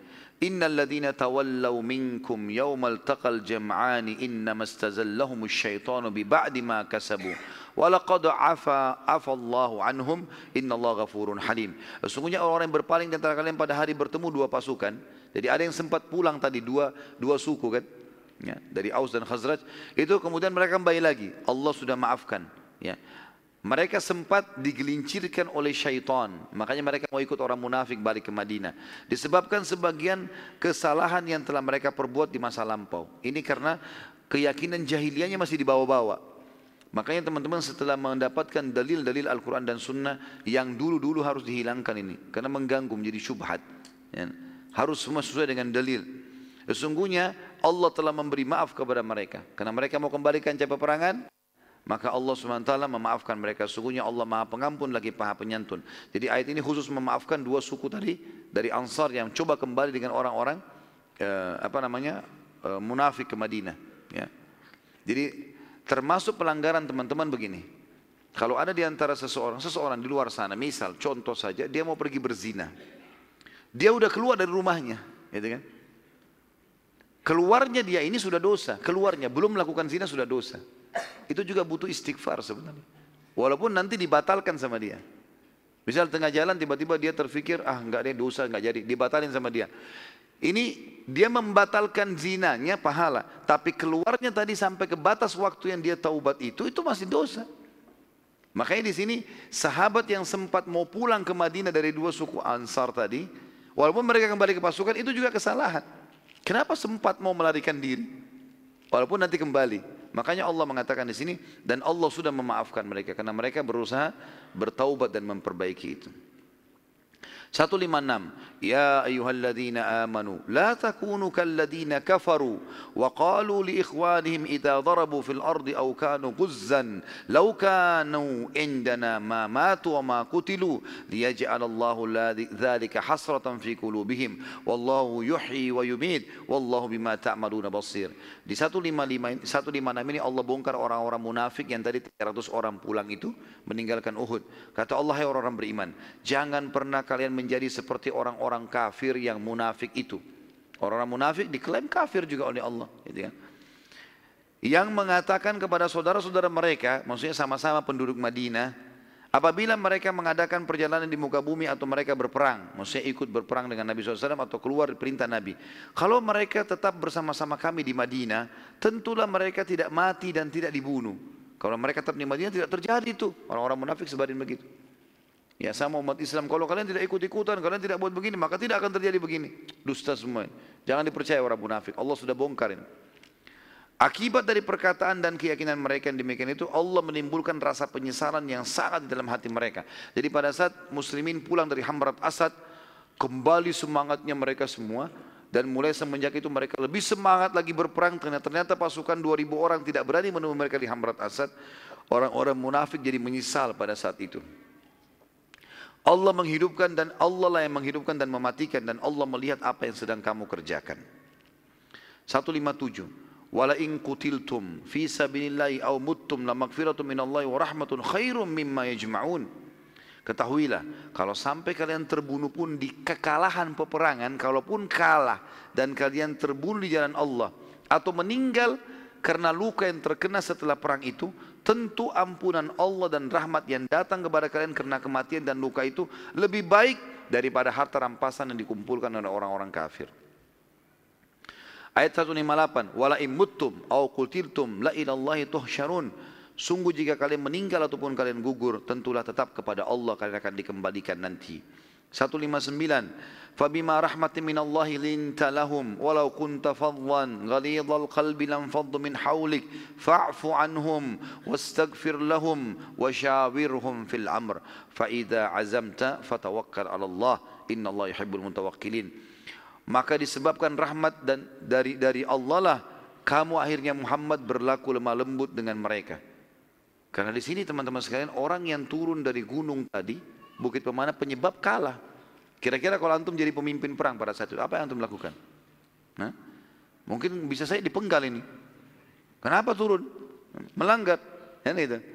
Innal ladzina tawallaw minkum yawmal taqal jam'ani innama istazallahumus syaitanu bi ba'di ma kasabu wa laqad afa afallahu anhum innallaha ghafurun halim. Sesungguhnya orang-orang yang berpaling di antara kalian pada hari bertemu dua pasukan. Jadi ada yang sempat pulang tadi dua dua suku kan, ya, dari Aus dan Khazraj. Itu kemudian mereka kembali lagi. Allah sudah maafkan. Ya. Mereka sempat digelincirkan oleh syaitan. Makanya mereka mau ikut orang munafik balik ke Madinah. Disebabkan sebagian kesalahan yang telah mereka perbuat di masa lampau. Ini karena keyakinan jahiliyahnya masih dibawa-bawa. Makanya teman-teman setelah mendapatkan dalil-dalil Al-Quran dan Sunnah yang dulu-dulu harus dihilangkan ini. Karena mengganggu menjadi syubhat. Ya. Harus semua sesuai dengan dalil. Sesungguhnya Allah telah memberi maaf kepada mereka. Karena mereka mau kembalikan capek peperangan. Maka Allah subhanahu wa taala memaafkan mereka. Sungguhnya Allah maha pengampun lagi maha penyantun. Jadi ayat ini khusus memaafkan dua suku tadi dari Ansar yang coba kembali dengan orang-orang eh, apa namanya eh, munafik ke Madinah. Ya. Jadi termasuk pelanggaran teman-teman begini. Kalau ada di antara seseorang, seseorang di luar sana, misal contoh saja dia mau pergi berzina. Dia udah keluar dari rumahnya, gitu kan? Keluarnya dia ini sudah dosa, keluarnya belum melakukan zina sudah dosa. Itu juga butuh istighfar sebenarnya. Walaupun nanti dibatalkan sama dia. Misal tengah jalan tiba-tiba dia terfikir, ah enggak ada dosa, enggak jadi, dibatalin sama dia. Ini dia membatalkan zinanya pahala, tapi keluarnya tadi sampai ke batas waktu yang dia taubat itu, itu masih dosa. Makanya di sini sahabat yang sempat mau pulang ke Madinah dari dua suku Ansar tadi, walaupun mereka kembali ke pasukan, itu juga kesalahan. Kenapa sempat mau melarikan diri? Walaupun nanti kembali. Makanya Allah mengatakan di sini, dan Allah sudah memaafkan mereka karena mereka berusaha bertaubat dan memperbaiki itu. seratus lima puluh enam. Ya ayyuhalladzina amanu la takunu kalladzina kafaru wa qalu li ikhwanihim idza darabu fil ardi aw kanu ghuzzan law kanu indana ma matu wa ma qutilu liyaj'alallahu dzalika hasratan fi qulubihim wallahu yuhyi wa yumiit wallahu bima ta'maluna basir. Di seratus lima puluh lima seratus lima puluh enam ini Allah bongkar orang-orang munafik yang tadi tiga ratus orang pulang itu meninggalkan Uhud. Kata Allah, hai orang-orang beriman, jangan pernah kalian menjadi seperti orang-orang kafir yang munafik itu. Orang-orang munafik diklaim kafir juga oleh Allah, gitu kan? Yang mengatakan kepada saudara-saudara mereka, maksudnya sama-sama penduduk Madinah, apabila mereka mengadakan perjalanan di muka bumi atau mereka berperang, maksudnya ikut berperang dengan Nabi shallallahu alaihi wasallam atau keluar perintah Nabi, kalau mereka tetap bersama-sama kami di Madinah, tentulah mereka tidak mati dan tidak dibunuh. Kalau mereka tetap di Madinah tidak terjadi itu. Orang-orang munafik sebarin begitu. Ya sama umat Islam, kalau kalian tidak ikut-ikutan, kalian tidak buat begini, maka tidak akan terjadi begini. Dusta semua. Jangan dipercaya orang munafik. Allah sudah bongkar ini. Akibat dari perkataan dan keyakinan mereka yang demikian itu, Allah menimbulkan rasa penyesalan yang sangat di dalam hati mereka. Jadi pada saat muslimin pulang dari Hamrat Asad, kembali semangatnya mereka semua. Dan mulai semenjak itu mereka lebih semangat lagi berperang. Ternyata pasukan dua ribu orang tidak berani menemui mereka di Hamrat Asad. Orang-orang munafik jadi menyesal pada saat itu. Allah menghidupkan dan Allah lah yang menghidupkan dan mematikan. Dan Allah melihat apa yang sedang kamu kerjakan. seratus lima puluh tujuh. Wala in qutiltum fi sabilillahi aw muttum la maghfiratum minallahi wa rahmatun khairum mimma yajma'un. Ketahuilah, kalau sampai kalian terbunuh pun di kekalahan peperangan, kalaupun kalah dan kalian terbunuh di jalan Allah atau meninggal karena luka yang terkena setelah perang itu, tentu ampunan Allah dan rahmat yang datang kepada kalian karena kematian dan luka itu lebih baik daripada harta rampasan yang dikumpulkan oleh orang-orang kafir. Ayat seratus lima puluh delapan, wala in muttum aw qutiltum la ilallahi tuhsyarun. Sungguh jika kalian meninggal ataupun kalian gugur, tentulah tetap kepada Allah kalian akan dikembalikan nanti. seratus lima puluh sembilan, fabima rahmatin minallahi linta lahum walau kunta faddan ghalidhal qalbi lam faddu min hawlik fa'fu anhum wastaghfir lahum washawirhum fil amr fa idza azamta fatawakkal 'ala Allah innallaha yuhibbul mutawakkilin. Maka disebabkan rahmat dan dari dari Allah lah kamu akhirnya Muhammad berlaku lemah lembut dengan mereka. Karena di sini teman-teman sekalian, orang yang turun dari gunung tadi, Bukit Pemana, penyebab kalah. Kira-kira kalau antum jadi pemimpin perang pada saat itu, apa yang antum lakukan? Nah, mungkin bisa saya dipenggal ini. Kenapa turun? Melanggar. Ya, gitu.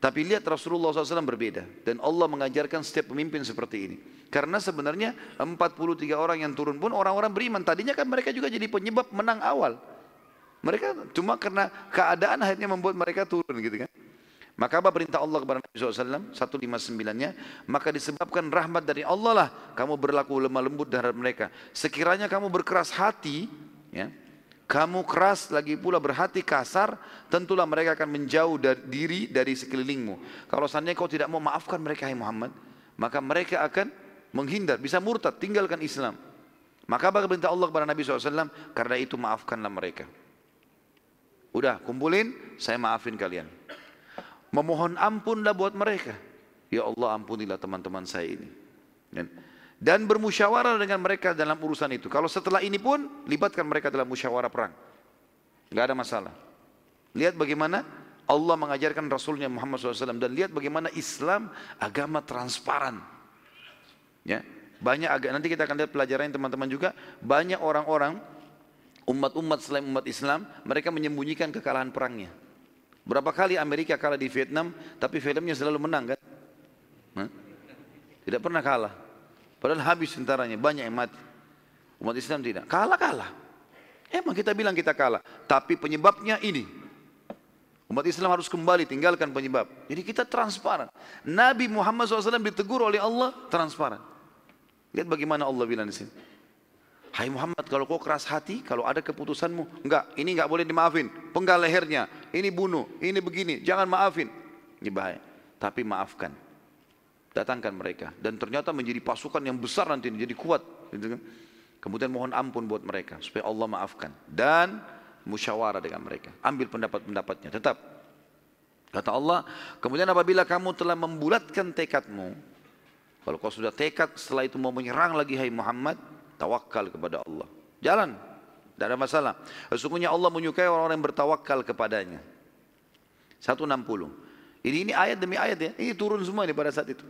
Tapi lihat Rasulullah shallallahu alaihi wasallam berbeda. Dan Allah mengajarkan setiap pemimpin seperti ini. Karena sebenarnya empat puluh tiga orang yang turun pun orang-orang beriman. Tadinya kan mereka juga jadi penyebab menang awal. Mereka cuma karena keadaan akhirnya membuat mereka turun gitu kan. Maka apa perintah Allah kepada Nabi shallallahu alaihi wasallam? seratus lima puluh sembilan-nya. Maka disebabkan rahmat dari Allah lah kamu berlaku lemah lembut terhadap mereka. Sekiranya kamu berkeras hati, ya, kamu keras lagi pula berhati kasar, tentulah mereka akan menjauh dari diri dari sekelilingmu. Kalau seandainya kau tidak mau maafkan mereka, hai Muhammad, maka mereka akan menghindar, bisa murtad, tinggalkan Islam. Maka apa perintah Allah kepada Nabi shallallahu alaihi wasallam? Karena itu maafkanlah mereka. Udah, kumpulin, saya maafin kalian. Memohon ampunlah buat mereka. Ya Allah, ampunilah teman-teman saya ini. Dan bermusyawarah dengan mereka dalam urusan itu. Kalau setelah ini pun, libatkan mereka dalam musyawarah perang. Gak ada masalah. Lihat bagaimana Allah mengajarkan Rasulnya Muhammad shallallahu alaihi wasallam. Dan lihat bagaimana Islam agama transparan. Ya, banyak agak nanti kita akan lihat pelajaran teman-teman juga. Banyak orang-orang, umat-umat selain umat Islam, mereka menyembunyikan kekalahan perangnya. Berapa kali Amerika kalah di Vietnam, tapi filmnya selalu menang kan? Hah? Tidak pernah kalah. Padahal habis tentaranya, banyak yang mati. Umat Islam tidak. Kalah-kalah. Emang kita bilang kita kalah. Tapi penyebabnya ini. Umat Islam harus kembali tinggalkan penyebab. Jadi kita transparan. Nabi Muhammad shallallahu alaihi wasallam ditegur oleh Allah, transparan. Lihat bagaimana Allah bilang di sini. Hai Muhammad, kalau kau keras hati, kalau ada keputusanmu, enggak, ini enggak boleh dimaafin. Penggal lehernya, ini bunuh, ini begini, jangan maafin. Ini bahaya. Tapi maafkan. Datangkan mereka. Dan ternyata menjadi pasukan yang besar nanti, jadi kuat. Gitu kan? Kemudian mohon ampun buat mereka, supaya Allah maafkan. Dan musyawarah dengan mereka. Ambil pendapat-pendapatnya, tetap. Kata Allah, kemudian apabila kamu telah membulatkan tekadmu, kalau kau sudah tekad setelah itu mau menyerang lagi, hai Muhammad, tawakal kepada Allah. Jalan, tidak ada masalah. Sesungguhnya Allah menyukai orang-orang yang bertawakal kepadanya. seratus enam puluh. Ini, ini ayat demi ayat ya. Ini turun semua ini pada saat itu.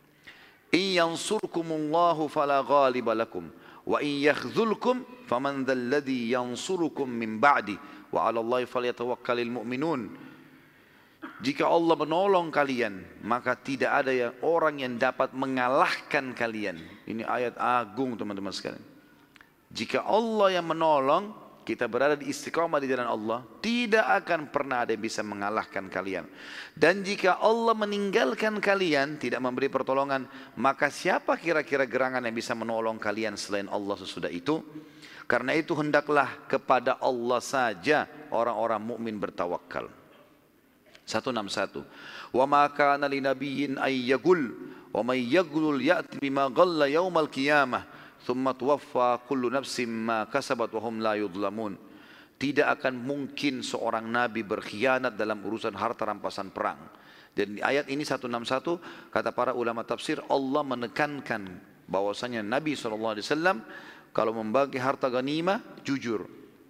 In yansurkumullahu fala ghaliba lakum wa in yakhzulkum faman dzalladzi yansurukum min ba'di wa 'alallahi falyatawakkalul mu'minun. Jika Allah menolong kalian, maka tidak ada yang orang yang dapat mengalahkan kalian. Ini ayat agung teman-teman sekalian. Jika Allah yang menolong, kita berada di istiqamah di jalan Allah, tidak akan pernah ada yang bisa mengalahkan kalian. Dan jika Allah meninggalkan kalian, tidak memberi pertolongan, maka siapa kira-kira gerangan yang bisa menolong kalian selain Allah sesudah itu? Karena itu hendaklah kepada Allah saja orang-orang mukmin bertawakal. seratus enam puluh satu. Wa ma kana linabiyyin ay yagul wa may yaglul ya'ti bima ghalla yaumal qiyamah thumma tuwaffa kullu nafsin ma kasabat wa hum la yudhlamun. Tidak akan mungkin seorang nabi berkhianat dalam urusan harta rampasan perang. Dan di ayat ini seratus enam puluh satu kata para ulama tafsir, Allah menekankan bahwasanya Nabi shallallahu alaihi wasallam kalau membagi harta ghanimah jujur.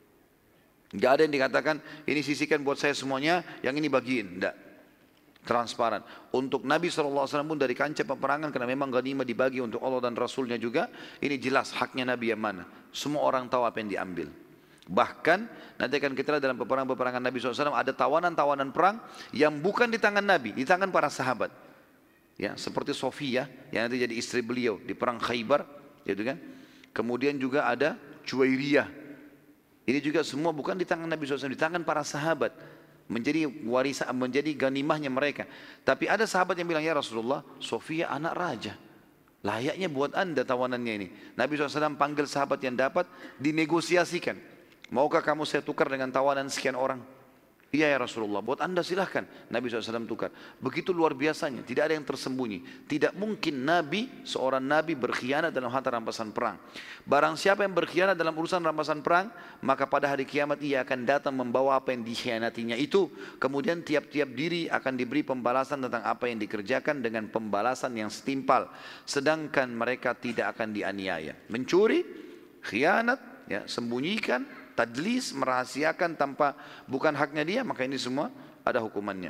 Enggak ada yang dikatakan ini sisihkan buat saya semuanya, yang ini bagiin. Enggak. Transparan. Untuk Nabi shallallahu alaihi wasallam pun dari kancah peperangan, karena memang ghanimah dibagi untuk Allah dan Rasulnya juga, ini jelas haknya Nabi yang mana. Semua orang tahu apa yang diambil. Bahkan nanti akan kita lihat dalam peperangan-peperangan Nabi shallallahu alaihi wasallam ada tawanan-tawanan perang yang bukan di tangan Nabi, di tangan para sahabat. Ya, seperti Sofia yang nanti jadi istri beliau di perang Khaybar, gitu kan? Kemudian juga ada Juwairiyah. Ini juga semua bukan di tangan Nabi shallallahu alaihi wasallam, di tangan para sahabat. Menjadi warisan, menjadi ganimahnya mereka. Tapi ada sahabat yang bilang, ya Rasulullah, Sofia anak raja. Layaknya buat anda tawanannya ini. Nabi shallallahu alaihi wasallam panggil sahabat yang dapat, dinegosiasikan. Maukah kamu saya tukar dengan tawanan sekian orang? Iya ya Rasulullah, buat anda silahkan. Nabi shallallahu alaihi wasallam tukar. Begitu luar biasanya, tidak ada yang tersembunyi. Tidak mungkin Nabi, seorang Nabi berkhianat dalam harta rampasan perang. Barang siapa yang berkhianat dalam urusan rampasan perang, maka pada hari kiamat ia akan datang membawa apa yang dikhianatinya itu. Kemudian tiap-tiap diri akan diberi pembalasan tentang apa yang dikerjakan dengan pembalasan yang setimpal. Sedangkan mereka tidak akan dianiaya. Mencuri, khianat, ya, sembunyikan, tadlis, merahasiakan tanpa bukan haknya dia, maka ini semua ada hukumannya.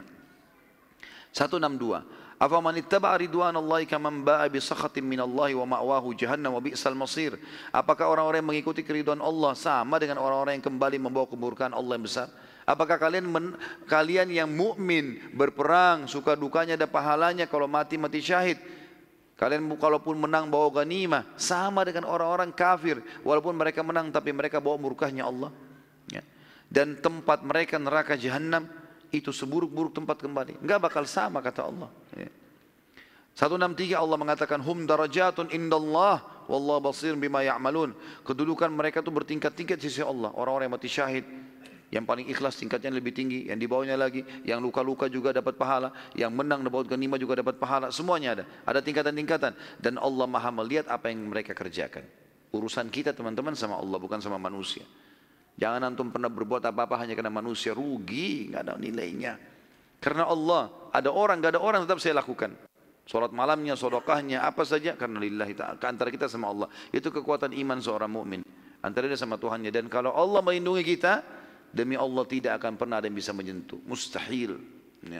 seratus enam puluh dua. Afaman ittaba'a ridwanallahi kaman ba'a bi sakhatin minallahi wa ma'wahu jahannam wa bi'sal masir. Apakah orang-orang yang mengikuti keridhaan Allah sama dengan orang-orang yang kembali membawa kemurkaan Allah yang besar? Apakah kalian men, kalian yang mukmin berperang, suka dukanya ada pahalanya, kalau mati mati syahid. Kalian kalaupun menang bawa ghanimah, sama dengan orang-orang kafir, walaupun mereka menang tapi mereka bawa murkahnya Allah. Ya. Dan tempat mereka neraka jahanam itu seburuk-buruk tempat kembali. Enggak bakal sama kata Allah. Ya. seratus enam puluh tiga Allah mengatakan hum darajatun indallah wallahu basir bima ya'malun. Kedudukan mereka itu bertingkat-tingkat di sisi Allah. Orang-orang yang mati syahid, yang paling ikhlas tingkatnya lebih tinggi, yang di bawahnya lagi, yang luka-luka juga dapat pahala, yang menang dapat ghanimah juga dapat pahala, semuanya ada. Ada tingkatan-tingkatan dan Allah Maha melihat apa yang mereka kerjakan. Urusan kita teman-teman sama Allah, bukan sama manusia. Jangan antum pernah berbuat apa-apa hanya karena manusia, rugi, nggak ada nilainya. Karena Allah, ada orang, nggak ada orang tetap saya lakukan. Salat malamnya, sedekahnya, apa saja karena lillahi ta'ala, antara kita sama Allah. Itu kekuatan iman seorang mukmin, antara dia sama Tuhannya. Dan kalau Allah melindungi kita, demi Allah tidak akan pernah ada yang bisa menyentuh, mustahil. Ya.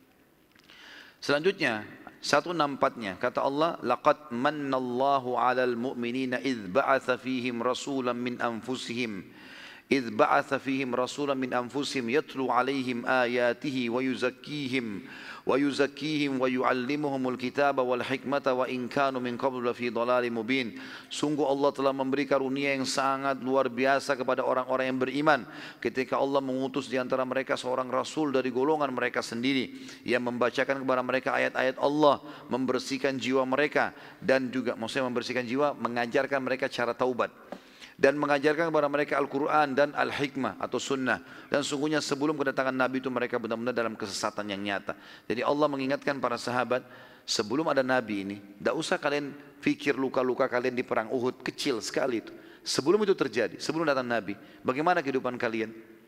Selanjutnya seratus enam puluh empat-nya kata Allah, laqad mannallahu 'alal mu'minina idz ba'atsa fihim rasulan min anfusihim idz ba'atsa fihim rasulan min anfusihim yatlu 'alaihim ayatihi wa yuzakkihim wa yuzakkihim wa yu'allimuhumul kitaba wal hikmata wa in kanu min qablu fi dhalalin mubin. Sungguh Allah telah memberi karunia yang sangat luar biasa kepada orang-orang yang beriman ketika Allah mengutus di antara mereka seorang rasul dari golongan mereka sendiri yang membacakan kepada mereka ayat-ayat Allah, membersihkan jiwa mereka dan juga maksudnya membersihkan jiwa, mengajarkan mereka cara taubat dan mengajarkan kepada mereka Al-Quran dan Al-Hikmah atau Sunnah. Dan sungguhnya sebelum kedatangan Nabi itu mereka benar-benar dalam kesesatan yang nyata. Jadi Allah mengingatkan para sahabat, sebelum ada Nabi ini, tidak usah kalian fikir luka-luka kalian di perang Uhud, kecil sekali itu. Sebelum itu terjadi, sebelum datang Nabi, bagaimana kehidupan kalian?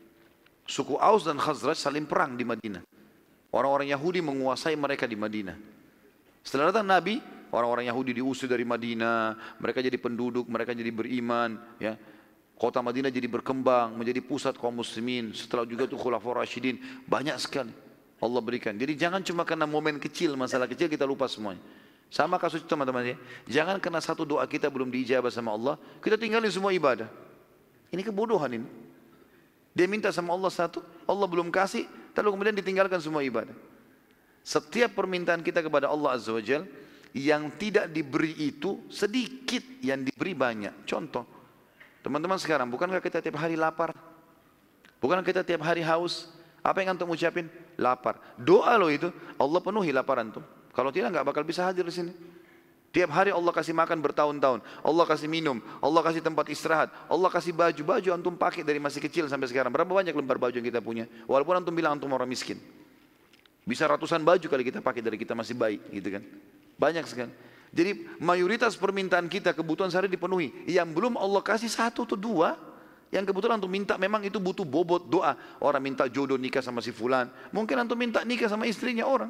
Suku Aus dan Khazraj saling perang di Madinah. Orang-orang Yahudi menguasai mereka di Madinah. Setelah datang Nabi, orang-orang Yahudi diusir dari Madinah, mereka jadi penduduk, mereka jadi beriman, ya. Kota Madinah jadi berkembang, menjadi pusat kaum muslimin. Setelah juga itu Khulafaur Rasyidin, banyak sekali Allah berikan. Jadi jangan cuma karena momen kecil, masalah kecil kita lupa semuanya. Sama kasus teman-teman ya. Jangan karena satu doa kita belum diijabah sama Allah, kita tinggalin semua ibadah. Ini kebodohan ini. Dia minta sama Allah satu, Allah belum kasih, lalu kemudian ditinggalkan semua ibadah. Setiap permintaan kita kepada Allah Azza wa Jalla, yang tidak diberi itu sedikit, yang diberi banyak. Contoh, teman-teman sekarang, bukankah kita tiap hari lapar? Bukankah kita tiap hari haus? Apa yang antum ucapin? Lapar. Doa lo itu, Allah penuhi lapar antum. Kalau tidak, nggak bakal bisa hadir di sini. Tiap hari Allah kasih makan bertahun-tahun, Allah kasih minum, Allah kasih tempat istirahat, Allah kasih baju. Baju antum pakai dari masih kecil sampai sekarang. Berapa banyak lembar baju yang kita punya? Walaupun antum bilang antum orang miskin, bisa ratusan baju kali kita pakai dari kita masih bayi, gitu kan? Banyak sekali. Jadi mayoritas permintaan kita, kebutuhan sehari dipenuhi. Yang belum Allah kasih satu atau dua, yang kebetulan antum minta memang itu butuh bobot doa. Orang minta jodoh nikah sama si fulan, mungkin antum minta nikah sama istrinya orang.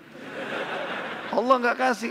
Allah nggak kasih.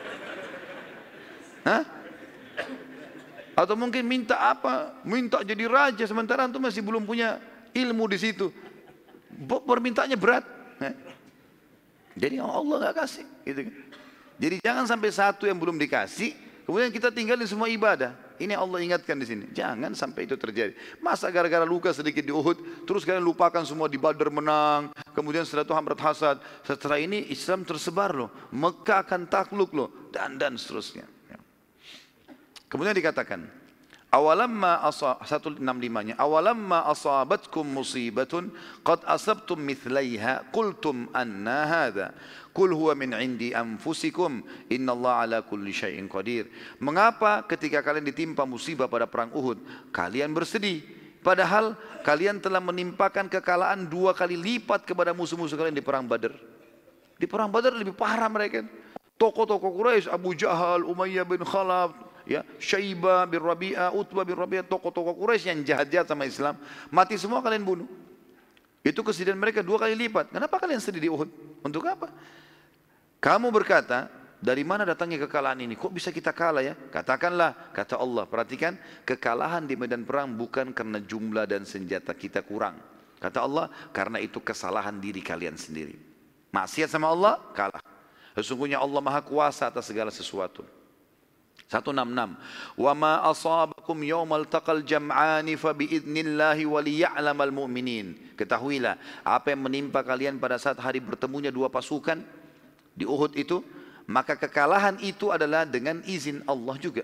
Hah? Atau mungkin minta apa? Minta jadi raja, sementara antum masih belum punya ilmu di situ. Permintaannya berat. Hah? Jadi Allah nggak kasih, gitu kan? Jadi jangan sampai satu yang belum dikasih, kemudian kita tinggalin semua ibadah. Ini Allah ingatkan di sini. Jangan sampai itu terjadi. Masa gara-gara luka sedikit di Uhud, terus kalian lupakan semua di Badar menang, kemudian setelah itu hamrat hasad. Setelah ini Islam tersebar loh, Mekah akan takluk loh, dan dan seterusnya. Kemudian dikatakan, awalamma asa seratus enam puluh lima-nya, awalamma asabatkum musibatun qad asabtum mithlaiha qultum anna hadha qul huwa min indi anfusikum innallaha ala kulli syai'in qadir. Mengapa ketika kalian ditimpa musibah pada perang Uhud kalian bersedih, padahal kalian telah menimpakan kekalahan dua kali lipat kepada musuh-musuh kalian di perang Badar. Di perang Badar lebih parah mereka. Tokoh-tokoh Quraisy, Abu Jahal, Umayyah bin Khalaf, ya, Syaibah bin Rabi'ah, Utbah bin Rabi'ah, tokoh-tokoh Quraisy yang jahat-jahat sama Islam, mati semua kalian bunuh. Itu kesedihan mereka dua kali lipat. Kenapa kalian sedih di Uhud? Untuk apa? Kamu berkata, dari mana datangnya kekalahan ini? Kok bisa kita kalah ya? Katakanlah, kata Allah, perhatikan, kekalahan di medan perang bukan karena jumlah dan senjata kita kurang. Kata Allah, karena itu kesalahan diri kalian sendiri. Maksiat sama Allah, kalah. Sesungguhnya Allah Maha Kuasa atas segala sesuatu. seratus enam puluh enam. Wa ma asabakum yaumal taqal jam'ani fa biidnillahi wa liya'lamal mu'minin. Ketahuilah apa yang menimpa kalian pada saat hari bertemunya dua pasukan di Uhud itu, maka kekalahan itu adalah dengan izin Allah juga.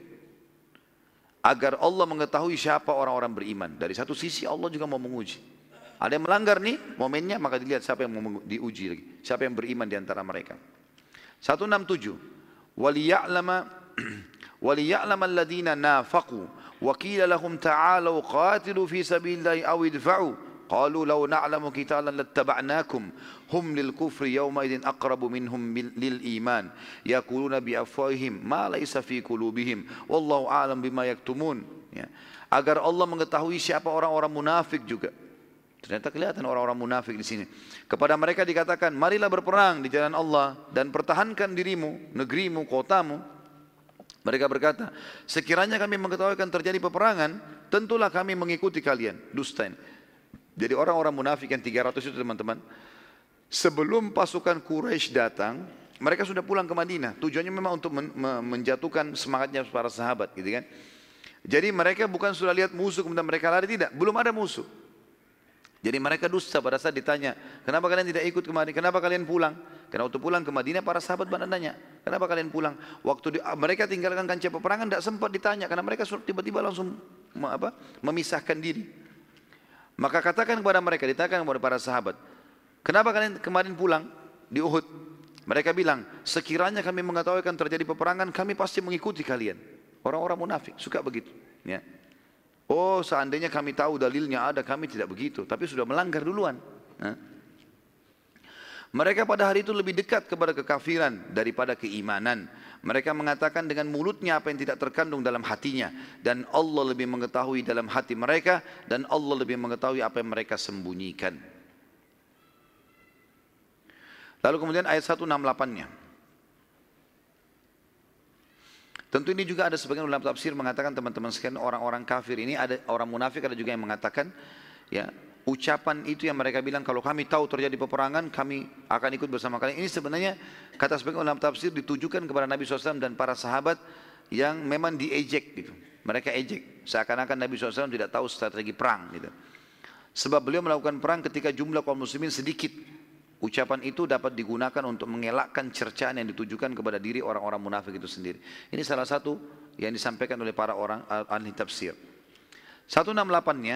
Agar Allah mengetahui siapa orang-orang beriman. Dari satu sisi Allah juga mau menguji. Ada yang melanggar nih momennya, maka dilihat siapa yang mau diuji lagi. Siapa yang beriman di antara mereka. seratus enam puluh tujuh. Waliya'lama وَلِيَعْلَمَ الَّذِينَ نَافَقُوا وَقِيلَ لَهُمْ تَعَالَوْا قَاتِلُوا فِي سَبِيلِ اللَّهِ أَوْ ادْفَعُوا قَالُوا لَوْ نَعْلَمُ قِتَالًا لَاتَّبَعْنَاكُمْ هُمْ لِلْكُفْرِ يَوْمَئِذٍ أَقْرَبُ مِنْهُمْ لِلْإِيمَانِ يَقُولُونَ بِأَفْوَاهِهِمْ مَا لَيْسَ فِي قُلُوبِهِمْ وَاللَّهُ أَعْلَمُ بِمَا يَكْتُمُونَ. Ya. Agar Allah mengetahui siapa orang-orang munafik juga. Ternyata kelihatan orang-orang munafik di sini. Kepada mereka dikatakan, marilah berperang di jalan Allah dan pertahankan dirimu, negerimu, kotamu. Mereka berkata, sekiranya kami mengetahui akan terjadi peperangan, tentulah kami mengikuti kalian. Dusta ini. Jadi orang-orang munafik yang tiga ratus itu teman-teman, sebelum pasukan Quraisy datang, mereka sudah pulang ke Madinah. Tujuannya memang untuk men menjatuhkan semangatnya para sahabat, gitu kan. Jadi mereka bukan sudah lihat musuh kemudian mereka lari, tidak. Belum ada musuh. Jadi mereka dusta pada saat ditanya, kenapa kalian tidak ikut kemari? Kenapa kalian pulang? Karena waktu pulang ke Madinah para sahabat pada nanya, kenapa kalian pulang? Waktu di, mereka tinggalkan kancah peperangan tidak sempat ditanya karena mereka tiba-tiba langsung apa, memisahkan diri. Maka katakan kepada mereka, dikatakan kepada para sahabat, kenapa kalian kemarin pulang di Uhud? Mereka bilang, sekiranya kami mengetahui akan terjadi peperangan, kami pasti mengikuti kalian. Orang-orang munafik suka begitu. Ya. Oh, seandainya kami tahu dalilnya ada, kami tidak begitu. Tapi sudah melanggar duluan. Nah. Mereka pada hari itu lebih dekat kepada kekafiran daripada keimanan. Mereka mengatakan dengan mulutnya apa yang tidak terkandung dalam hatinya. Dan Allah lebih mengetahui dalam hati mereka. Dan Allah lebih mengetahui apa yang mereka sembunyikan. Lalu kemudian ayat seratus enam puluh delapan-nya. Tentu ini juga ada sebagian ulama tafsir mengatakan teman-teman sekalian orang-orang kafir ini ada orang munafik, ada juga yang mengatakan ya ucapan itu yang mereka bilang kalau kami tahu terjadi peperangan kami akan ikut bersama kalian. Ini sebenarnya kata sebagian ulama tafsir ditujukan kepada Nabi shallallahu alaihi wasallam dan para sahabat yang memang diejek gitu. Mereka ejek seakan-akan Nabi shallallahu alaihi wasallam tidak tahu strategi perang gitu. Sebab beliau melakukan perang ketika jumlah kaum muslimin sedikit. Ucapan itu dapat digunakan untuk mengelakkan cercaan yang ditujukan kepada diri orang-orang munafik itu sendiri. Ini salah satu yang disampaikan oleh para orang ahli tafsir. seratus enam puluh delapan-nya,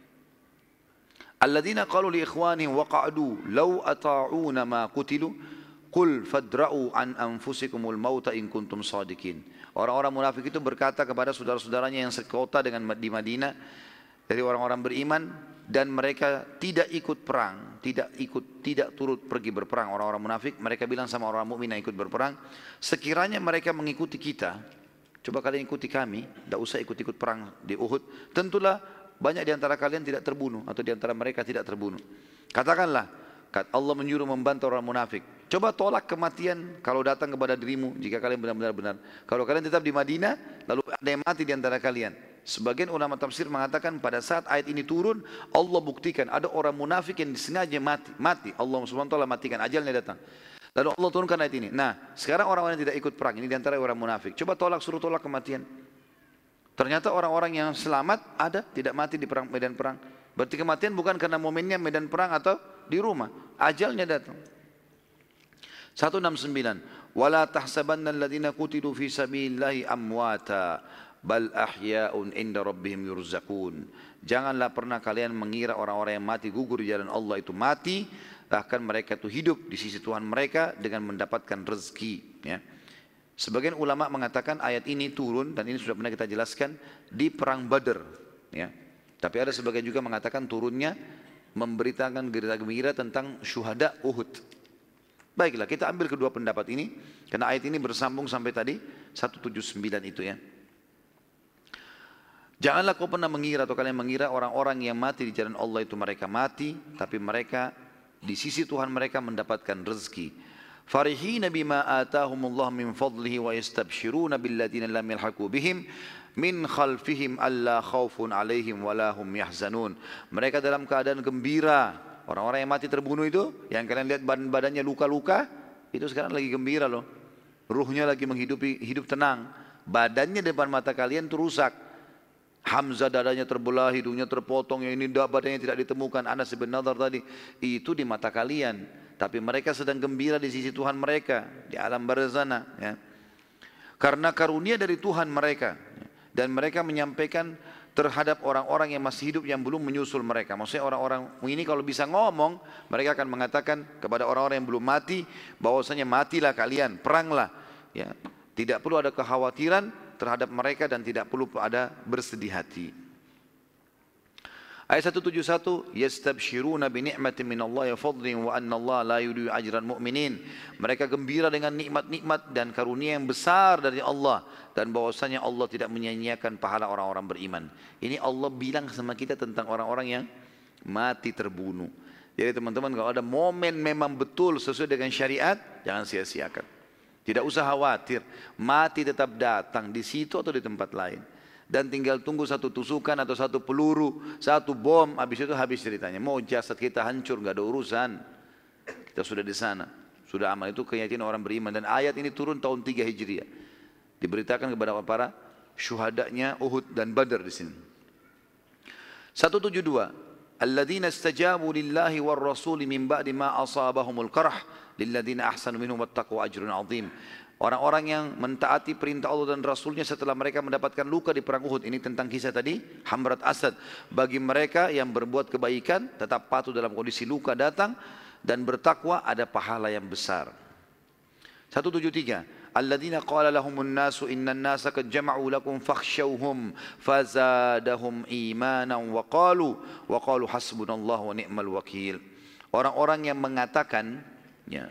alladzina qalu li ikhwanihim wa qa'du law ata'una ma qutilu qul fadra'u an anfusikumul mauta in kuntum shadiqin. Orang-orang munafik itu berkata kepada saudara-saudaranya yang sekota dengan di Madinah dari orang-orang beriman, dan mereka tidak ikut perang, tidak ikut, tidak turut pergi berperang. Orang-orang munafik, mereka bilang sama orang mukmin yang ikut berperang, sekiranya mereka mengikuti kita, coba kalian ikuti kami, tidak usah ikut-ikut perang di Uhud, tentulah banyak di antara kalian tidak terbunuh, atau di antara mereka tidak terbunuh. Katakanlah, Allah menyuruh membantu orang munafik, coba tolak kematian kalau datang kepada dirimu, jika kalian benar-benar benar. Kalau kalian tetap di Madinah, lalu ada yang mati di antara kalian. Sebagian ulama tafsir mengatakan pada saat ayat ini turun, Allah buktikan ada orang munafik yang disengaja mati. Mati. Allah subhanahu wa taala matikan, ajalnya datang. Lalu Allah turunkan ayat ini. Nah, sekarang orang-orang yang tidak ikut perang, ini diantara orang munafik. Coba tolak, suruh tolak kematian. Ternyata orang-orang yang selamat ada, tidak mati di perang, medan perang. Berarti kematian bukan karena momennya medan perang atau di rumah. Ajalnya datang. seratus enam puluh sembilan. Wala tahsabanna alladhina qutilu fi sabilillahi amwata bal ahya'un inda rabbihim yurzaqun. Janganlah pernah kalian mengira orang-orang yang mati gugur di jalan Allah itu mati, bahkan mereka itu hidup di sisi Tuhan mereka dengan mendapatkan rezeki. Ya. Sebagian ulama mengatakan ayat ini turun, dan ini sudah pernah kita jelaskan, di perang Badar. Ya. Tapi ada sebagian juga mengatakan turunnya memberitakan berita gembira tentang syuhada Uhud. Baiklah, kita ambil kedua pendapat ini, karena ayat ini bersambung sampai tadi seratus tujuh puluh sembilan itu ya. Janganlah kau pernah mengira atau kalian mengira orang-orang yang mati di jalan Allah itu mereka mati, tapi mereka di sisi Tuhan mereka mendapatkan rezeki. Farihina bima atahumullah min fadlihi wa yastabshiruna billadina lam yalhaqu bihim min khalfihim alla khaufun alaihim wala hum yahzanun. Mereka dalam keadaan gembira. Orang-orang yang mati terbunuh itu, yang kalian lihat badan-badannya luka-luka, itu sekarang lagi gembira loh. Ruhnya lagi menghidupi hidup tenang. badannya depan mata kalian itu rusak. Hamzah dadanya terbelah, hidungnya terpotong, yang ini badannya tidak ditemukan. Anas bin Nadhr tadi, itu di mata kalian. Tapi mereka sedang gembira di sisi Tuhan mereka, di alam barzana. Ya. Karena karunia dari Tuhan mereka. Dan mereka menyampaikan terhadap orang-orang yang masih hidup yang belum menyusul mereka. Maksudnya orang-orang ini kalau bisa ngomong, mereka akan mengatakan kepada orang-orang yang belum mati, bahwasanya matilah kalian, peranglah. Ya. Tidak perlu ada kekhawatiran terhadap mereka dan tidak perlu ada bersedih hati. Ayat seratus tujuh puluh satu, yastabshiruna bi ni'matin min Allah wa fadlin wa anna Allah la yudhi'u ajran mu'minin. Mereka gembira dengan nikmat-nikmat dan karunia yang besar dari Allah, dan bahwasanya Allah tidak menyia-nyiakan pahala orang-orang beriman. Ini Allah bilang sama kita tentang orang-orang yang mati terbunuh. Jadi teman-teman, kalau ada momen memang betul sesuai dengan syariat, jangan sia-siakan. Tidak usah khawatir, mati tetap datang di situ atau di tempat lain. Dan tinggal tunggu satu tusukan atau satu peluru, satu bom, habis itu habis ceritanya. Mau jasad kita hancur, nggak ada urusan. Kita sudah di sana, sudah aman. Itu keyakinan orang beriman. Dan ayat ini turun tahun tiga Hijriah. Diberitakan kepada para syuhadanya Uhud dan Badar di sini. seratus tujuh puluh dua. Alladzina istajabu lillahi war rasuli min ba'di ma asabahumul qarh lilladzina ahsanu minhum wattaqu ajrun azim. Orang-orang yang mentaati perintah Allah dan Rasulnya setelah mereka mendapatkan luka di perang Uhud. Ini tentang kisah tadi, Hamrat Asad. Bagi mereka yang berbuat kebaikan, tetap patuh dalam kondisi luka datang, dan bertakwa, ada pahala yang besar. seratus tujuh puluh tiga. Alladzina qala lahumun nasu innan nasa qad jama'u lakum fakhshawhum fazadahum imanan wa qalu wa qalu hasbunallahu wa ni'mal wakil. Orang-orang yang mengatakan, ya,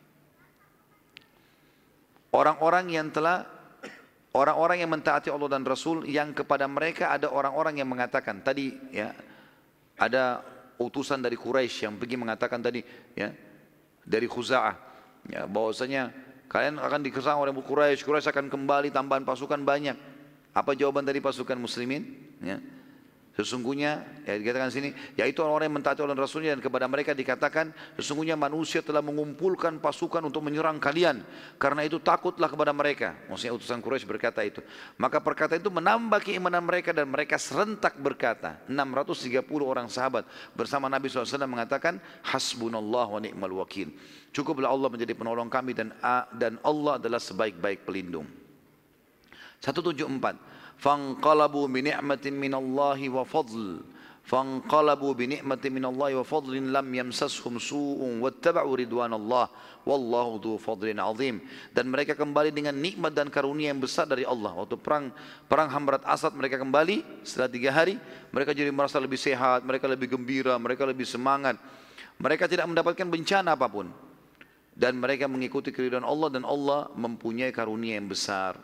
orang-orang yang telah, orang-orang yang mentaati Allah dan Rasul, yang kepada mereka ada orang-orang yang mengatakan tadi, ya, ada utusan dari Quraisy yang pergi mengatakan tadi, ya, dari Khuza'ah, ya, bahwasanya kalian akan diserang oleh Quraisy, Quraisy akan kembali tambahan pasukan banyak. Apa jawaban dari pasukan muslimin? Ya. Sesungguhnya, ya dikatakan sini, yaitu orang-orang yang mentaati Allah dan Rasulnya, dan kepada mereka dikatakan, sesungguhnya manusia telah mengumpulkan pasukan untuk menyerang kalian. Karena itu takutlah kepada mereka. Maksudnya utusan Quraisy berkata itu. Maka perkataan itu menambah keimanan mereka, dan mereka serentak berkata, enam ratus tiga puluh orang sahabat bersama Nabi shallallahu alaihi wasallam mengatakan, hasbunallah wa ni'mal wakil. Cukuplah Allah menjadi penolong kami, dan dan Allah adalah sebaik-baik pelindung. seratus tujuh puluh empat. Fanqalabu bi ni'matin minallahi wa fadl. Fanqalabu bi ni'matin minallahi wa fadlin lam yamsashum su'un wattaba'u ridwanallah wallahu dzu fadlin azim. Dan mereka kembali dengan nikmat dan karunia yang besar dari Allah. Waktu perang perang Hamrat Asad mereka kembali setelah tiga hari, mereka jadi merasa lebih sehat, mereka lebih gembira, mereka lebih semangat. Mereka tidak mendapatkan bencana apapun. Dan mereka mengikuti keridhaan Allah, dan Allah mempunyai karunia yang besar.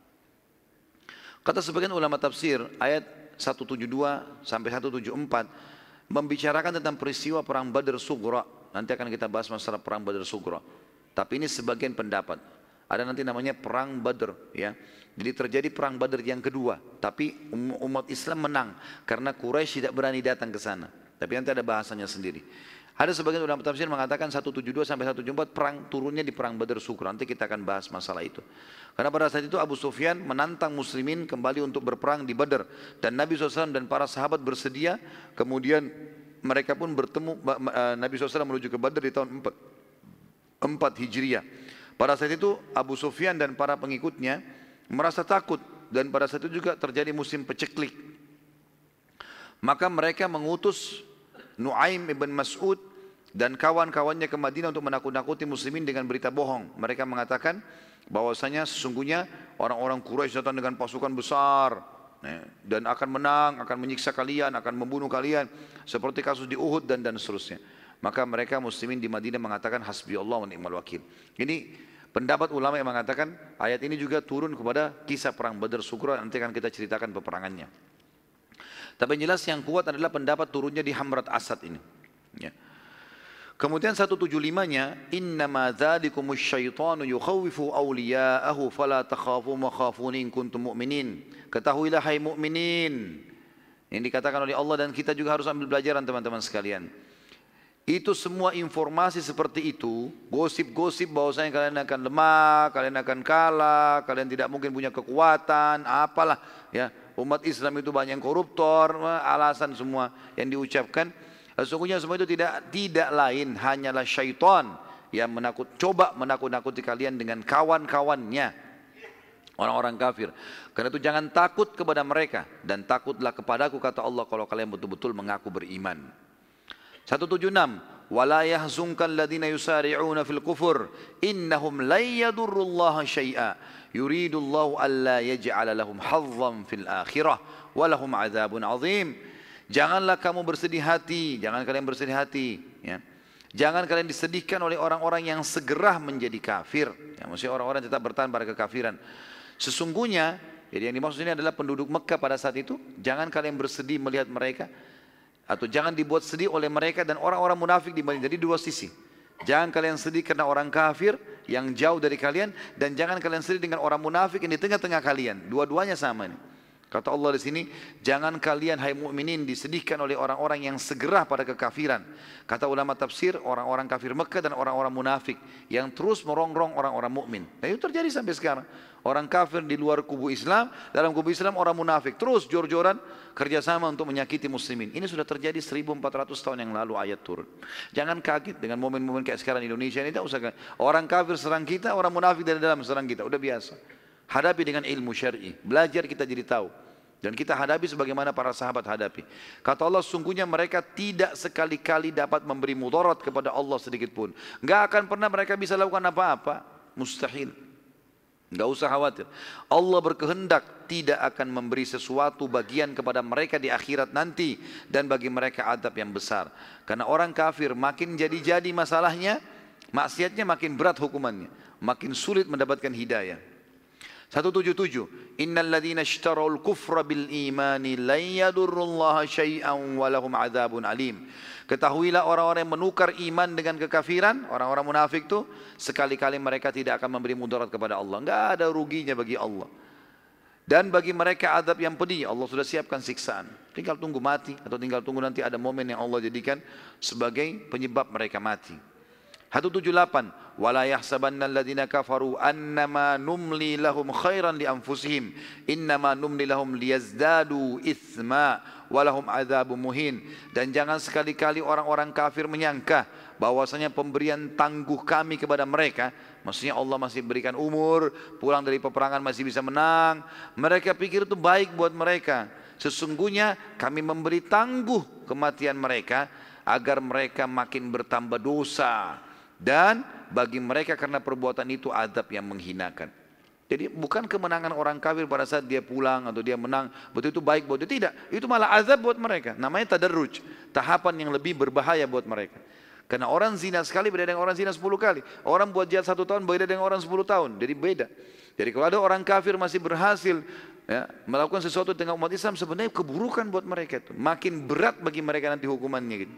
Kata sebagian ulama tafsir, ayat seratus tujuh puluh dua sampai seratus tujuh puluh empat membicarakan tentang peristiwa perang Badr Sughra. Nanti akan kita bahas masalah perang Badr Sughra. Tapi ini sebagian pendapat. Ada nanti namanya perang Badr, ya. Jadi terjadi perang Badr yang kedua, tapi umat Islam menang karena Quraisy tidak berani datang ke sana. Tapi nanti ada bahasanya sendiri. Ada sebagian ulama tafsir mengatakan seratus tujuh puluh dua sampai seratus tujuh puluh empat perang turunnya di perang Badr Sughra. Nanti kita akan bahas masalah itu. Karena pada saat itu Abu Sufyan menantang muslimin kembali untuk berperang di Badr. Dan Nabi shallallahu alaihi wasallam dan para sahabat bersedia. Kemudian mereka pun bertemu, Nabi shallallahu alaihi wasallam menuju ke Badr di tahun empat Hijriah. Pada saat itu Abu Sufyan dan para pengikutnya merasa takut. Dan pada saat itu juga terjadi musim peceklik. Maka mereka mengutus Nuaim ibn Mas'ud dan kawan-kawannya ke Madinah untuk menakut-nakuti muslimin dengan berita bohong. Mereka mengatakan bahwasanya sesungguhnya orang-orang Quraisy datang dengan pasukan besar dan akan menang, akan menyiksa kalian, akan membunuh kalian seperti kasus di Uhud dan dan seterusnya. Maka mereka muslimin di Madinah mengatakan hasbi Allah wa ni'mal wakil. Ini pendapat ulama yang mengatakan ayat ini juga turun kepada kisah perang Badr Sughra. Nanti akan kita ceritakan peperangannya. Tapi yang jelas yang kuat adalah pendapat turunnya di Hamrat Asad ini. Ya. Kemudian seratus tujuh puluh lima-nya, innama dzalikumus syaitanu yukhawwifu awliya'ahu fala takhafu ma khafuni in kuntum mu'minin. Ketahuilah hai mukminin. Yang dikatakan oleh Allah, dan kita juga harus ambil pelajaran teman-teman sekalian. Itu semua informasi seperti itu, gosip-gosip bahwasanya kalian akan lemah, kalian akan kalah, kalian tidak mungkin punya kekuatan, apalah ya. Umat Islam itu banyak yang koruptor, alasan semua yang diucapkan. Sesungguhnya semua itu tidak tidak lain hanyalah syaitan yang menakut, coba menakut-nakuti kalian dengan kawan-kawannya, orang-orang kafir. Karena itu jangan takut kepada mereka dan takutlah kepadaku, kata Allah, kalau kalian betul-betul mengaku beriman. seratus tujuh puluh enam, wala yahzunka alladziina yusari'una fil kufur innahum lan yadurrullaha syai'a yuridullahu alla yaj'ala lahum hazzan fil akhirah wa lahum 'adzabun 'adzim. Janganlah kamu bersedih hati, jangan kalian bersedih hati ya. Jangan kalian disedihkan oleh orang-orang yang segera menjadi kafir. Ya, maksudnya orang-orang tetap bertahan pada kekafiran. Sesungguhnya, jadi yang dimaksud ini adalah penduduk Mekah pada saat itu. Jangan kalian bersedih melihat mereka, atau jangan dibuat sedih oleh mereka dan orang-orang munafik di Madinah. Jadi dua sisi. Jangan kalian sedih karena orang kafir yang jauh dari kalian, dan jangan kalian sedih dengan orang munafik yang di tengah-tengah kalian. Dua-duanya sama ini. Kata Allah di sini, jangan kalian hai mukminin disedihkan oleh orang-orang yang segera pada kekafiran. Kata ulama tafsir, orang-orang kafir Mekah dan orang-orang munafik yang terus merongrong orang-orang mukmin. Nah itu terjadi sampai sekarang. Orang kafir di luar kubu Islam, dalam kubu Islam orang munafik terus jor-joran kerjasama untuk menyakiti muslimin. Ini sudah terjadi seribu empat ratus tahun yang lalu ayat turun. Jangan kaget dengan momen-momen kayak sekarang di Indonesia ini. Tak usah kaget. Orang kafir serang kita, orang munafik dari dalam serang kita. Udah biasa. Hadapi dengan ilmu syar'i. Belajar kita jadi tahu. Dan kita hadapi sebagaimana para sahabat hadapi. Kata Allah, sungguhnya mereka tidak sekali-kali dapat memberi mudarat kepada Allah sedikit pun. Enggak akan pernah mereka bisa lakukan apa-apa. Mustahil. Enggak usah khawatir. Allah berkehendak tidak akan memberi sesuatu bagian kepada mereka di akhirat nanti. Dan bagi mereka adab yang besar. Karena orang kafir makin jadi-jadi masalahnya, maksiatnya makin berat hukumannya. Makin sulit mendapatkan hidayah. seratus tujuh puluh tujuh, innal ladzina ishtarau al-kufra bil imani lan yadurrullaha syai'an wa lahum 'adzabun alim. Ketahuilah orang-orang yang menukar iman dengan kekafiran, orang-orang munafik itu sekali-kali mereka tidak akan memberi mudarat kepada Allah. Enggak ada ruginya bagi Allah. Dan bagi mereka adab yang pedih, Allah sudah siapkan siksaan. Tinggal tunggu mati atau tinggal tunggu nanti ada momen yang Allah jadikan sebagai penyebab mereka mati. seratus tujuh puluh delapan, wala yahsabanna alladziina kafaru annama numli lahum khairan li anfusihim innama numli lahum liyazdadu itsma wa lahum adzabun muhin. Dan jangan sekali-kali orang-orang kafir menyangka bahwasanya pemberian tangguh kami kepada mereka, maksudnya Allah masih berikan umur, pulang dari peperangan masih bisa menang, mereka pikir itu baik buat mereka. Sesungguhnya kami memberi tangguh kematian mereka agar mereka makin bertambah dosa. Dan bagi mereka karena perbuatan itu adab yang menghinakan. Jadi bukan kemenangan orang kafir pada saat dia pulang atau dia menang, betul itu baik buat dia. Tidak, itu malah azab buat mereka. Namanya tadarruj, tahapan yang lebih berbahaya buat mereka. Karena orang zina sekali beda dengan orang zina sepuluh kali. Orang buat jahat satu tahun beda dengan orang sepuluh tahun. Jadi beda. Jadi kalau ada orang kafir masih berhasil ya, melakukan sesuatu dengan umat Islam, sebenarnya keburukan buat mereka itu. Makin berat bagi mereka nanti hukumannya gitu.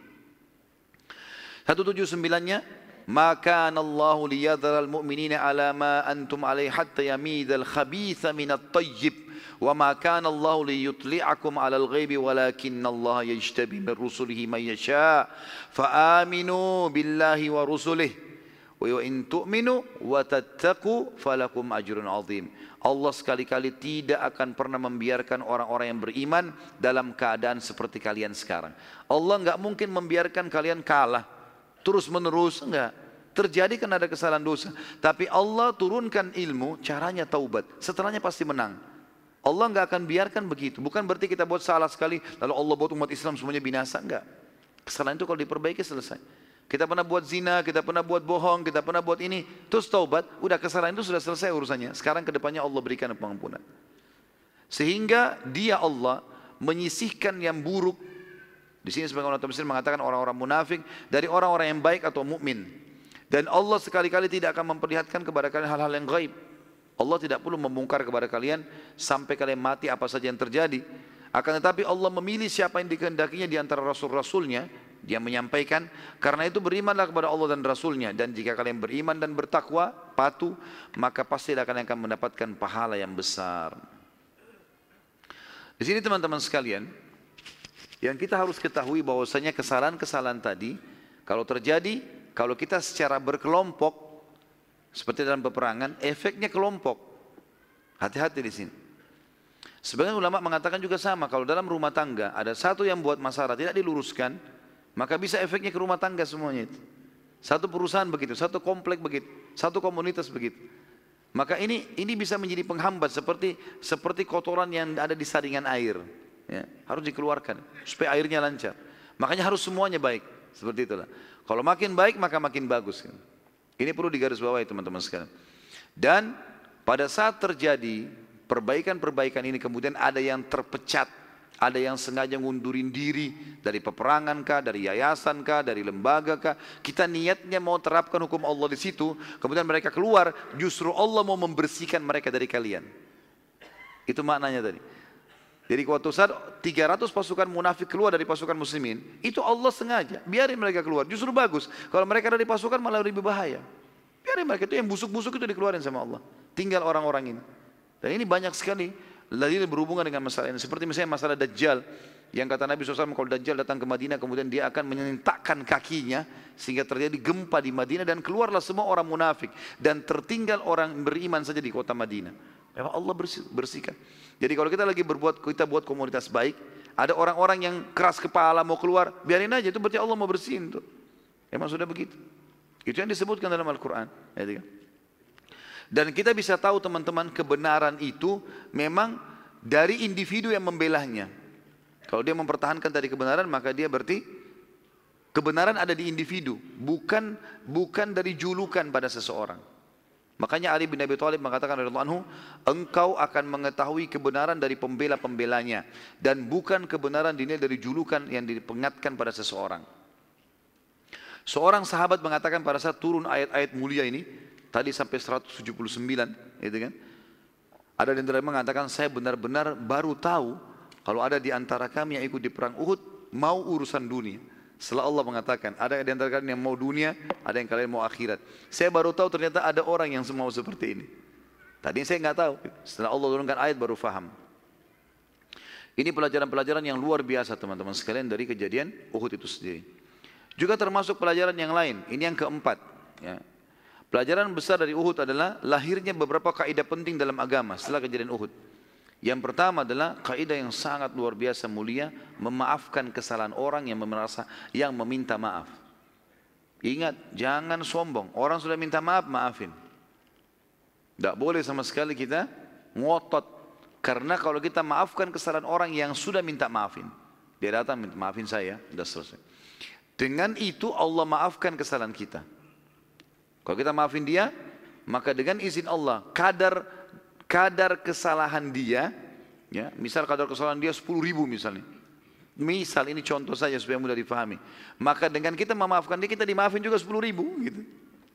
seratus tujuh puluh sembilan-nya, ma kana Allahu liyadhara al-mu'minina ala ma antum alaihi hatta yamidal khabitha minat tayyib wa ma kana Allahu liyutli'akum ala al-ghaibi walakinna Allah yajtabi min rusulihi man yasha fa aminu billahi wa rusulihi wa in tu'minu wa tattaqu falakum ajrun 'azim. Allah sekali-kali tidak akan pernah membiarkan orang-orang yang beriman dalam keadaan seperti kalian sekarang. Allah enggak mungkin membiarkan kalian kalah terus menerus, enggak. Terjadi karena ada kesalahan dosa. Tapi Allah turunkan ilmu, caranya taubat. Setelahnya pasti menang. Allah enggak akan biarkan begitu. Bukan berarti kita buat salah sekali, lalu Allah buat umat Islam semuanya binasa. Enggak. Kesalahan itu kalau diperbaiki selesai. Kita pernah buat zina, kita pernah buat bohong, kita pernah buat ini. Terus taubat, udah kesalahan itu sudah selesai urusannya. Sekarang kedepannya Allah berikan pengampunan. Sehingga dia Allah menyisihkan yang buruk. Di sini sebagian ulama tafsir mengatakan orang-orang munafik dari orang-orang yang baik atau mukmin. Dan Allah sekali-kali tidak akan memperlihatkan kepada kalian hal-hal yang gaib. Allah tidak perlu membongkar kepada kalian sampai kalian mati apa saja yang terjadi. Akan tetapi Allah memilih siapa yang dikehendakinya di antara rasul-rasulnya. Dia menyampaikan, karena itu berimanlah kepada Allah dan Rasulnya. Dan jika kalian beriman dan bertakwa, patuh, maka pasti kalian akan mendapatkan pahala yang besar. Di sini teman-teman sekalian, yang kita harus ketahui bahwasanya kesalahan-kesalahan tadi, Kalau terjadi, kalau kita secara berkelompok, seperti dalam peperangan, efeknya kelompok. Hati-hati di sini. Sebagian ulama mengatakan juga sama, kalau dalam rumah tangga ada satu yang buat masalah tidak diluruskan, maka bisa efeknya ke rumah tangga semuanya itu. Satu perusahaan begitu, satu komplek begitu, satu komunitas begitu. Maka ini ini bisa menjadi penghambat seperti seperti kotoran yang ada di saringan air. Ya, harus dikeluarkan supaya airnya lancar. Makanya harus semuanya baik, seperti itulah. Kalau makin baik maka makin bagus. Ini perlu digarisbawahi teman-teman sekalian. Dan pada saat terjadi perbaikan-perbaikan ini kemudian ada yang terpecat, ada yang sengaja ngundurin diri dari peperangan kah, dari yayasan kah, dari lembaga kah. Kita niatnya mau terapkan hukum Allah di situ, kemudian mereka keluar, justru Allah mau membersihkan mereka dari kalian. Itu maknanya tadi. Jadi waktu saat tiga ratus pasukan munafik keluar dari pasukan muslimin, itu Allah sengaja, biarin mereka keluar, justru bagus. Kalau mereka ada di pasukan malah lebih bahaya. Biarin mereka, itu yang busuk-busuk itu dikeluarin sama Allah. Tinggal orang-orang ini. Dan ini banyak sekali dalil berhubungan dengan masalah ini. Seperti misalnya masalah Dajjal, yang kata Nabi shallallahu alaihi wasallam kalau Dajjal datang ke Madinah, kemudian dia akan menyentakkan kakinya, sehingga terjadi gempa di Madinah, dan keluarlah semua orang munafik. Dan tertinggal orang beriman saja di kota Madinah. Memang Allah bersihkan. Jadi kalau kita lagi berbuat, kita buat komunitas baik, ada orang-orang yang keras kepala mau keluar, biarin aja, itu berarti Allah mau bersihin tuh. Emang sudah begitu. Itu yang disebutkan dalam Al-Quran. Dan kita bisa tahu teman-teman, kebenaran itu memang dari individu yang membelahnya. Kalau dia mempertahankan tadi kebenaran, maka dia berarti kebenaran ada di individu, bukan bukan dari julukan pada seseorang. Makanya Ali bin Abi Thalib mengatakan radhiyallahu anhu, engkau akan mengetahui kebenaran dari pembela-pembelanya, dan bukan kebenaran dinilai dari julukan yang dipengatkan pada seseorang. Seorang sahabat mengatakan pada saat turun ayat-ayat mulia ini, tadi sampai seratus tujuh puluh sembilan, gitu kan? Ada yang mengatakan, saya benar-benar baru tahu kalau ada di antara kami yang ikut di perang Uhud mau urusan dunia. Setelah Allah mengatakan, ada di antara kalian yang mau dunia, ada yang kalian mau akhirat. Saya baru tahu ternyata ada orang yang semua seperti ini. Tadi saya nggak tahu. Setelah Allah turunkan ayat baru faham. Ini pelajaran-pelajaran yang luar biasa teman-teman sekalian dari kejadian Uhud itu sendiri. Juga termasuk pelajaran yang lain. Ini yang keempat. Ya. Pelajaran besar dari Uhud adalah lahirnya beberapa kaidah penting dalam agama setelah kejadian Uhud. Yang pertama adalah kaidah yang sangat luar biasa mulia, memaafkan kesalahan orang yang merasa yang meminta maaf. Ingat, jangan sombong. Orang sudah minta maaf, maafin. Tidak boleh sama sekali kita ngotot. Karena kalau kita maafkan kesalahan orang yang sudah minta maafin, dia datang minta maafin saya, sudah selesai. Dengan itu Allah maafkan kesalahan kita. Kalau kita maafin dia, maka dengan izin Allah, kadar kadar kesalahan dia, ya, misal kadar kesalahan dia sepuluh ribu misalnya. Misal ini contoh saja supaya mudah difahami. Maka dengan kita memaafkan dia, kita dimaafin juga sepuluh ribu gitu.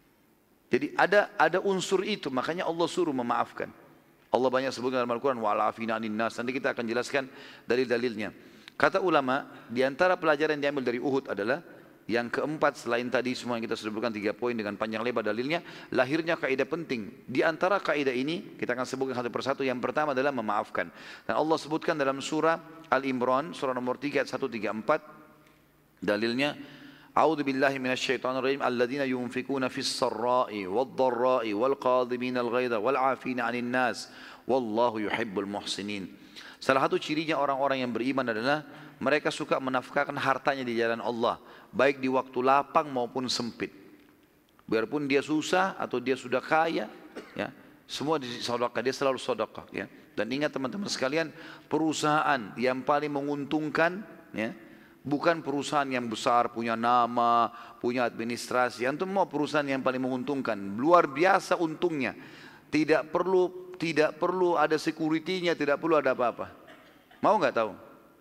Jadi ada ada unsur itu, makanya Allah suruh memaafkan. Allah banyak sebutkan dalam Al-Quran, wa'alafina anin nas. Nanti kita akan jelaskan dalil-dalilnya. Kata ulama, di antara pelajaran yang diambil dari Uhud adalah yang keempat, selain tadi semua yang kita sudah sebutkan tiga poin dengan panjang lebar dalilnya, lahirnya kaidah penting. Di antara kaidah ini kita akan sebutkan satu persatu. Yang pertama adalah memaafkan. Dan Allah sebutkan dalam surah Al-Imran, surah nomor tiga ayat seratus tiga puluh empat, dalilnya, A'udzu billahi minasyaitonir rajim, alladzina yunfikuna fis sarra'i wad-dharra'i wal qadhimina al-ghaidha wal 'afina 'anil nas wallahu yuhibbul muhsinin. Salah satu cirinya orang-orang yang beriman adalah mereka suka menafkahkan hartanya di jalan Allah, baik di waktu lapang maupun sempit. Biarpun dia susah atau dia sudah kaya, ya, semua di sedekah, dia selalu sedekah, ya. Dan ingat teman-teman sekalian, perusahaan yang paling menguntungkan, ya, bukan perusahaan yang besar, punya nama, punya administrasi. Antum mau perusahaan yang paling menguntungkan, luar biasa untungnya. Tidak perlu tidak perlu ada security-nya, tidak perlu ada apa-apa. Mau nggak tahu?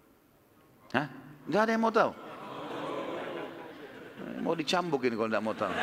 Hah? Nggak ada yang mau tahu. Mau dicambukin kalau nggak mau tahu.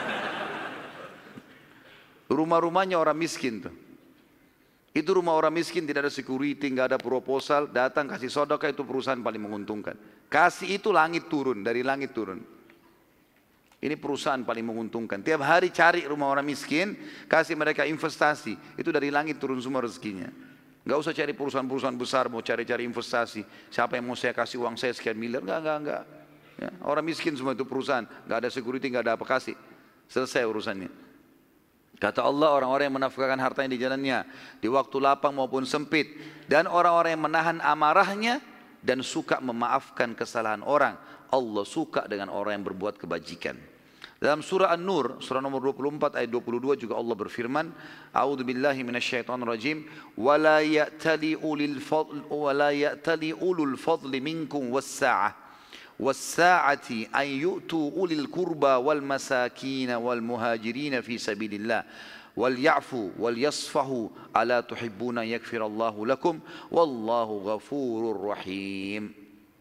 Rumah-rumahnya orang miskin tuh. Itu rumah orang miskin, tidak ada security, nggak ada proposal, datang kasih sedekah, itu perusahaan paling menguntungkan. Kasih itu langit turun, dari langit turun. Ini perusahaan paling menguntungkan. Tiap hari cari rumah orang miskin, kasih mereka investasi, itu dari langit turun semua rezekinya. Nggak usah cari perusahaan-perusahaan besar, mau cari-cari investasi. Siapa yang mau saya kasih uang saya sekian miliar? Nggak, nggak, nggak. Ya, orang miskin semua itu perusahaan, nggak ada security, nggak ada apa kasih, selesai urusannya. Kata Allah, orang-orang yang menafkahkan hartanya di jalannya di waktu lapang maupun sempit, dan orang-orang yang menahan amarahnya dan suka memaafkan kesalahan orang, Allah suka dengan orang yang berbuat kebajikan. Dalam surah An-Nur, surah nomor dua puluh empat ayat dua puluh dua juga Allah berfirman, A'udzubillahi minasyaitonirrajim, wa la ya'tali ulil fadl wa la ya'tali ulul fadli minkum was-sa'ah was-sa'ati an yu'tu ulil qurba wal masakin wal muhajirin fi sabilillah wal ya'fu wal yasfahu ala tuhibbuna yaghfirallahu lakum wallahu ghafurur rahim.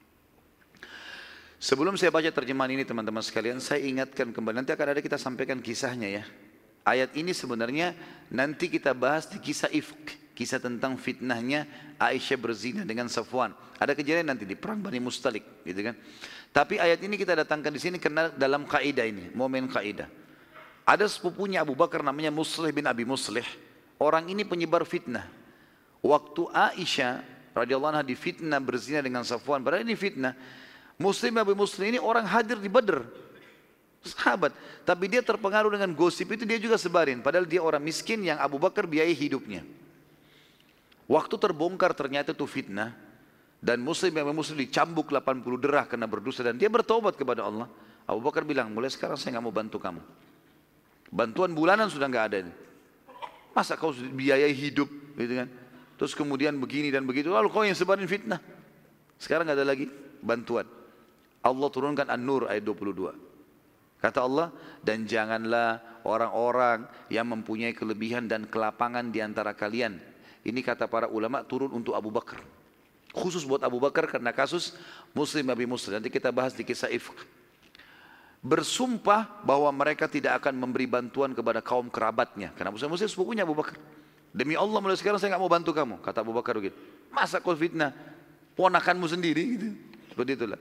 Sebelum saya baca terjemahan ini teman-teman sekalian, saya ingatkan kembali, nanti akan ada kita sampaikan kisahnya ya. Ayat ini sebenarnya nanti kita bahas di kisah Ifk, kisah tentang fitnahnya Aisyah berzina dengan Safwan. Ada kejadian nanti di perang Bani Mustalik, gitu kan. Tapi ayat ini kita datangkan di sini karena dalam kaidah ini, momen kaidah. Ada sepupunya Abu Bakar namanya Muslih bin Abi Muslih. Orang ini penyebar fitnah. Waktu Aisyah radhiyallahu anha difitnah berzina dengan Safwan, padahal ini fitnah. Muslim Abu Muslim ini orang hadir di Badr, sahabat, tapi dia terpengaruh dengan gosip itu, dia juga sebarin, padahal dia orang miskin yang Abu Bakar biayai hidupnya. Waktu terbongkar ternyata itu fitnah, dan Muslim Abu Muslim dicambuk delapan puluh derah karena berdosa, dan dia bertobat kepada Allah. Abu Bakar bilang, mulai sekarang saya nggak mau bantu kamu, bantuan bulanan sudah nggak ada, masa kau biayai hidup, gitu kan? Terus kemudian begini dan begitu, lalu kau yang sebarin fitnah, sekarang nggak ada lagi bantuan. Allah turunkan An-Nur ayat dua puluh dua. Kata Allah, dan janganlah orang-orang yang mempunyai kelebihan dan kelapangan di antara kalian. Ini kata para ulama turun untuk Abu Bakar. Khusus buat Abu Bakar karena kasus Muslim Abi Muslim. Nanti kita bahas di kisah Ifk. Bersumpah bahwa mereka tidak akan memberi bantuan kepada kaum kerabatnya. Karena Muslim Muslim sepupunya Abu Bakar. Demi Allah mulai sekarang saya nggak mau bantu kamu. Kata Abu Bakar begitu. Masa kau fitnah ponakanmu sendiri gitu. Seperti itulah.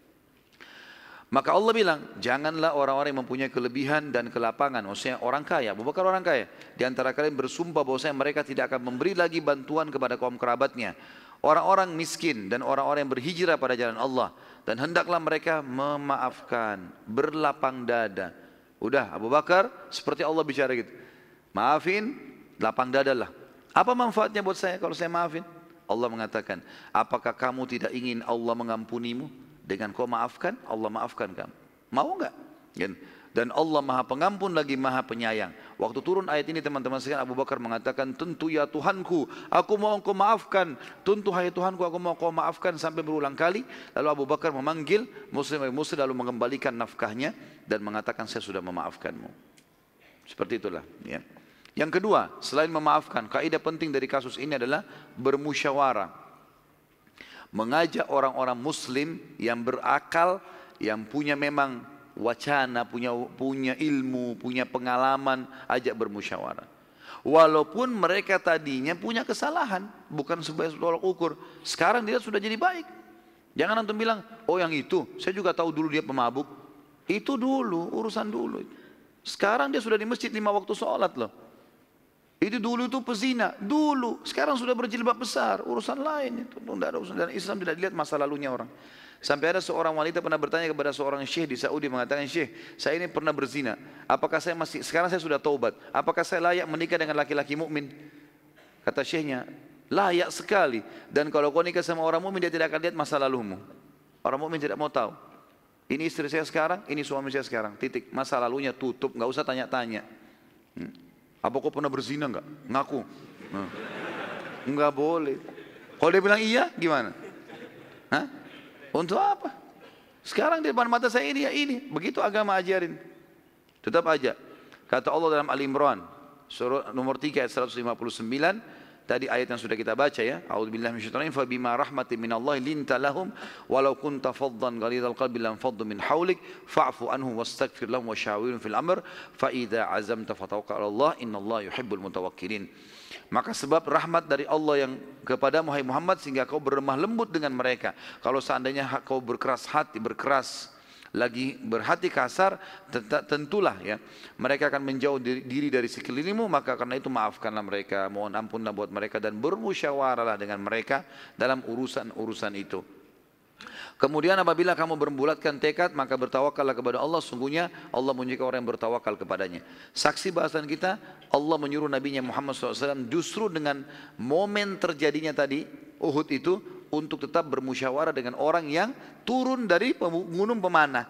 Maka Allah bilang, janganlah orang-orang yang mempunyai kelebihan dan kelapangan, maksudnya orang kaya, Abu Bakar orang kaya, di antara kalian bersumpah bahwasanya mereka tidak akan memberi lagi bantuan kepada kaum kerabatnya, orang-orang miskin dan orang-orang yang berhijrah pada jalan Allah, dan hendaklah mereka memaafkan, berlapang dada. Udah, Abu Bakar seperti Allah bicara gitu, maafin, lapang dada lah. Apa manfaatnya buat saya kalau saya maafin? Allah mengatakan, apakah kamu tidak ingin Allah mengampunimu? Dengan kau maafkan, Allah maafkan kamu. Mau enggak? Dan Allah maha pengampun lagi maha penyayang. Waktu turun ayat ini teman-teman sekalian, Abu Bakar mengatakan, tentu ya Tuhanku, aku mau engkau maafkan. Tentu hai Tuhanku, aku mau engkau maafkan, sampai berulang kali. Lalu Abu Bakar memanggil Muslim Muslim lalu mengembalikan nafkahnya dan mengatakan, saya sudah memaafkanmu. Seperti itulah. Ya. Yang kedua, selain memaafkan, kaidah penting dari kasus ini adalah bermusyawarah. Mengajak orang-orang muslim yang berakal, yang punya memang wacana, punya punya ilmu, punya pengalaman, ajak bermusyawarah. Walaupun mereka tadinya punya kesalahan, bukan sebagai tolak ukur. Sekarang dia sudah jadi baik. Jangan antum bilang, oh yang itu, saya juga tahu dulu dia pemabuk. Itu dulu, urusan dulu. Sekarang dia sudah di masjid lima waktu sholat loh. Itu dulu itu pezina, dulu. Sekarang sudah berjilbab besar, urusan lain itu. Tidak ada urusan. Dan Islam tidak dilihat masa lalunya orang. Sampai ada seorang wanita pernah bertanya kepada seorang syekh di Saudi, mengatakan, syekh, saya ini pernah berzina. Apakah saya masih, sekarang saya sudah taubat. Apakah saya layak menikah dengan laki-laki mukmin? Kata syekhnya, layak sekali. Dan kalau kau nikah sama orang mukmin, dia tidak akan lihat masa lalumu. Orang mukmin tidak mau tahu. Ini istri saya sekarang, ini suami saya sekarang. Titik. Masa lalunya tutup, nggak usah tanya-tanya. Hmm. Apa kau pernah berzina enggak? Ngaku. Nah. Enggak boleh. Kalau dia bilang iya, gimana? Hah? Untuk apa? Sekarang di depan mata saya ini ya ini. Begitu agama ajarin. Tetap aja. Kata Allah dalam Al-Imran, surah nomor tiga ayat seratus lima puluh sembilan. Tadi ayat yang sudah kita baca ya. A'udzubillahi minasyaitonir rajim. Fa bima rahmatin minallahi linta lahum walau kunta faddan ghalidhal qalbi lam faddu min hawlik fa'fu anhum wastaghfir lahum wa syawirhum fil amr fa idza azamta fatawakkal 'ala Allah innallaha yuhibbul mutawakkilin. Maka sebab rahmat dari Allah yang kepadamu hai Muhammad sehingga kau berlemah lembut dengan mereka. Kalau seandainya kau berkeras hati, berkeras lagi berhati kasar, tentulah ya mereka akan menjauh diri dari sekelilingmu, maka karena itu maafkanlah mereka, mohon ampunlah buat mereka dan bermusyawarahlah dengan mereka dalam urusan-urusan itu. Kemudian apabila kamu berbulatkan tekad, maka bertawakallah kepada Allah. Sungguhnya Allah menyukai orang yang bertawakal kepadanya. Saksi bahasan kita, Allah menyuruh Nabi Muhammad shallallahu alaihi wasallam justru dengan momen terjadinya tadi, Uhud itu, untuk tetap bermusyawarah dengan orang yang turun dari gunung pemanah.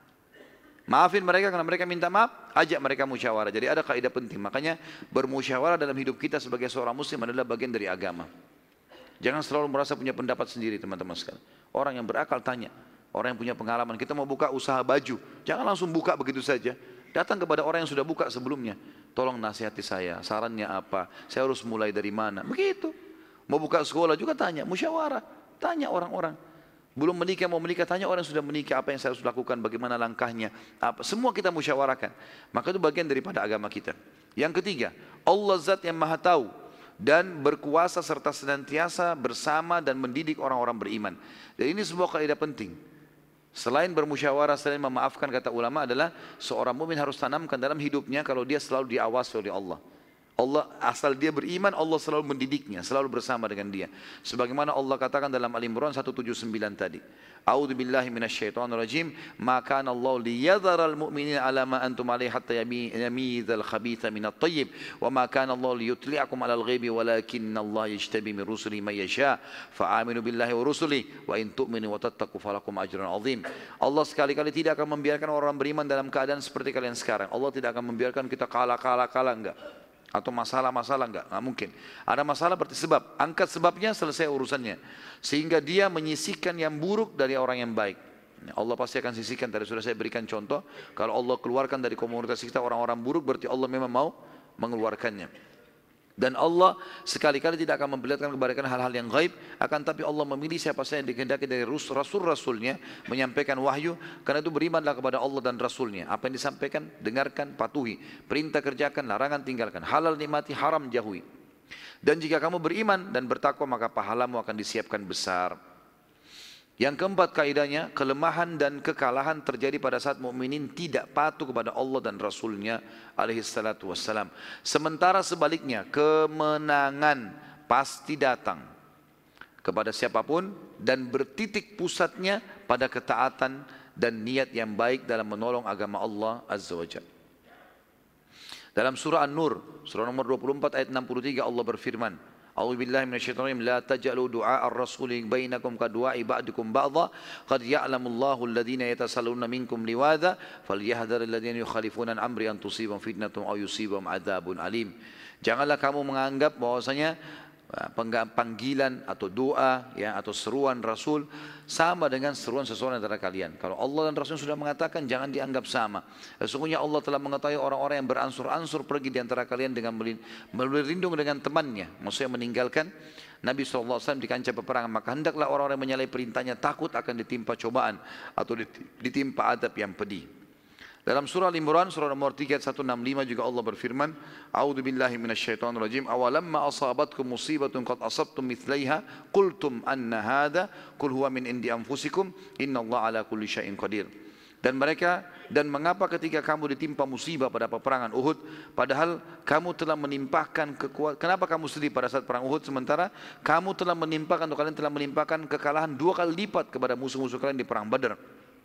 Maafin mereka karena mereka minta maaf, ajak mereka musyawarah. Jadi ada kaidah penting. Makanya bermusyawarah dalam hidup kita sebagai seorang muslim adalah bagian dari agama. Jangan selalu merasa punya pendapat sendiri, teman-teman sekalian. Orang yang berakal tanya, orang yang punya pengalaman. Kita mau buka usaha baju, jangan langsung buka begitu saja. Datang kepada orang yang sudah buka sebelumnya. Tolong nasihati saya, sarannya apa? Saya harus mulai dari mana? Begitu. Mau buka sekolah juga tanya, musyawarah. Tanya orang-orang. Belum menikah, mau menikah, tanya orang yang sudah menikah, apa yang saya harus lakukan, bagaimana langkahnya. Apa. Semua kita musyawarahkan. Maka itu bagian daripada agama kita. Yang ketiga, Allah Zat yang Maha Tahu dan berkuasa serta senantiasa bersama dan mendidik orang-orang beriman. Dan ini sebuah kaidah penting. Selain bermusyawarah, selain memaafkan, kata ulama adalah seorang mukmin harus tanamkan dalam hidupnya kalau dia selalu diawasi oleh Allah. Allah asal dia beriman, Allah selalu mendidiknya, selalu bersama dengan dia. Sebagaimana Allah katakan dalam Al-Imran seratus tujuh puluh sembilan tadi. A'udzu billahi minasyaitonir rajim. Ma kana Allah liyadharal mu'minina 'ala ma antum 'alaihi hatta yamizal khabitha minat thayyib wa ma kana Allah liyutli'akum 'alal ghaibi walakinna Allah yajtabi min rusulihi man yasha fa aminu billahi wa rusulihi wa in tu'minu wa tattaqu falakum ajrun 'azim. Allah sekali-kali tidak akan membiarkan orang beriman dalam keadaan seperti kalian sekarang. Allah tidak akan membiarkan kita kalah-kalah-kalah, enggak. Atau masalah-masalah, enggak, enggak mungkin. Ada masalah berarti sebab, angkat sebabnya, selesai urusannya. Sehingga dia menyisihkan yang buruk dari orang yang baik. Allah pasti akan sisihkan. Tadi sudah saya berikan contoh, kalau Allah keluarkan dari komunitas kita orang-orang buruk, berarti Allah memang mau mengeluarkannya. Dan Allah sekali-kali tidak akan memperlihatkan kepada kita hal-hal yang gaib, akan tapi Allah memilih siapa saja yang dikehendaki dari rasul-rasulnya menyampaikan wahyu. Karena itu berimanlah kepada Allah dan Rasulnya. Apa yang disampaikan, dengarkan, patuhi. Perintah kerjakan, larangan tinggalkan. Halal nikmati, haram jauhi. Dan jika kamu beriman dan bertakwa, maka pahalamu akan disiapkan besar. Yang keempat kaidahnya, kelemahan dan kekalahan terjadi pada saat mukminin tidak patuh kepada Allah dan Rasulnya alaihi salatu wassalam. Sementara sebaliknya, kemenangan pasti datang kepada siapapun dan bertitik pusatnya pada ketaatan dan niat yang baik dalam menolong agama Allah Azza wa Jalla. Dalam surah An-Nur, surah nomor dua puluh empat ayat enam puluh tiga, Allah berfirman, A'udzu billahi minasyaitonir rajim. La taj'alu du'a ar-rasuli bainakum ka du'a'i ba'dikum ba'dha qad ya'lamu Allahu alladhina yatasalluna minkum liwadha falyahdharil ladzina yukhalifuna an amri an tusibahum fitnatun aw yusibahum adzabun alim. Janganlah kamu menganggap bahwasanya panggilan atau doa ya atau seruan Rasul sama dengan seruan seseorang antara kalian. Kalau Allah dan Rasul sudah mengatakan, jangan dianggap sama. Sesungguhnya Allah telah mengetahui orang-orang yang beransur-ansur pergi di antara kalian dengan berlindung dengan temannya, maksudnya meninggalkan Nabi shallallahu alaihi wasallam di kancah peperangan. Maka hendaklah orang-orang yang menyalahi perintahnya takut akan ditimpa cobaan atau ditimpa adab yang pedih. Dalam surah Al-Imran, surah nomor tiga seratus enam puluh lima juga Allah berfirman, A'udzu billahi minasyaitonir rajim. Awalamma asabatkum musibatun qad asabtum mithlaiha qultum anna hadha qul huwa min indi anfusikum innallaha ala kulli syai'in qadir. Dan mereka dan mengapa ketika kamu ditimpa musibah pada peperangan Uhud, padahal kamu telah menimpahkan kekuatan. Kenapa kamu sedih pada saat perang Uhud sementara kamu telah menimpahkan atau kalian telah menimpahkan kekalahan dua kali lipat kepada musuh-musuh kalian di perang Badar.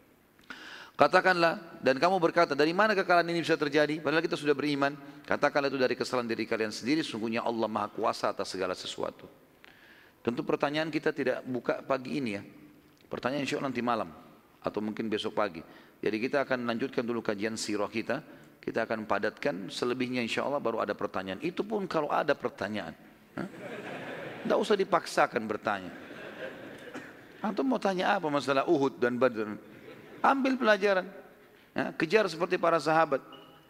Katakanlah, dan kamu berkata, dari mana kekalahan ini bisa terjadi? Padahal kita sudah beriman. Katakanlah itu dari kesalahan diri kalian sendiri. Sungguhnya Allah Maha Kuasa atas segala sesuatu. Tentu pertanyaan kita tidak buka pagi ini ya. Pertanyaan insya Allah nanti malam. Atau mungkin besok pagi. Jadi kita akan lanjutkan dulu kajian sirah kita. Kita akan padatkan. Selebihnya insya Allah baru ada pertanyaan. Itu pun kalau ada pertanyaan. Tidak usah dipaksakan bertanya. Atau mau tanya apa masalah Uhud dan Badr? Ambil pelajaran, ya, kejar seperti para sahabat.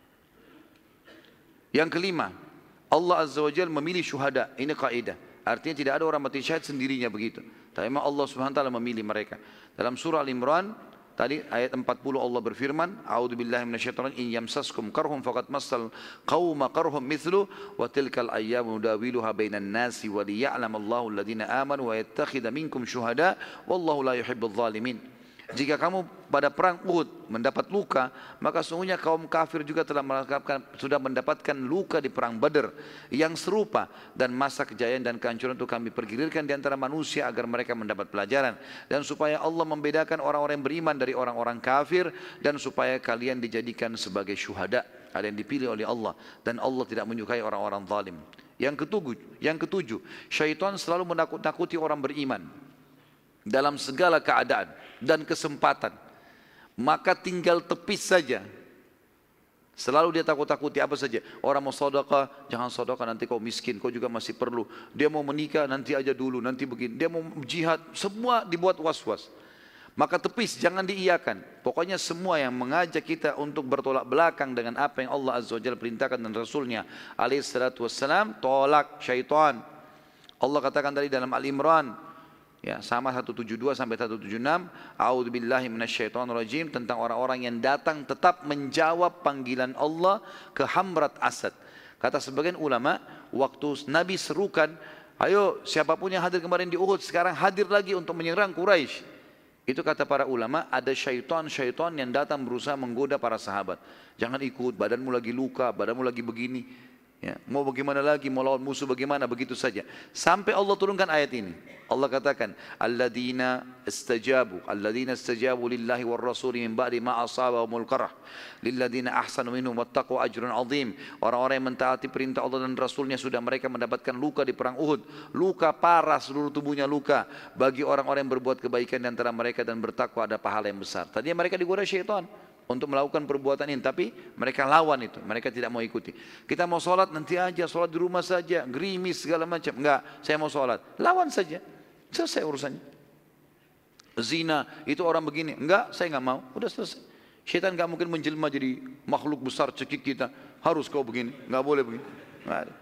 Yang kelima, Allah Azza wa Jalla memilih syuhada. Ini kaidah. Artinya tidak ada orang mati syahid sendirinya begitu. Tapi memang Allah Subhanahu wa taala memilih mereka. Dalam surah Al-Imran tadi ayat empat puluh Allah berfirman, A'udzu billahi minasyaitonir rajim. In yamsaskum karhum faqad massal qauma karhum mithlu wa tilkal ayyamu nudawiluha bainan nasi wa liya'lamallahu alladhina amanu wa yattakhidha minkum syuhada wallahu la yuhibbudz zalimin. Jika kamu pada perang Uhud mendapat luka, maka sesungguhnya kaum kafir juga telah mendapatkan, sudah mendapatkan luka di perang Badar yang serupa, dan masa kejayaan dan kehancuran itu kami pergilirkan di antara manusia agar mereka mendapat pelajaran, dan supaya Allah membedakan orang-orang yang beriman dari orang-orang kafir, dan supaya kalian dijadikan sebagai syuhada, kalian dipilih oleh Allah, dan Allah tidak menyukai orang-orang zalim. Yang ketujuh, yang ketujuh, syaitan selalu menakut-nakuti orang beriman dalam segala keadaan dan kesempatan. Maka tinggal tepis saja. Selalu dia takut-takuti apa saja. Orang mau sedekah, jangan sedekah nanti kau miskin, kau juga masih perlu. Dia mau menikah, nanti aja dulu, nanti begini. Dia mau jihad, semua dibuat was-was. Maka tepis, jangan diiyakan. Pokoknya semua yang mengajak kita untuk bertolak belakang dengan apa yang Allah Azza wa Jalla perintahkan dan Rasulnya alaihi salatu wassalam, tolak syaitan. Allah katakan tadi dalam Al-Imran, ya, sama seratus tujuh puluh dua sampai seratus tujuh puluh enam, a'udzubillahi minasyaitonirrajim, tentang orang-orang yang datang tetap menjawab panggilan Allah ke Hamrat Asad. Kata sebagian ulama, waktu Nabi serukan, ayo siapapun yang hadir kemarin di Uhud sekarang hadir lagi untuk menyerang Quraisy. Itu kata para ulama, ada syaitan-syaitan yang datang berusaha menggoda para sahabat. Jangan ikut, badanmu lagi luka, badanmu lagi begini. Ya, mau bagaimana lagi, mau lawan musuh bagaimana, begitu saja. Sampai Allah turunkan ayat ini. Allah katakan, alladzina istajabu, alladzina istajabu lillahi war rasuli min ba'di ma asabahumul qarah, lilladzina ahsanu minhum wattaqu ajrun azim. Orang-orang yang mentaati perintah Allah dan Rasulnya sudah mereka mendapatkan luka di perang Uhud. Luka parah, seluruh tubuhnya luka. Bagi orang-orang yang berbuat kebaikan di antara mereka dan bertakwa ada pahala yang besar. Tadinya mereka digoda syaitan untuk melakukan perbuatan ini, tapi mereka lawan itu, mereka tidak mau ikuti. Kita mau sholat nanti aja, sholat di rumah saja, gerimis segala macam. Enggak, saya mau sholat, lawan saja, selesai urusannya. Zina, itu orang begini, enggak, saya enggak mau, udah selesai. Syaitan enggak mungkin menjelma jadi makhluk besar cekik kita, harus kau begini, enggak boleh begini. Enggak ada.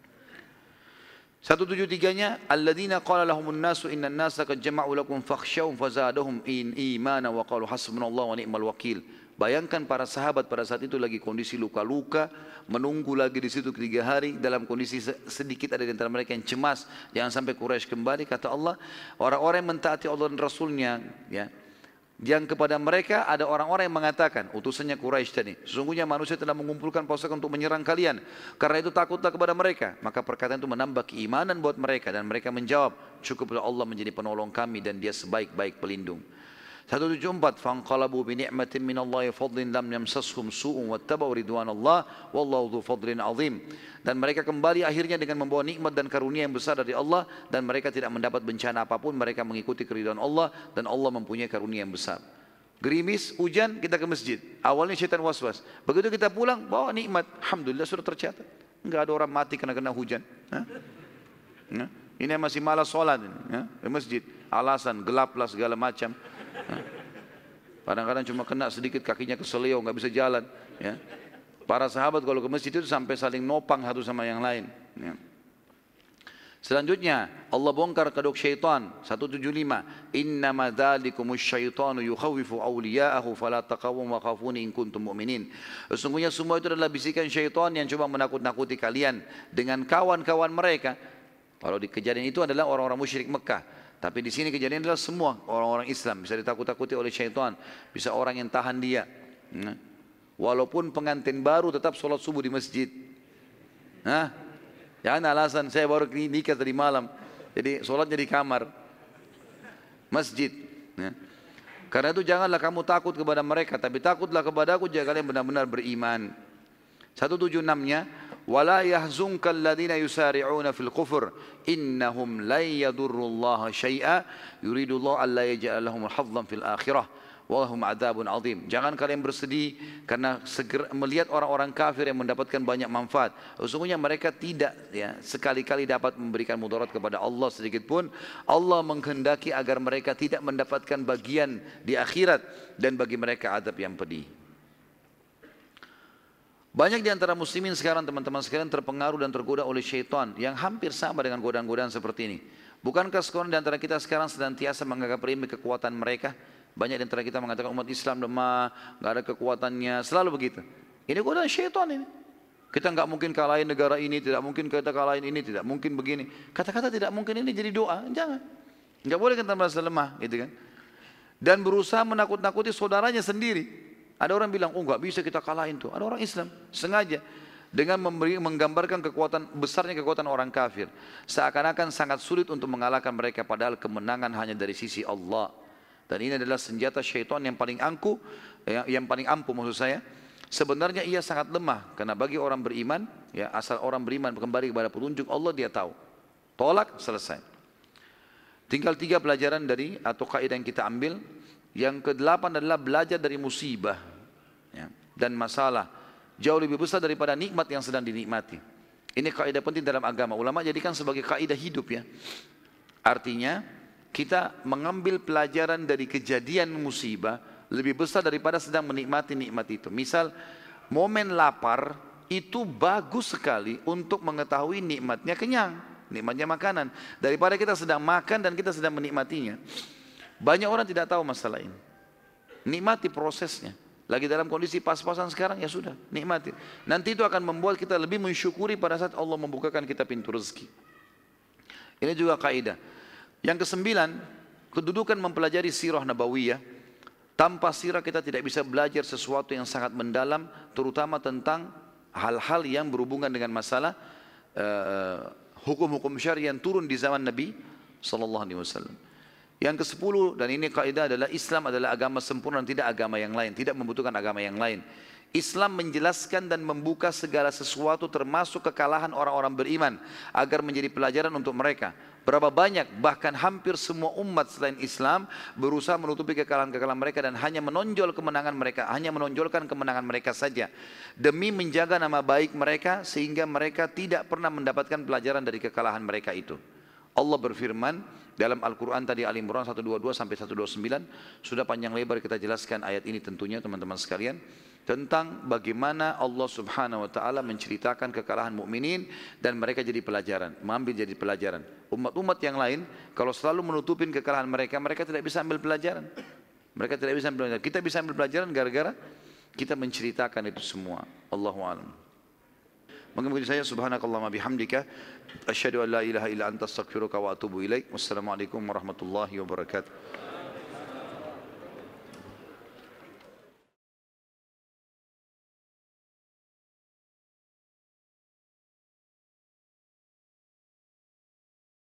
seratus tujuh puluh tiga-nya, alladzina qala lahumun nasu innan nasa qad jama'u lakum fakhshawhum fazadahum in imana wa qalu hasbunallahu wa ni'mal wakil. Bayangkan para sahabat pada saat itu lagi kondisi luka-luka, menunggu lagi di situ tiga hari, dalam kondisi sedikit ada di antara mereka yang cemas, jangan sampai Quraisy kembali. Kata Allah, orang-orang yang mentaati Allah dan Rasulnya, ya, yang kepada mereka ada orang-orang yang mengatakan, utusannya Quraisy tadi, sesungguhnya manusia telah mengumpulkan pasukan untuk menyerang kalian, karena itu takutlah kepada mereka. Maka perkataan itu menambah keimanan buat mereka, dan mereka menjawab, cukuplah Allah menjadi penolong kami dan dia sebaik-baik pelindung. seratus tujuh puluh empat, fanqalabu bi ni'matin minallahi fadlin lam yamsashum su'un wattaba'u ridwanallah wallahu dzu fadlin azim. Dan mereka kembali akhirnya dengan membawa nikmat dan karunia yang besar dari Allah, dan mereka tidak mendapat bencana apapun, mereka mengikuti keridhaan Allah, dan Allah mempunyai karunia yang besar. Gerimis, hujan, kita ke masjid. Awalnya syaitan was-was. Begitu kita pulang, bawa nikmat. Alhamdulillah sudah tercatat. Enggak ada orang mati karena kena hujan. Hah? Hah? Ini masih malas sholat ya, di masjid. Alasan gelaplah segala macam. Kadang-kadang cuma kena sedikit kakinya keseleo, nggak bisa jalan. Ya. Para sahabat kalau ke masjid itu sampai saling nopang satu sama yang lain. Ya. Selanjutnya Allah bongkar kedok syaitan. seratus tujuh puluh lima, innama dzalikumus syaitanu yukhawifu awliya'ahu fala taqawwum wa khafuni in kuntum mu'minin. Sesungguhnya semua itu adalah bisikan syaitan yang coba menakut-nakuti kalian dengan kawan-kawan mereka. Kalau di kejadian itu adalah orang-orang musyrik Mekah. Tapi di sini kejadian adalah semua orang-orang Islam bisa ditakut-takuti oleh syaitan, bisa orang yang tahan dia. Nah, walaupun pengantin baru tetap sholat subuh di masjid. Nah, jangan alasan saya baru nikah tadi malam, jadi sholatnya di kamar masjid. Nah, karena itu janganlah kamu takut kepada mereka, tapi takutlah kepada aku jika kalian benar-benar beriman. seratus tujuh puluh enam-nya, wala yahzunka alladhina yusari'una fil kufur innahum la yadurrullaha syai'a yuridullahu alla yaj'ala lahum hadzan fil akhirah wa lahum adzabun azim. Jangan kalian bersedih karena segera melihat orang-orang kafir yang mendapatkan banyak manfaat. Sesungguhnya mereka tidak ya sekali-kali dapat memberikan mudarat kepada Allah sedikit pun. Allah menghendaki agar mereka tidak mendapatkan bagian di akhirat, dan bagi mereka azab yang pedih. Banyak di antara muslimin sekarang teman-teman sekalian terpengaruh dan tergoda oleh syaitan yang hampir sama dengan godaan-godaan seperti ini. Bukankah sekarang di antara kita sekarang senantiasa menganggap remeh kekuatan mereka? Banyak di antara kita mengatakan umat Islam lemah, nggak ada kekuatannya, selalu begitu. Ini godaan syaitan ini. Kita nggak mungkin kalahin negara ini, tidak mungkin kita kalahin ini, tidak mungkin begini. Kata-kata tidak mungkin ini jadi doa, jangan. Nggak boleh kita merasa lemah, gitu kan? dan berusaha menakut-nakuti saudaranya sendiri. Ada orang bilang, oh nggak bisa kita kalahin tuh. Ada orang Islam sengaja dengan memberi, menggambarkan kekuatan besarnya kekuatan orang kafir, seakan-akan sangat sulit untuk mengalahkan mereka, padahal kemenangan hanya dari sisi Allah. Dan ini adalah senjata syaitan yang paling angkuh, yang, yang paling ampuh maksud saya. Sebenarnya ia sangat lemah, karena bagi orang beriman, ya asal orang beriman kembali kepada petunjuk Allah, dia tahu. Tolak, selesai. Tinggal tiga pelajaran dari atau kaidah yang kita ambil. Yang kedelapan adalah belajar dari musibah, ya, dan masalah jauh lebih besar daripada nikmat yang sedang dinikmati. Ini kaidah penting dalam agama. Ulama jadikan sebagai kaidah hidup, ya. Artinya kita mengambil pelajaran dari kejadian musibah lebih besar daripada sedang menikmati nikmat itu. Misal, momen lapar itu bagus sekali untuk mengetahui nikmatnya kenyang, nikmatnya makanan, daripada kita sedang makan dan kita sedang menikmatinya. Banyak orang tidak tahu masalah ini. Nikmati prosesnya. Lagi dalam kondisi pas-pasan sekarang, ya sudah, nikmati. Nanti itu akan membuat kita lebih mensyukuri pada saat Allah membukakan kita pintu rezeki. Ini juga kaidah. Yang kesembilan, kedudukan mempelajari sirah nabawiyah. Tanpa sirah kita tidak bisa belajar sesuatu yang sangat mendalam, terutama tentang hal-hal yang berhubungan dengan masalah hukum-hukum uh, syariah yang turun di zaman Nabi sallallahu alaihi wasallam. Yang kesepuluh, dan ini kaidah, adalah Islam adalah agama sempurna dan tidak agama yang lain, tidak membutuhkan agama yang lain. Islam menjelaskan dan membuka segala sesuatu termasuk kekalahan orang-orang beriman agar menjadi pelajaran untuk mereka. Berapa banyak, bahkan hampir semua umat selain Islam berusaha menutupi kekalahan-kekalahan mereka dan hanya menonjol kemenangan mereka, hanya menonjolkan kemenangan mereka saja demi menjaga nama baik mereka, sehingga mereka tidak pernah mendapatkan pelajaran dari kekalahan mereka itu. Allah berfirman dalam Al-Quran tadi, Ali Imran seratus dua puluh dua sampai seratus dua puluh sembilan, sudah panjang lebar kita jelaskan ayat ini tentunya teman-teman sekalian, tentang bagaimana Allah Subhanahu wa taala menceritakan kekalahan mukminin dan mereka jadi pelajaran, mengambil jadi pelajaran. Umat-umat yang lain kalau selalu menutupin kekalahan mereka, mereka tidak bisa ambil pelajaran. Mereka tidak bisa ambil pelajaran. Kita bisa ambil pelajaran gara-gara kita menceritakan itu semua. Allahu a'lam. Mungkin saya subhanakallahumma bihamdika asyhadu an la ilaha illa anta astaghfiruka wa atubu ilaik. Wassalamualaikum warahmatullahi wabarakatuh.